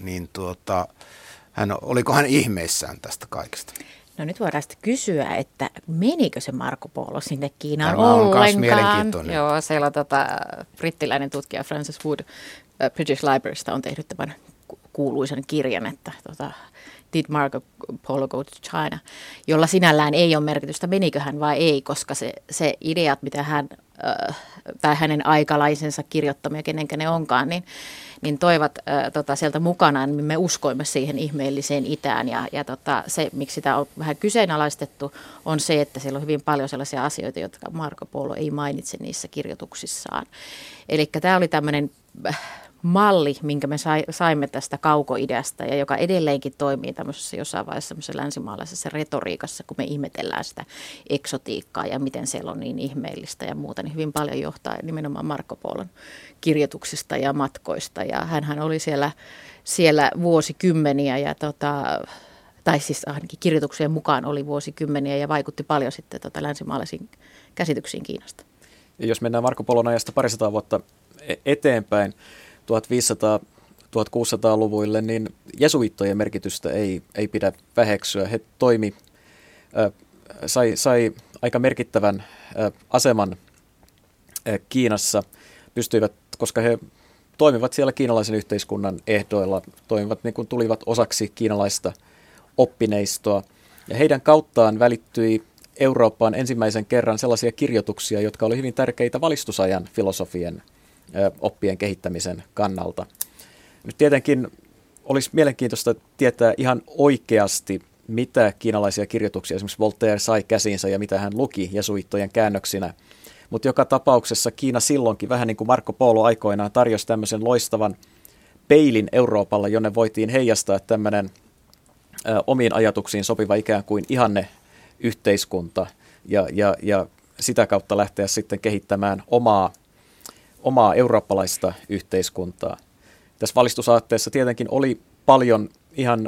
oliko hän ihmeissään tästä kaikesta? No nyt voidaan sitten kysyä, että menikö se Marco Polo sinne Kiinaan Tämä on ollenkaan? myös mielenkiintoinen. Joo, siellä on brittiläinen tutkija Francis Wood British Librarysta on tehnyt tämän kuuluisen kirjan, että Did Marco Polo go to China, jolla sinällään ei ole merkitystä, menikö hän vai ei, koska se ideat, mitä hän tai hänen aikalaisensa kirjoittamia, kenenkä ne onkaan, niin toivat sieltä mukanaan, niin me uskoimme siihen ihmeelliseen itään. Ja se, miksi sitä on vähän kyseenalaistettu, on se, että siellä on hyvin paljon sellaisia asioita, jotka Marco Polo ei mainitse niissä kirjoituksissaan. Eli tämä oli tämmöinen malli, minkä me saimme tästä kaukoideasta ja joka edelleenkin toimii tämmöisessä jossain vaiheessa semmoisessa länsimaalaisessa retoriikassa, kun me ihmetellään sitä eksotiikkaa ja miten siellä on niin ihmeellistä ja muuta, niin hyvin paljon johtaa nimenomaan Marco Polon kirjoituksista ja matkoista. Ja hänhän oli siellä vuosikymmeniä tai siis ainakin kirjoituksien mukaan oli vuosikymmeniä ja vaikutti paljon sitten länsimaalaisiin käsityksiin Kiinasta. Ja jos mennään Marco Polon ajasta parisataa vuotta eteenpäin, 1500-1600-luvuille, niin jesuittojen merkitystä ei pidä väheksyä. He sai aika merkittävän aseman Kiinassa, koska he toimivat siellä kiinalaisen yhteiskunnan ehdoilla, tulivat osaksi kiinalaista oppineistoa. Ja heidän kauttaan välittyi Eurooppaan ensimmäisen kerran sellaisia kirjoituksia, jotka olivat hyvin tärkeitä valistusajan filosofien oppien kehittämisen kannalta. Nyt tietenkin olisi mielenkiintoista tietää ihan oikeasti, mitä kiinalaisia kirjoituksia esimerkiksi Voltaire sai käsiinsä ja mitä hän luki jesuittojen käännöksinä. Mutta joka tapauksessa Kiina silloinkin, vähän niin kuin Marco Polo aikoinaan, tarjosi tämmöisen loistavan peilin Euroopalla, jonne voitiin heijastaa tämmöinen omiin ajatuksiin sopiva ikään kuin ihanne yhteiskunta ja sitä kautta lähteä sitten kehittämään omaa eurooppalaista yhteiskuntaa. Tässä valistusaatteessa tietenkin oli paljon ihan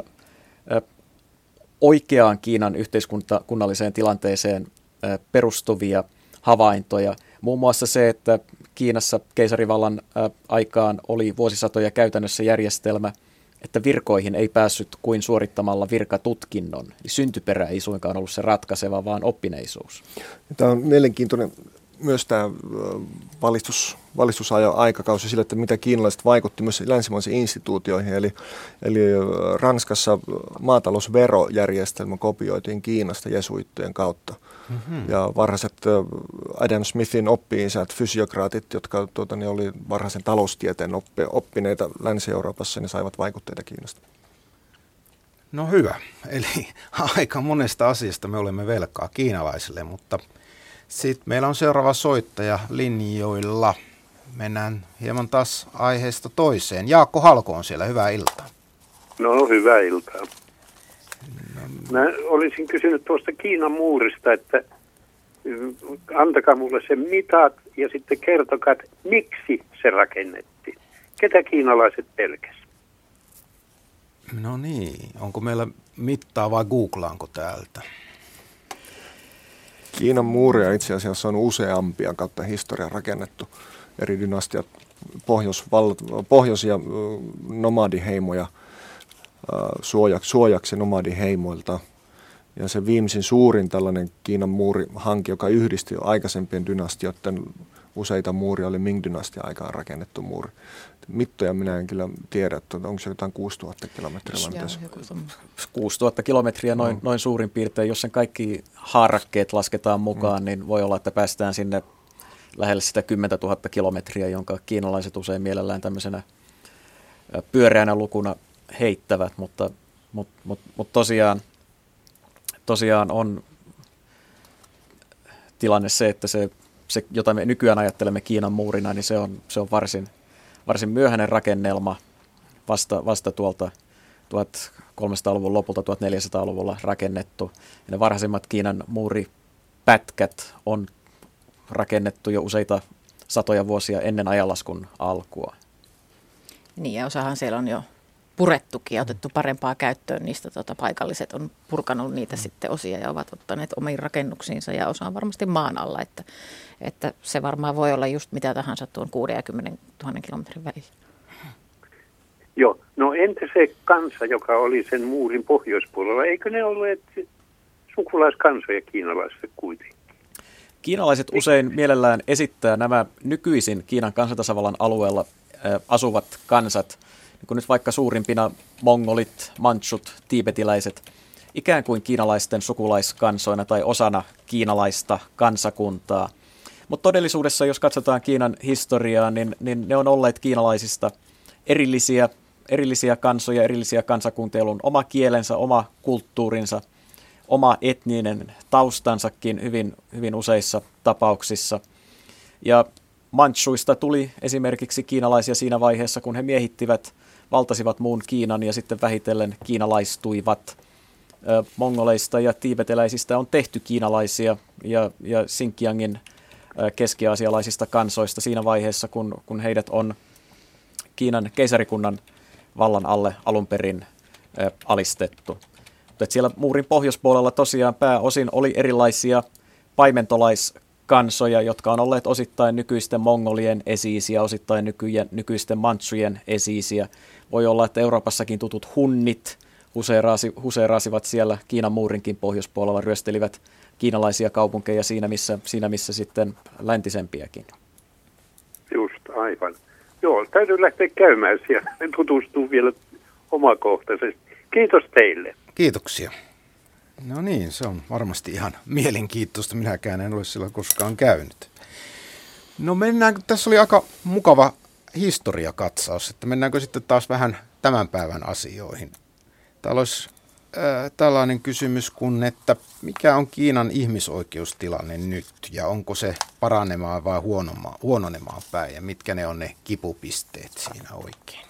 oikeaan Kiinan yhteiskunnalliseen tilanteeseen perustuvia havaintoja. Muun muassa se, että Kiinassa keisarivallan aikaan oli vuosisatoja käytännössä järjestelmä, että virkoihin ei päässyt kuin suorittamalla virkatutkinnon. Syntyperä ei suinkaan ollut se ratkaiseva, vaan oppineisuus. Tämä on mielenkiintoinen myös tämä valistusajan aikakausi sille, että mitä kiinalaiset vaikutti myös länsimaisiin instituutioihin. Eli Ranskassa maatalousverojärjestelmä kopioitiin Kiinasta jesuittojen kautta. Mm-hmm. Ja varhaiset Adam Smithin oppi-isät, fysiokraatit, jotka oli varhaisen taloustieteen oppineita Länsi-Euroopassa, niin saivat vaikutteita Kiinasta. No hyvä. Eli aika monesta asiasta me olemme velkaa kiinalaisille, mutta sitten meillä on seuraava soittaja linjoilla. Mennään hieman taas aiheesta toiseen. Jaakko Halko on siellä. Hyvää iltaa. No, hyvää iltaa. Mä olisin kysynyt tuosta Kiinan muurista, että antakaa mulle sen mitat ja sitten kertokaa, että miksi se rakennettiin. Ketä kiinalaiset pelkäs? No niin, onko meillä mittaa vai googlaanko täältä? Kiinan muuria itse asiassa on useampia kautta historian rakennettu. Eri dynastiat, pohjois- ja nomadiheimoja suojaksi nomadiheimoilta. Ja se viimeisin suurin tällainen Kiinan muurihanke, joka yhdisti aikaisempien dynastioiden useita muuria, oli Ming-dynastian aikaan rakennettu muuri. Mittoja minä en kyllä tiedä, että onko se jotain 6000 kilometriä. 6000 kilometriä noin suurin piirtein. Jos sen kaikki haarakkeet lasketaan mukaan, niin voi olla, että päästään sinne lähelle sitä 10 000 kilometriä, jonka kiinalaiset usein mielellään tämmöisenä pyöreänä lukuna heittävät. Mutta tosiaan on tilanne se, että se, jota me nykyään ajattelemme Kiinan muurina, niin se on varsin myöhäinen rakennelma vasta tuolta 1300-luvun lopulta 1400-luvulla rakennettu. Ja ne varhaisimmat Kiinan muuripätkät on rakennettu jo useita satoja vuosia ennen ajanlaskun alkua. Niin, ja osahan siellä on jo purettukin ja otettu parempaa käyttöön niistä. Paikalliset on purkanut niitä sitten osia ja ovat ottaneet omiin rakennuksiinsa ja osa on varmasti maan alla. Että se varmaan voi olla just mitä tahansa tuon 60 000 kilometrin välissä. Joo, no entä se kansa, joka oli sen muurin pohjoispuolella? Eikö ne olleet sukulaiskansoja kiinalaisille kuitenkin? Kiinalaiset usein mielellään esittää nämä nykyisin Kiinan kansantasavallan alueella asuvat kansat, niin kuin nyt vaikka suurimpina mongolit, manchut, tiibetiläiset, ikään kuin kiinalaisten sukulaiskansoina tai osana kiinalaista kansakuntaa. Mutta todellisuudessa, jos katsotaan Kiinan historiaa, niin ne on olleet kiinalaisista erillisiä kansoja, erillisiä kansakuntia, joilla on oma kielensä, oma kulttuurinsa, oma etninen taustansakin hyvin useissa tapauksissa. Ja manchuista tuli esimerkiksi kiinalaisia siinä vaiheessa, kun he valtasivat muun Kiinan ja sitten vähitellen kiinalaistuivat. Mongoleista ja tiibetiläisistä on tehty kiinalaisia ja Xinjiangin keski-aasialaisista kansoista siinä vaiheessa, kun heidät on Kiinan keisarikunnan vallan alle alun perin alistettu. Mutta siellä muurin pohjoispuolella tosiaan pääosin oli erilaisia paimentolaiskansoja, jotka on olleet osittain nykyisten mongolien esi-isiä, osittain nykyisten manchujen esi-isiä. Voi olla, että Euroopassakin tutut hunnit huseeraasivat siellä Kiinan muurinkin pohjoispuolella, ryöstelivät kiinalaisia kaupunkeja siinä missä sitten läntisempiäkin. Just, aivan. Joo, täytyy lähteä käymään siellä. Tutustuu vielä omakohtaisesti. Kiitos teille. Kiitoksia. No niin, se on varmasti ihan mielenkiintoista. Minäkään en ole sillä koskaan käynyt. No mennäänkö, tässä oli aika mukava historiakatsaus, että mennäänkö sitten taas vähän tämän päivän asioihin. Täällä olisi tällainen kysymys kuin, että mikä on Kiinan ihmisoikeustilanne nyt ja onko se paranemaan vai huononemaan päin ja mitkä ne on ne kipupisteet siinä oikein?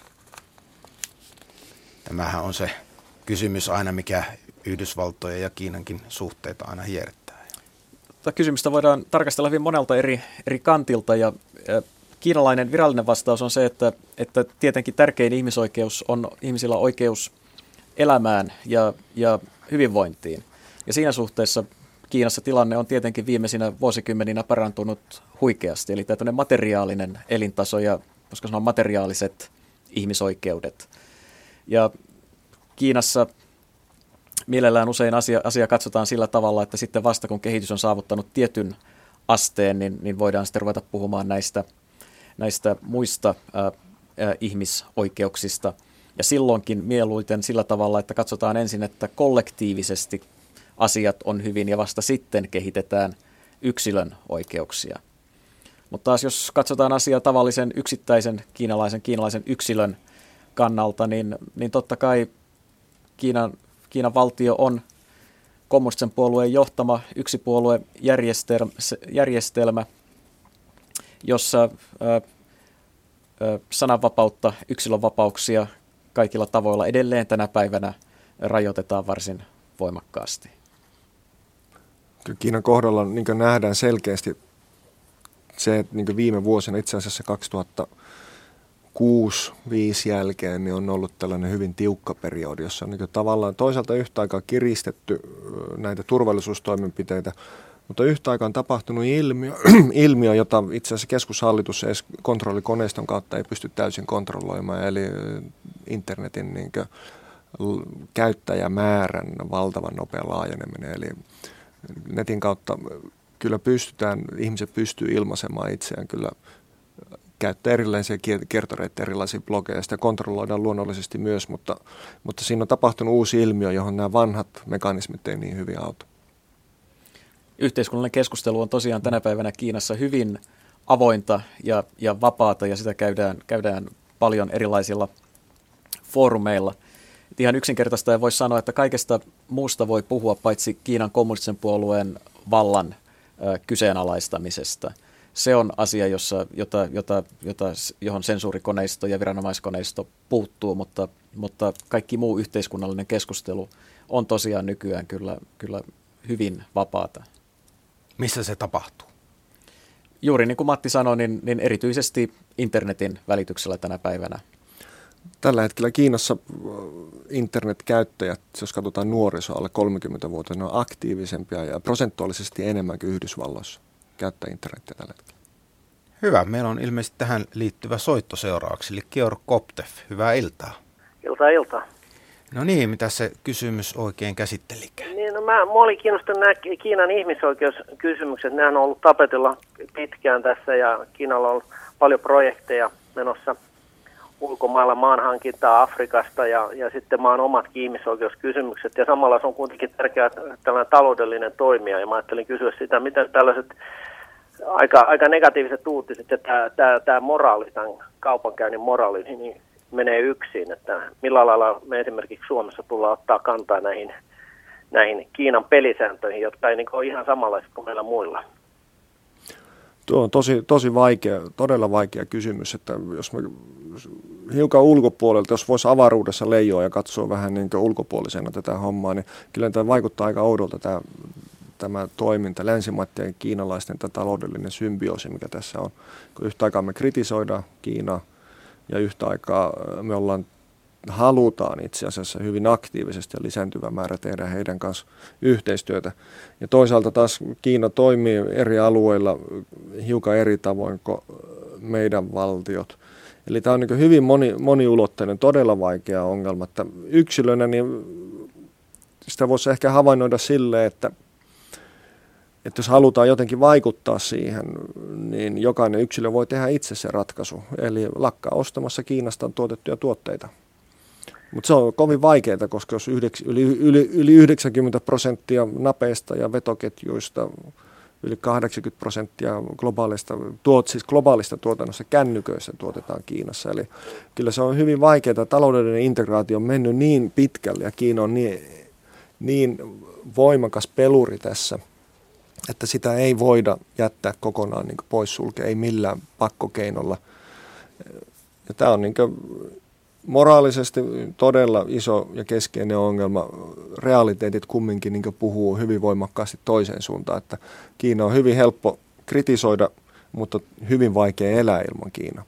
Tämähän on se kysymys aina, mikä Yhdysvaltojen ja Kiinankin suhteita aina hiertää. Tätä kysymystä voidaan tarkastella hyvin monelta eri kantilta ja kiinalainen virallinen vastaus on se, että tietenkin tärkein ihmisoikeus on ihmisillä oikeus elämään ja hyvinvointiin. Ja siinä suhteessa Kiinassa tilanne on tietenkin viimeisinä vuosikymmeninä parantunut huikeasti. Eli tämä materiaalinen elintaso ja koska sanoa materiaaliset ihmisoikeudet. Ja Kiinassa mielellään usein asia katsotaan sillä tavalla, että sitten vasta kun kehitys on saavuttanut tietyn asteen, niin voidaan sitten ruveta puhumaan näistä muista ihmisoikeuksista. Ja silloinkin mieluiten sillä tavalla, että katsotaan ensin, että kollektiivisesti asiat on hyvin ja vasta sitten kehitetään yksilön oikeuksia. Mutta taas jos katsotaan asiaa tavallisen yksittäisen kiinalaisen yksilön kannalta, niin totta kai Kiinan valtio on kommunistisen puolueen johtama yksipuoluejärjestelmä, jossa sananvapautta, yksilönvapauksia kaikilla tavoilla edelleen tänä päivänä rajoitetaan varsin voimakkaasti. Kiinan kohdalla niin kuin nähdään selkeästi se, että niin kuin viime vuosina, itse asiassa 2006-2005 jälkeen, niin on ollut tällainen hyvin tiukka periodi, jossa on niin kuin tavallaan toisaalta yhtä aikaa kiristetty näitä turvallisuustoimenpiteitä, mutta yhtä aikaa on tapahtunut ilmiö, jota itse asiassa keskushallitus edes kontrollikoneiston kautta ei pysty täysin kontrolloimaan, eli internetin niin kuin käyttäjämäärän valtavan nopea laajeneminen. Eli netin kautta kyllä ihmiset pystyy ilmaisemaan itseään, kyllä käyttää erilaisia kertoreita, erilaisia blogeja, sitä kontrolloidaan luonnollisesti myös, mutta siinä on tapahtunut uusi ilmiö, johon nämä vanhat mekanismit ei niin hyvin auta. Yhteiskunnallinen keskustelu on tosiaan tänä päivänä Kiinassa hyvin avointa ja vapaata, ja sitä käydään paljon erilaisilla foorumeilla. Et ihan yksinkertaista ei voi sanoa, että kaikesta muusta voi puhua paitsi Kiinan kommunistisen puolueen vallan kyseenalaistamisesta. Se on asia, johon sensuurikoneisto ja viranomaiskoneisto puuttuu, mutta kaikki muu yhteiskunnallinen keskustelu on tosiaan nykyään kyllä hyvin vapaata. Missä se tapahtuu? Juuri niin kuin Matti sanoi, niin erityisesti internetin välityksellä tänä päivänä. Tällä hetkellä Kiinassa internetkäyttäjät, jos katsotaan nuorisoa alle 30-vuotiaita, ne on aktiivisempia ja prosentuaalisesti enemmän kuin Yhdysvalloissa käyttää internetiä tällä hetkellä. Hyvä. Meillä on ilmeisesti tähän liittyvä soitto seuraavaksi, eli Georg Kopteff. Hyvää iltaa. Iltaa. No niin, mitä se kysymys oikein käsittelikään? Niin, no mä olin kiinnostunut nämä Kiinan ihmisoikeuskysymykset. Nehän on ollut tapetilla pitkään tässä ja Kiinalla on ollut paljon projekteja menossa ulkomailla, maanhankintaa Afrikasta ja sitten maan omatkin ihmisoikeuskysymykset. Ja samalla se on kuitenkin tärkeä tällainen taloudellinen toimija. Ja mä ajattelin kysyä sitä, miten tällaiset aika negatiiviset uutiset ja tämä moraali, tämän kaupankäynnin moraali, niin menee yksin, että millä lailla me esimerkiksi Suomessa tullaan ottaa kantaa näihin Kiinan pelisääntöihin, jotka ei ole ihan samanlaiset kuin meillä muilla. Tuo on tosi vaikea, todella vaikea kysymys, että jos me hiukan ulkopuolelta, jos voisi avaruudessa leijoa ja katsoa vähän niin kuin ulkopuolisena tätä hommaa, niin kyllä tämä vaikuttaa aika oudolta tämä toiminta, länsimaiden ja kiinalaisten taloudellinen symbioosi, mikä tässä on. Kun yhtä aikaa me kritisoidaan Kiinaa ja yhtä aikaa me halutaan itse asiassa hyvin aktiivisesti ja lisääntyvä määrä tehdä heidän kanssa yhteistyötä. Ja toisaalta taas Kiina toimii eri alueilla hiukan eri tavoin kuin meidän valtiot. Eli tämä on niin hyvin moniulotteinen, todella vaikea ongelma. Että yksilönä niin sitä voisi ehkä havainnoida silleen, että jos halutaan jotenkin vaikuttaa siihen, niin jokainen yksilö voi tehdä itse se ratkaisu. Eli lakkaa ostamassa Kiinasta tuotettuja tuotteita. Mutta se on kovin vaikeaa, koska jos yli 90% napeista ja vetoketjuista, yli 80% globaalista tuotannosta kännyköissä tuotetaan Kiinassa. Eli kyllä se on hyvin vaikeaa. Taloudellinen integraatio on mennyt niin pitkälle ja Kiina on niin voimakas peluri tässä, että sitä ei voida jättää kokonaan niin poissulkea, ei millään pakkokeinolla. Ja tämä on niin moraalisesti todella iso ja keskeinen ongelma. Realiteetit kumminkin niin puhuu hyvin voimakkaasti toiseen suuntaan, että Kiina on hyvin helppo kritisoida, mutta hyvin vaikea elää ilman Kiinaa.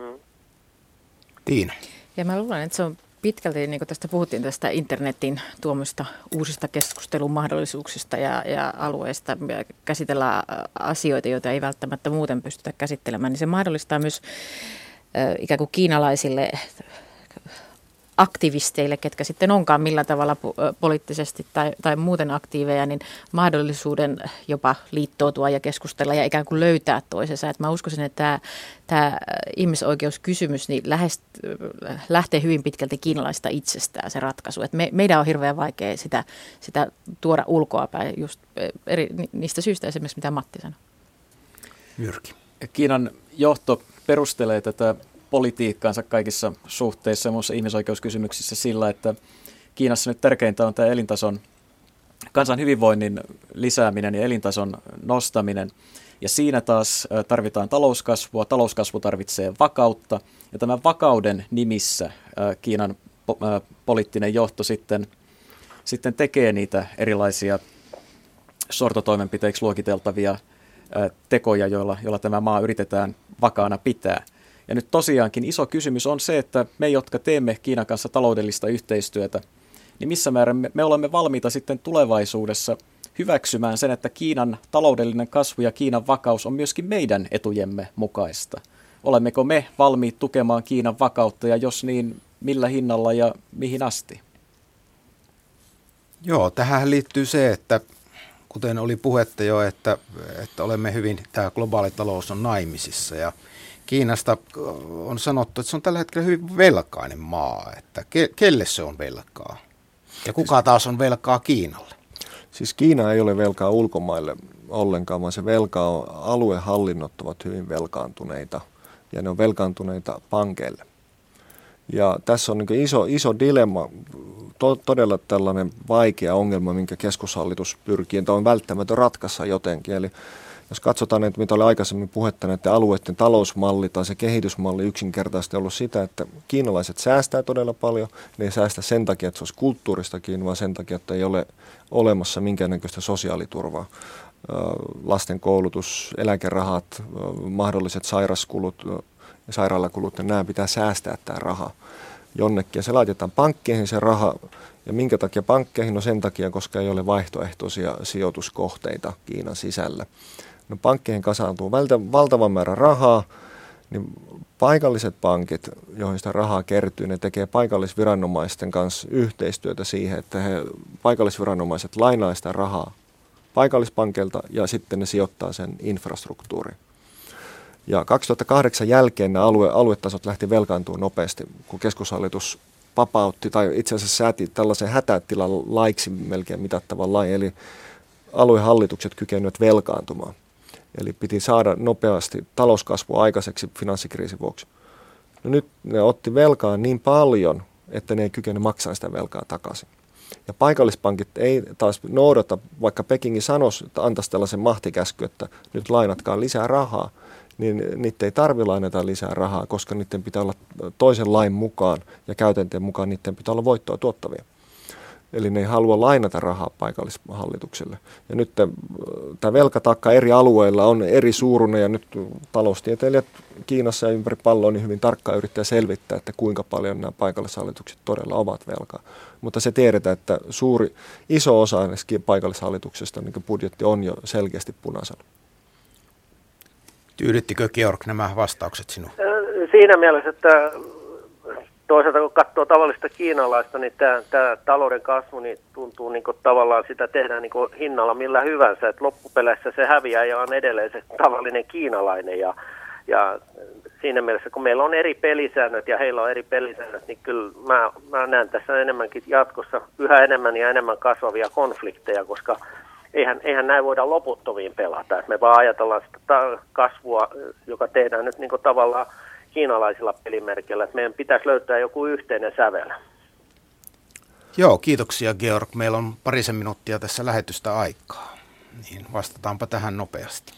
Tiina. Ja mä luulen, että se on pitkälti, niin kuin tästä puhuttiin, tästä internetin tuomista uusista keskustelun mahdollisuuksista ja alueista, käsitellään asioita, joita ei välttämättä muuten pystytä käsittelemään, niin se mahdollistaa myös ikään kuin kiinalaisille aktivisteille, ketkä sitten onkaan millä tavalla poliittisesti tai muuten aktiiveja, niin mahdollisuuden jopa liittoutua ja keskustella ja ikään kuin löytää toisensa. Et mä uskoisin, että tämä ihmisoikeuskysymys niin lähtee hyvin pitkälti kiinalaista itsestään se ratkaisu. Et meidän on hirveän vaikea sitä tuoda ulkoapäin just niistä syistä esimerkiksi, mitä Matti sanoi. Jyrki. Kiinan johto perustelee tätä politiikkaansa kaikissa suhteissa ja muissa ihmisoikeuskysymyksissä sillä, että Kiinassa nyt tärkeintä on tämä elintason, kansan hyvinvoinnin lisääminen ja elintason nostaminen. Ja siinä taas tarvitaan talouskasvua, talouskasvu tarvitsee vakautta ja tämän vakauden nimissä Kiinan poliittinen johto sitten tekee niitä erilaisia sortotoimenpiteiksi luokiteltavia tekoja, joilla tämä maa yritetään vakaana pitää. Ja nyt tosiaankin iso kysymys on se, että me, jotka teemme Kiinan kanssa taloudellista yhteistyötä, niin missä määrin me olemme valmiita sitten tulevaisuudessa hyväksymään sen, että Kiinan taloudellinen kasvu ja Kiinan vakaus on myöskin meidän etujemme mukaista. Olemmeko me valmiit tukemaan Kiinan vakautta ja jos niin, millä hinnalla ja mihin asti? Joo, tähän liittyy se, että kuten oli puhetta jo, että olemme hyvin, tämä globaali talous on naimisissa ja Kiinasta on sanottu, että se on tällä hetkellä hyvin velkainen maa, että kelle se on velkaa ja kuka taas on velkaa Kiinalle? Siis Kiina ei ole velkaa ulkomaille ollenkaan, vaan se velkaa on, aluehallinnot ovat hyvin velkaantuneita ja ne on velkaantuneita pankeille. Ja tässä on niin iso dilemma, todella tällainen vaikea ongelma, minkä keskushallitus pyrkii, että on välttämätön ratkaista jotenkin. Eli Jos katsotaan, että mitä oli aikaisemmin puhetta näiden alueiden talousmalli tai se kehitysmalli yksinkertaisesti ollut sitä, että kiinalaiset säästää todella paljon. Ne ei säästä sen takia, että se olisi kulttuuristakin, vaan sen takia, että ei ole olemassa minkäännäköistä sosiaaliturvaa. Lasten koulutus, eläkerahat, mahdolliset sairaskulut ja sairaalakulut, ja nämä pitää säästää tämä raha jonnekin. Ja se laitetaan pankkeihin se raha. Ja minkä takia pankkeihin? No sen takia, koska ei ole vaihtoehtoisia sijoituskohteita Kiinan sisällä. No pankkeihin kasaantuu valtavan määrä rahaa, niin paikalliset pankit, joihin sitä rahaa kertyy, ne tekee paikallisviranomaisten kanssa yhteistyötä siihen, että paikallisviranomaiset lainaa sitä rahaa paikallispankilta ja sitten ne sijoittaa sen infrastruktuuriin. Ja 2008 jälkeen nämä aluetasot lähti velkaantumaan nopeasti, kun keskushallitus vapautti tai itse asiassa sääti tällaisen hätätilan laiksi melkein mitattavan lain, eli aluehallitukset kykenivät velkaantumaan. Eli piti saada nopeasti talouskasvua aikaiseksi finanssikriisin vuoksi. No nyt ne otti velkaa niin paljon, että ne ei kykene maksamaan sitä velkaa takaisin. Ja paikallispankit ei taas noudata, vaikka Pekingin sanoisi, että antaisi tällaisen mahtikäsky, että nyt lainatkaa lisää rahaa, niin niitä ei tarvitse lainata lisää rahaa, koska niiden pitää olla toisen lain mukaan ja käytänteen mukaan niiden pitää olla voittoa tuottavia. Eli ne ei halua lainata rahaa paikallishallitukselle. Ja nyt tämä velkataakka eri alueilla on eri suuruinen ja nyt taloustieteilijät Kiinassa ja ympäri palloa niin hyvin tarkkaan yrittää selvittää, että kuinka paljon nämä paikallishallitukset todella ovat velkaa. Mutta se tiedetään, että iso osa paikallishallituksesta niin budjetti on jo selkeästi punaisella. Tyydyttikö Georg nämä vastaukset sinun? Siinä mielessä, että toisaalta kun katsoo tavallista kiinalaista, niin tämä talouden kasvu niin tuntuu niin kuin tavallaan sitä tehdään niin kuin hinnalla millä hyvänsä. Et loppupeleissä se häviäjä on edelleen se tavallinen kiinalainen ja siinä mielessä kun meillä on eri pelisäännöt ja heillä on eri pelisäännöt, niin kyllä mä näen tässä enemmänkin jatkossa yhä enemmän ja enemmän kasvavia konflikteja, koska eihän näin voida loputtomiin pelata. Et me vaan ajatellaan sitä kasvua, joka tehdään nyt niin kuin tavallaan kiinalaisilla pelimerkeillä, että meidän pitäisi löytää joku yhteinen sävel. Joo, kiitoksia Georg. Meillä on 2 minuuttia tässä lähetystä aikaa, niin vastataanpa tähän nopeasti.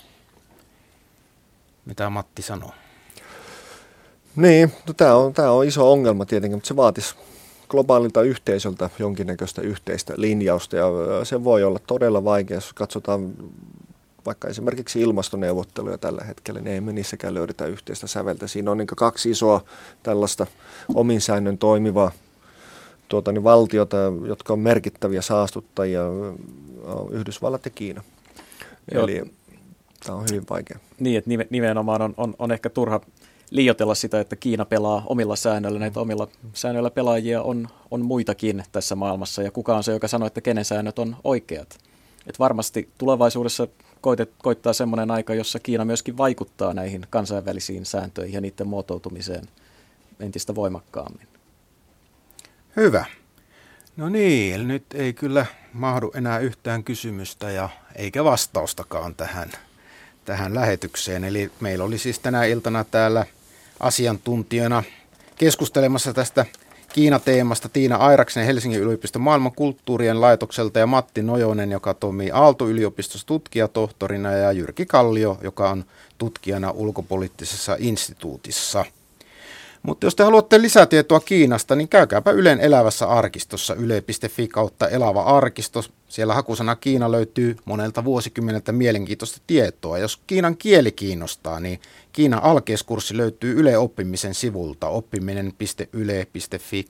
Mitä Matti sanoo? Niin, no tämä on iso ongelma tietenkin, mutta se vaatisi globaalilta yhteisöltä jonkinnäköistä yhteistä linjausta ja se voi olla todella vaikea, jos katsotaan vaikka esimerkiksi ilmastoneuvotteluja tällä hetkellä, niin ei me niissäkään löydetä yhteistä säveltä. Siinä on niin 2 isoa tällaista omin säännön toimivaa valtiota, jotka on merkittäviä saastuttajia, Yhdysvallat ja Kiina. Joo. Eli tämä on hyvin vaikea. Niin, että nimenomaan on ehkä turha liioitella sitä, että Kiina pelaa omilla säännöillä. Näitä omilla säännöillä pelaajia on muitakin tässä maailmassa, ja kuka on se, joka sanoo, että kenen säännöt on oikeat. Et varmasti tulevaisuudessa koittaa semmoinen aika, jossa Kiina myöskin vaikuttaa näihin kansainvälisiin sääntöihin ja niiden muotoutumiseen entistä voimakkaammin. Hyvä. No niin, eli nyt ei kyllä mahdu enää yhtään kysymystä ja eikä vastaustakaan tähän lähetykseen. Eli meillä oli siis tänä iltana täällä asiantuntijana keskustelemassa tästä Kiina-teemasta Tiina Airaksen Helsingin yliopiston maailmankulttuurien laitokselta ja Matti Nojonen, joka toimii Aalto-yliopistossa tutkijatohtorina ja Jyrki Kallio, joka on tutkijana ulkopoliittisessa instituutissa. Mutta jos te haluatte lisätietoa Kiinasta, niin käykääpä Ylen elävässä arkistossa yle.fi/elava arkisto. Siellä hakusana Kiina löytyy monelta vuosikymmeneltä mielenkiintoista tietoa. Jos Kiinan kieli kiinnostaa, niin Kiinan alkeiskurssi löytyy Yle Oppimisen sivulta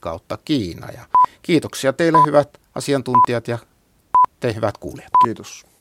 oppiminen.yle.fi/Kiina. Ja kiitoksia teille hyvät asiantuntijat ja te hyvät kuulijat. Kiitos.